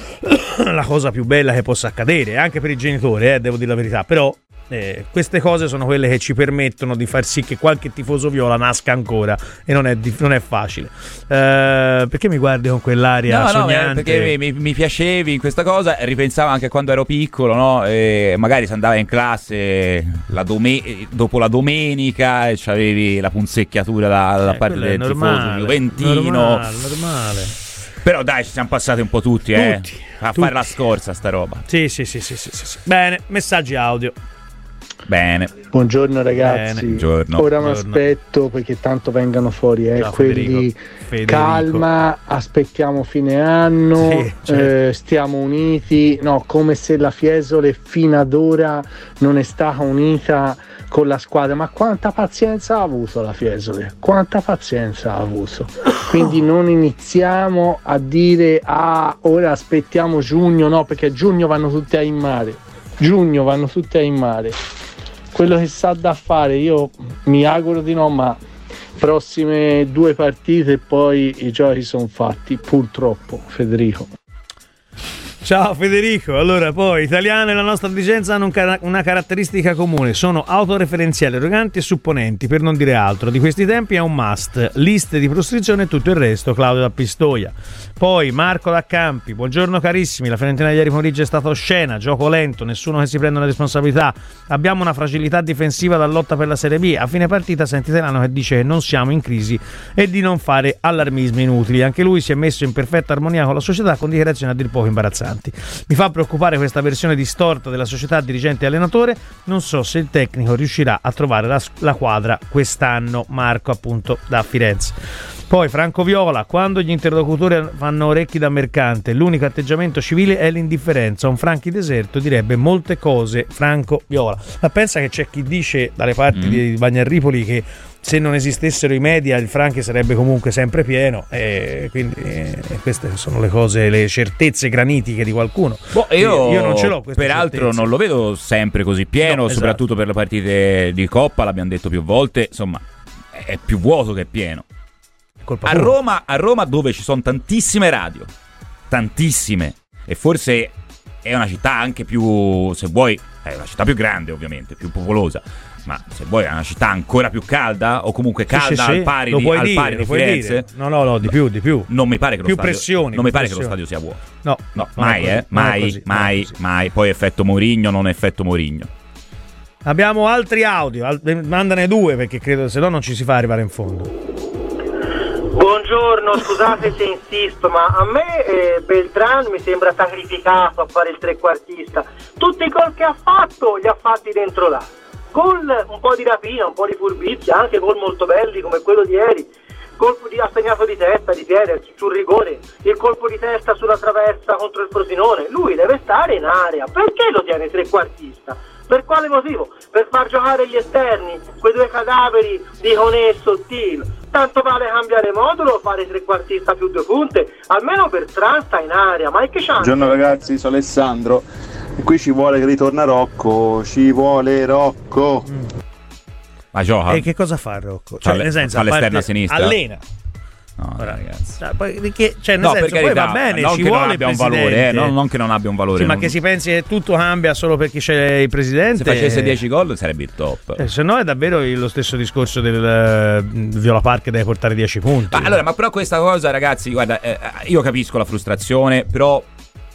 la cosa più bella che possa accadere, anche per i genitori, eh, devo dire la verità, però eh, queste cose sono quelle che ci permettono di far sì che qualche tifoso viola nasca ancora, e non è, non è facile. Eh, perché mi guardi con quell'aria no, sognante? No, perché mi, mi piacevi in questa cosa, ripensavo anche quando ero piccolo, no? E magari si andava in classe la dome- dopo la domenica e c'avevi la punzecchiatura da, da eh, parte del normale, tifoso juventino. Normale, normale. Però dai, ci siamo passati un po' tutti, eh, tutti a tutti. fare la scorsa sta roba. Sì, sì, sì, sì, sì, sì. Bene, messaggi audio. Bene. Buongiorno ragazzi. Bene. Buongiorno. Ora mi Buongiorno. aspetto perché tanto vengano fuori eh, Ciao, quelli Federico. Federico. calma, aspettiamo fine anno, Sì, certo. eh, stiamo uniti, no, come se la Fiesole fino ad ora non è stata unita con la squadra, ma quanta pazienza ha avuto la Fiesole, quanta pazienza ha avuto, quindi non iniziamo a dire ah ora aspettiamo giugno, no, perché giugno vanno tutti a in mare, giugno vanno tutti a in mare, quello che sa da fare io mi auguro di no, ma prossime due partite e poi i giochi sono fatti, purtroppo. Federico. Ciao Federico, allora poi Italiano e la nostra dirigenza hanno un car- una caratteristica comune, sono autoreferenziali, arroganti e supponenti, per non dire altro. Di questi tempi è un must, liste di prostituzione e tutto il resto. Claudio da Pistoia. Poi Marco da Campi, buongiorno carissimi, la Fiorentina di ieri pomeriggio è stata oscena, gioco lento, nessuno che si prenda la responsabilità, abbiamo una fragilità difensiva da lotta per la Serie B, a fine partita senti Italiano che dice che non siamo in crisi e di non fare allarmismi inutili, anche lui si è messo in perfetta armonia con la società con dichiarazioni a dir poco imbarazzanti. Mi fa preoccupare questa versione distorta della società dirigente e allenatore, non so se il tecnico riuscirà a trovare la, la quadra quest'anno. Marco appunto da Firenze. Poi Franco Viola, quando gli interlocutori fanno orecchi da mercante, l'unico atteggiamento civile è l'indifferenza, un Franchi deserto direbbe molte cose. Franco Viola, ma pensa che c'è chi dice dalle parti mm. di Bagnarripoli che se non esistessero i media il Franchi sarebbe comunque sempre pieno, e quindi eh, queste sono le cose, le certezze granitiche di qualcuno. Boh, io, io non ce l'ho queste peraltro certezze. Non lo vedo sempre così pieno, no, esatto. Soprattutto per le partite di Coppa, l'abbiamo detto più volte, insomma è più vuoto che pieno. A Roma, a Roma dove ci sono tantissime radio, tantissime, e forse è una città anche più, se vuoi, è una città più grande ovviamente, più popolosa, ma se vuoi è una città ancora più calda o comunque calda sì, sì, al sì. pari Lo di, puoi al dire, pari lo di puoi Firenze. dire. No, no, no, di più, di più. Non mi pare che lo più stadio, pressioni, non mi più pare pressioni. che lo stadio sia vuoto. No, no, non mai, è così, eh, mai, non è così, mai, non è così. mai. Poi effetto Mourinho, non effetto Mourinho. Abbiamo altri audio, al- mandane due perché credo, se no non ci si fa arrivare in fondo. Buongiorno, scusate se insisto, ma a me eh, Beltran mi sembra sacrificato a fare il trequartista. Tutti i gol che ha fatto li ha fatti dentro l'area. con un po' di rapina, un po' di furbizia, anche gol molto belli come quello di ieri, colpo di assegnato di testa di Piede sul rigore, il colpo di testa sulla traversa contro il Frosinone. Lui deve stare in area. Perché lo tiene trequartista? Per quale motivo? Per far giocare gli esterni, quei due cadaveri di Honè e Sottil. Tanto vale cambiare modulo o fare trequartista più due punte, almeno Bertrand sta in area. Ma che c'ha? Buongiorno ragazzi, sono Alessandro. Qui ci vuole che ritorna Rocco, ci vuole Rocco. Mm. Ma gioca. E che cosa fa Rocco? Cioè, Fa nel senso, all'esterna a sinistra. Allena. No, Ora, ragazzi. Cioè, poi, che, cioè, nel No, senso, per carità, poi va bene, non ci che non vuole abbia il un valore, presidente. eh, non, non che non abbia un valore. Sì, ma non- che si pensi che tutto cambia solo perché c'è il presidente? Se facesse dieci gol sarebbe il top. Eh, se no è davvero lo stesso discorso del eh, Viola Park che deve portare dieci punti. Ma allora, ma però questa cosa, ragazzi, guarda, eh, io capisco la frustrazione, però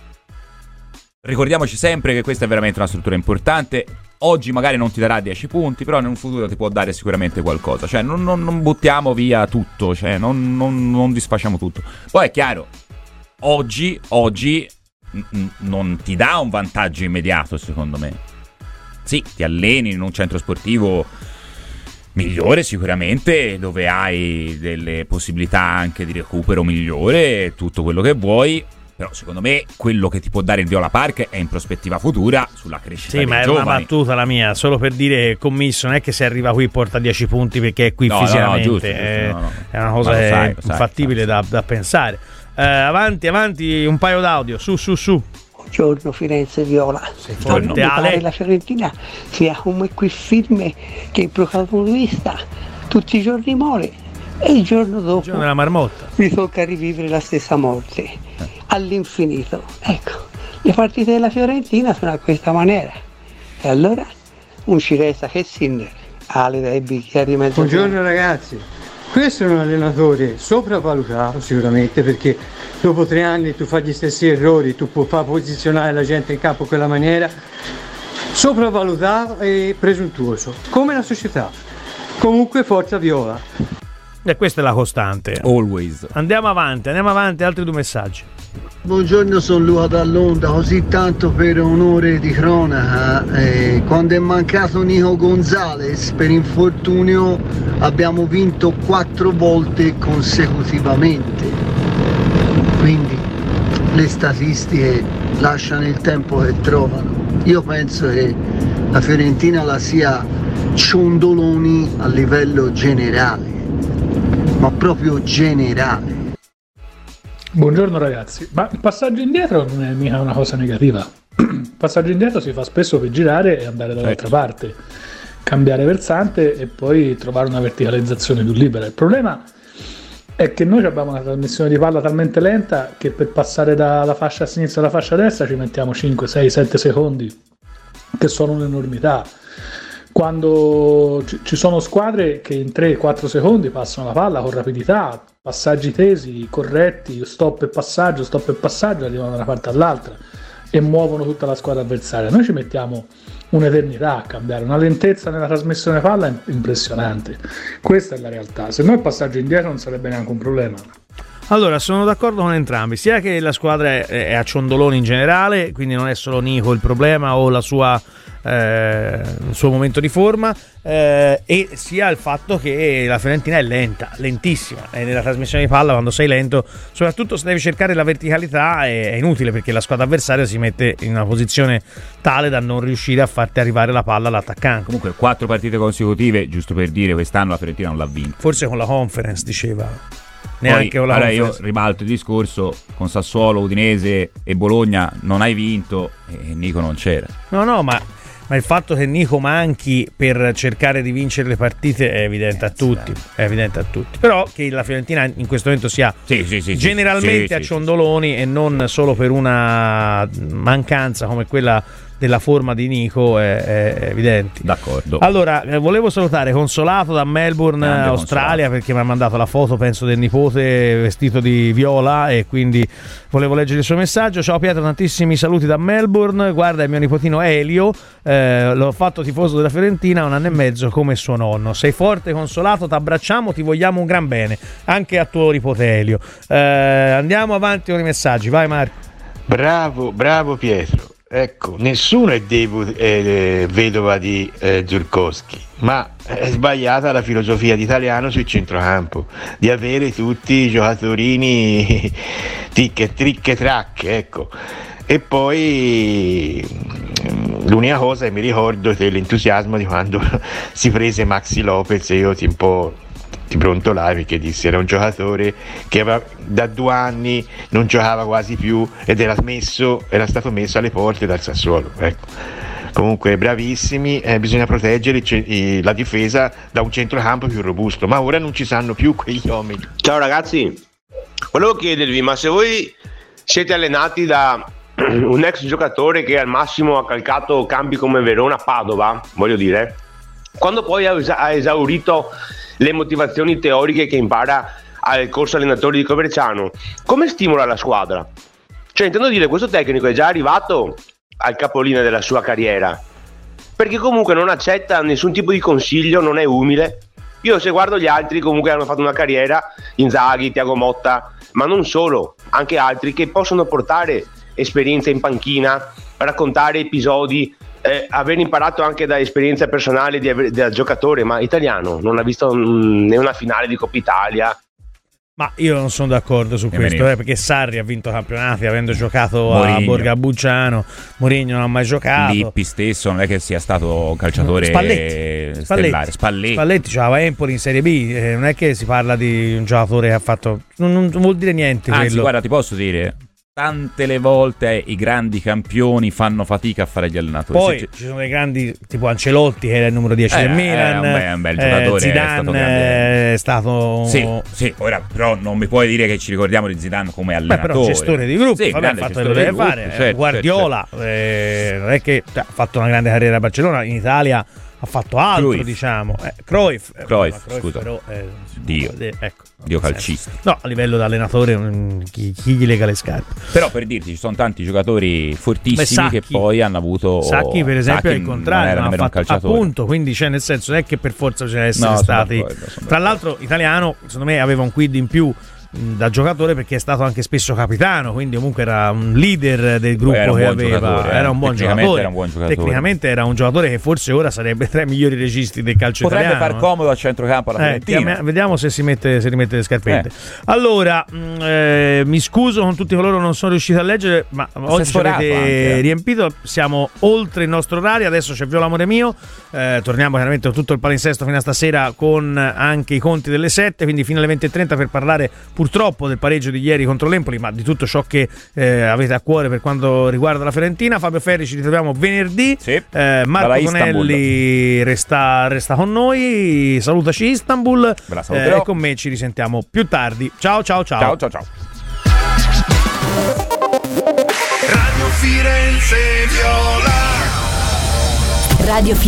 ricordiamoci sempre che questa è veramente una struttura importante. Oggi magari non ti darà dieci punti, però in un futuro ti può dare sicuramente qualcosa. Cioè non, non, non buttiamo via tutto, cioè non, non, non disfacciamo tutto. Poi è chiaro, oggi, oggi n- non ti dà un vantaggio immediato, secondo me. Sì, ti alleni in un centro sportivo migliore sicuramente, dove hai delle possibilità anche di recupero migliore, tutto quello che vuoi. Però secondo me quello che ti può dare il Viola Park è in prospettiva futura sulla crescita Sì, dei ma è giovani. una battuta la mia, solo per dire che Commisso non è che se arriva qui porta dieci punti perché è qui No, no, no, fisicamente, giusto, giusto, è, no, no. è una cosa Ma lo sai, eh, lo sai, infattibile da, da pensare. Eh, avanti, avanti, un paio d'audio, su, su, su. Buongiorno Firenze Viola. Buongiorno. Mi pare la Fiorentina sia come quel film che il protagonista tutti i giorni muore e il giorno dopo Il giorno della marmotta. gli tocca rivivere la stessa morte all'infinito. Ecco, le partite della Fiorentina sono a questa maniera. E allora un Ciresa che Sinner, Ale dai bicchieri mezzo. Buongiorno ragazzi, questo è un allenatore sopravvalutato sicuramente, perché dopo tre anni tu fai gli stessi errori, tu puoi far posizionare la gente in campo in quella maniera, sopravvalutato e presuntuoso, come la società. Comunque forza Viola. E questa è la costante. Always. Andiamo avanti, andiamo avanti, altri due messaggi. Buongiorno, sono Luca Dall'Onda, così tanto per onore di cronaca, eh, quando è mancato Nico Gonzalez per infortunio abbiamo vinto quattro volte consecutivamente, quindi le statistiche lasciano il tempo che trovano. Io penso che la Fiorentina la sia ciondoloni a livello generale, ma proprio generale. Buongiorno ragazzi, ma il passaggio indietro non è mica una cosa negativa. Il passaggio indietro si fa spesso per girare e andare dall'altra parte, cambiare versante e poi trovare una verticalizzazione più libera. Il problema è che noi abbiamo una trasmissione di palla talmente lenta che per passare dalla fascia a sinistra alla fascia a destra ci mettiamo cinque, sei, sette secondi, che sono un'enormità. Quando ci sono squadre che in tre quattro secondi passano la palla con rapidità, passaggi tesi, corretti, stop e passaggio, stop e passaggio, arrivano da una parte all'altra e muovono tutta la squadra avversaria. Noi ci mettiamo un'eternità a cambiare, una lentezza nella trasmissione palla impressionante. Questa è la realtà, se no il passaggio indietro non sarebbe neanche un problema. Allora, sono d'accordo con entrambi, sia che la squadra è, è a ciondoloni in generale, quindi non è solo Nico il problema o la sua, eh, il suo momento di forma, eh, e sia il fatto che la Fiorentina è lenta, lentissima, e nella trasmissione di palla quando sei lento, soprattutto se devi cercare la verticalità, è, è inutile perché la squadra avversaria si mette in una posizione tale da non riuscire a farti arrivare la palla all'attaccante. Comunque quattro partite consecutive, giusto per dire, quest'anno la Fiorentina non l'ha vinta. Forse con la Conference, diceva. Neanche Poi, con la allora io Conference. ribalto il discorso, con Sassuolo, Udinese e Bologna non hai vinto e Nico non c'era. No, no, ma, ma il fatto che Nico manchi per cercare di vincere le partite è evidente a tutti, è evidente a tutti. Però che la Fiorentina in questo momento sia sì, sì, sì, generalmente sì, a sì, ciondoloni e non solo per una mancanza come quella della forma di Nico è, è evidente. D'accordo. Allora, eh, volevo salutare Consolato da Melbourne, Grande Australia, Consolato. perché mi ha mandato la foto, penso, del nipote vestito di viola e quindi volevo leggere il suo messaggio. Ciao Pietro, tantissimi saluti da Melbourne. Guarda, il mio nipotino Elio, eh, l'ho fatto tifoso della Fiorentina un anno e mezzo come suo nonno. Sei forte, Consolato, ti abbracciamo, ti vogliamo un gran bene, anche a tuo nipote Elio. Eh, andiamo avanti con i messaggi, vai Marco. Bravo, bravo Pietro. ecco, nessuno è devo, eh, vedova di eh, Zurkowski, ma è sbagliata la filosofia di Italiano sul centrocampo, di avere tutti i giocatorini tic e tric e trac, ecco. E poi l'unica cosa che mi ricordo è l'entusiasmo di quando si prese Maxi Lopez, e io ti un po' ti brontolai perché dissi era un giocatore che aveva, da due anni non giocava quasi più ed era, messo, era stato messo alle porte dal Sassuolo, ecco. Comunque bravissimi, eh, bisogna proteggere i, la difesa da un centrocampo più robusto, ma ora non ci sanno più quegli uomini. Ciao ragazzi, volevo chiedervi, ma se voi siete allenati da un ex giocatore che al massimo ha calcato campi come Verona, Padova, voglio dire, quando poi ha, esa- ha esaurito le motivazioni teoriche che impara al corso allenatori di Coverciano, come stimola la squadra? Cioè, intendo dire, questo tecnico è già arrivato al capolinea della sua carriera, perché comunque non accetta nessun tipo di consiglio, non è umile. Io se guardo gli altri comunque hanno fatto una carriera, Inzaghi, Thiago Motta, ma non solo, anche altri che possono portare esperienza in panchina, raccontare episodi, eh, aver imparato anche da esperienza personale di aver, da giocatore, ma Italiano non ha visto mh, né una finale di Coppa Italia. Ma io non sono d'accordo su E questo, eh, perché Sarri ha vinto campionati avendo giocato Mourinho. a Borgo Bucciano, Mourinho non ha mai giocato. Lippi stesso non è che sia stato un calciatore Spalletti, stellare. Spalletti, Spalletti. Spalletti giocava a Empoli in Serie B, eh, non è che si parla di un giocatore che ha fatto, non, non vuol dire niente. Anzi, quello. guarda, ti posso dire, tante le volte i grandi campioni fanno fatica a fare gli allenatori. Poi Se ci sono dei grandi tipo Ancelotti che era il numero dieci Eh, del Milan, è un bel- è un bel giocatore, eh, Zidane è stato grande. è stato Sì, sì, ora però non mi puoi dire che ci ricordiamo di Zidane come Beh, allenatore. però gestore di gruppo, Sì, vabbè, ha grande fatto gestore quello che di deve gruppo, fare. certo, Guardiola eh, non è che cioè, ha fatto una grande carriera a Barcellona, in Italia ha fatto altro, Cruyff. diciamo. Eh, Cruyff, eh, Cruyff, ma Cruyff scusa. però, eh, Dio. eh, ecco. Dio calcista. No, a livello da allenatore mm, chi, chi gli lega le scarpe? Però per dirti, ci sono tanti giocatori fortissimi Beh, Sacchi. che poi hanno avuto. Sacchi per esempio è Sacchi il non contrario, era non ha nemmeno un fatto, calciatore. appunto, quindi cioè nel senso non è che per forza bisogna essere No, sono stati d'accordo, sono tra l'altro Italiano secondo me aveva un quid in più mh, da giocatore perché è stato anche spesso capitano, quindi comunque era un leader del gruppo Era un che buon aveva giocatore, eh. era un buon Tecnicamente giocatore era un buon giocatore. tecnicamente era un giocatore che forse ora sarebbe tra i migliori registi del calcio Potrebbe italiano. far comodo a centrocampo alla Eh, Fiorentina. chiama- vediamo se si mette se rimette le scarpette. Eh. Allora, mh, eh, mi scuso con tutti coloro che non sono riuscito a leggere, ma oggi ci sforato avete anche, eh. riempito. Siamo oltre il nostro orario. Adesso c'è Viola Amore Mio. Eh, torniamo chiaramente con tutto il palinsesto fino a stasera con anche i conti delle sette. Quindi fino alle venti e trenta per parlare purtroppo del pareggio di ieri contro l'Empoli, ma di tutto ciò che eh, avete a cuore per quanto riguarda la Fiorentina. Fabio Ferri, ci ritroviamo venerdì. Sì, Eh, Marco dalla Istanbul. Tonelli resta, resta con noi. Salutaci Istanbul. Ve la saluterò. Eh, e con me ci risentiamo più tardi. Ciao ciao ciao. Ciao ciao ciao. Radio Firenze Viola. Radio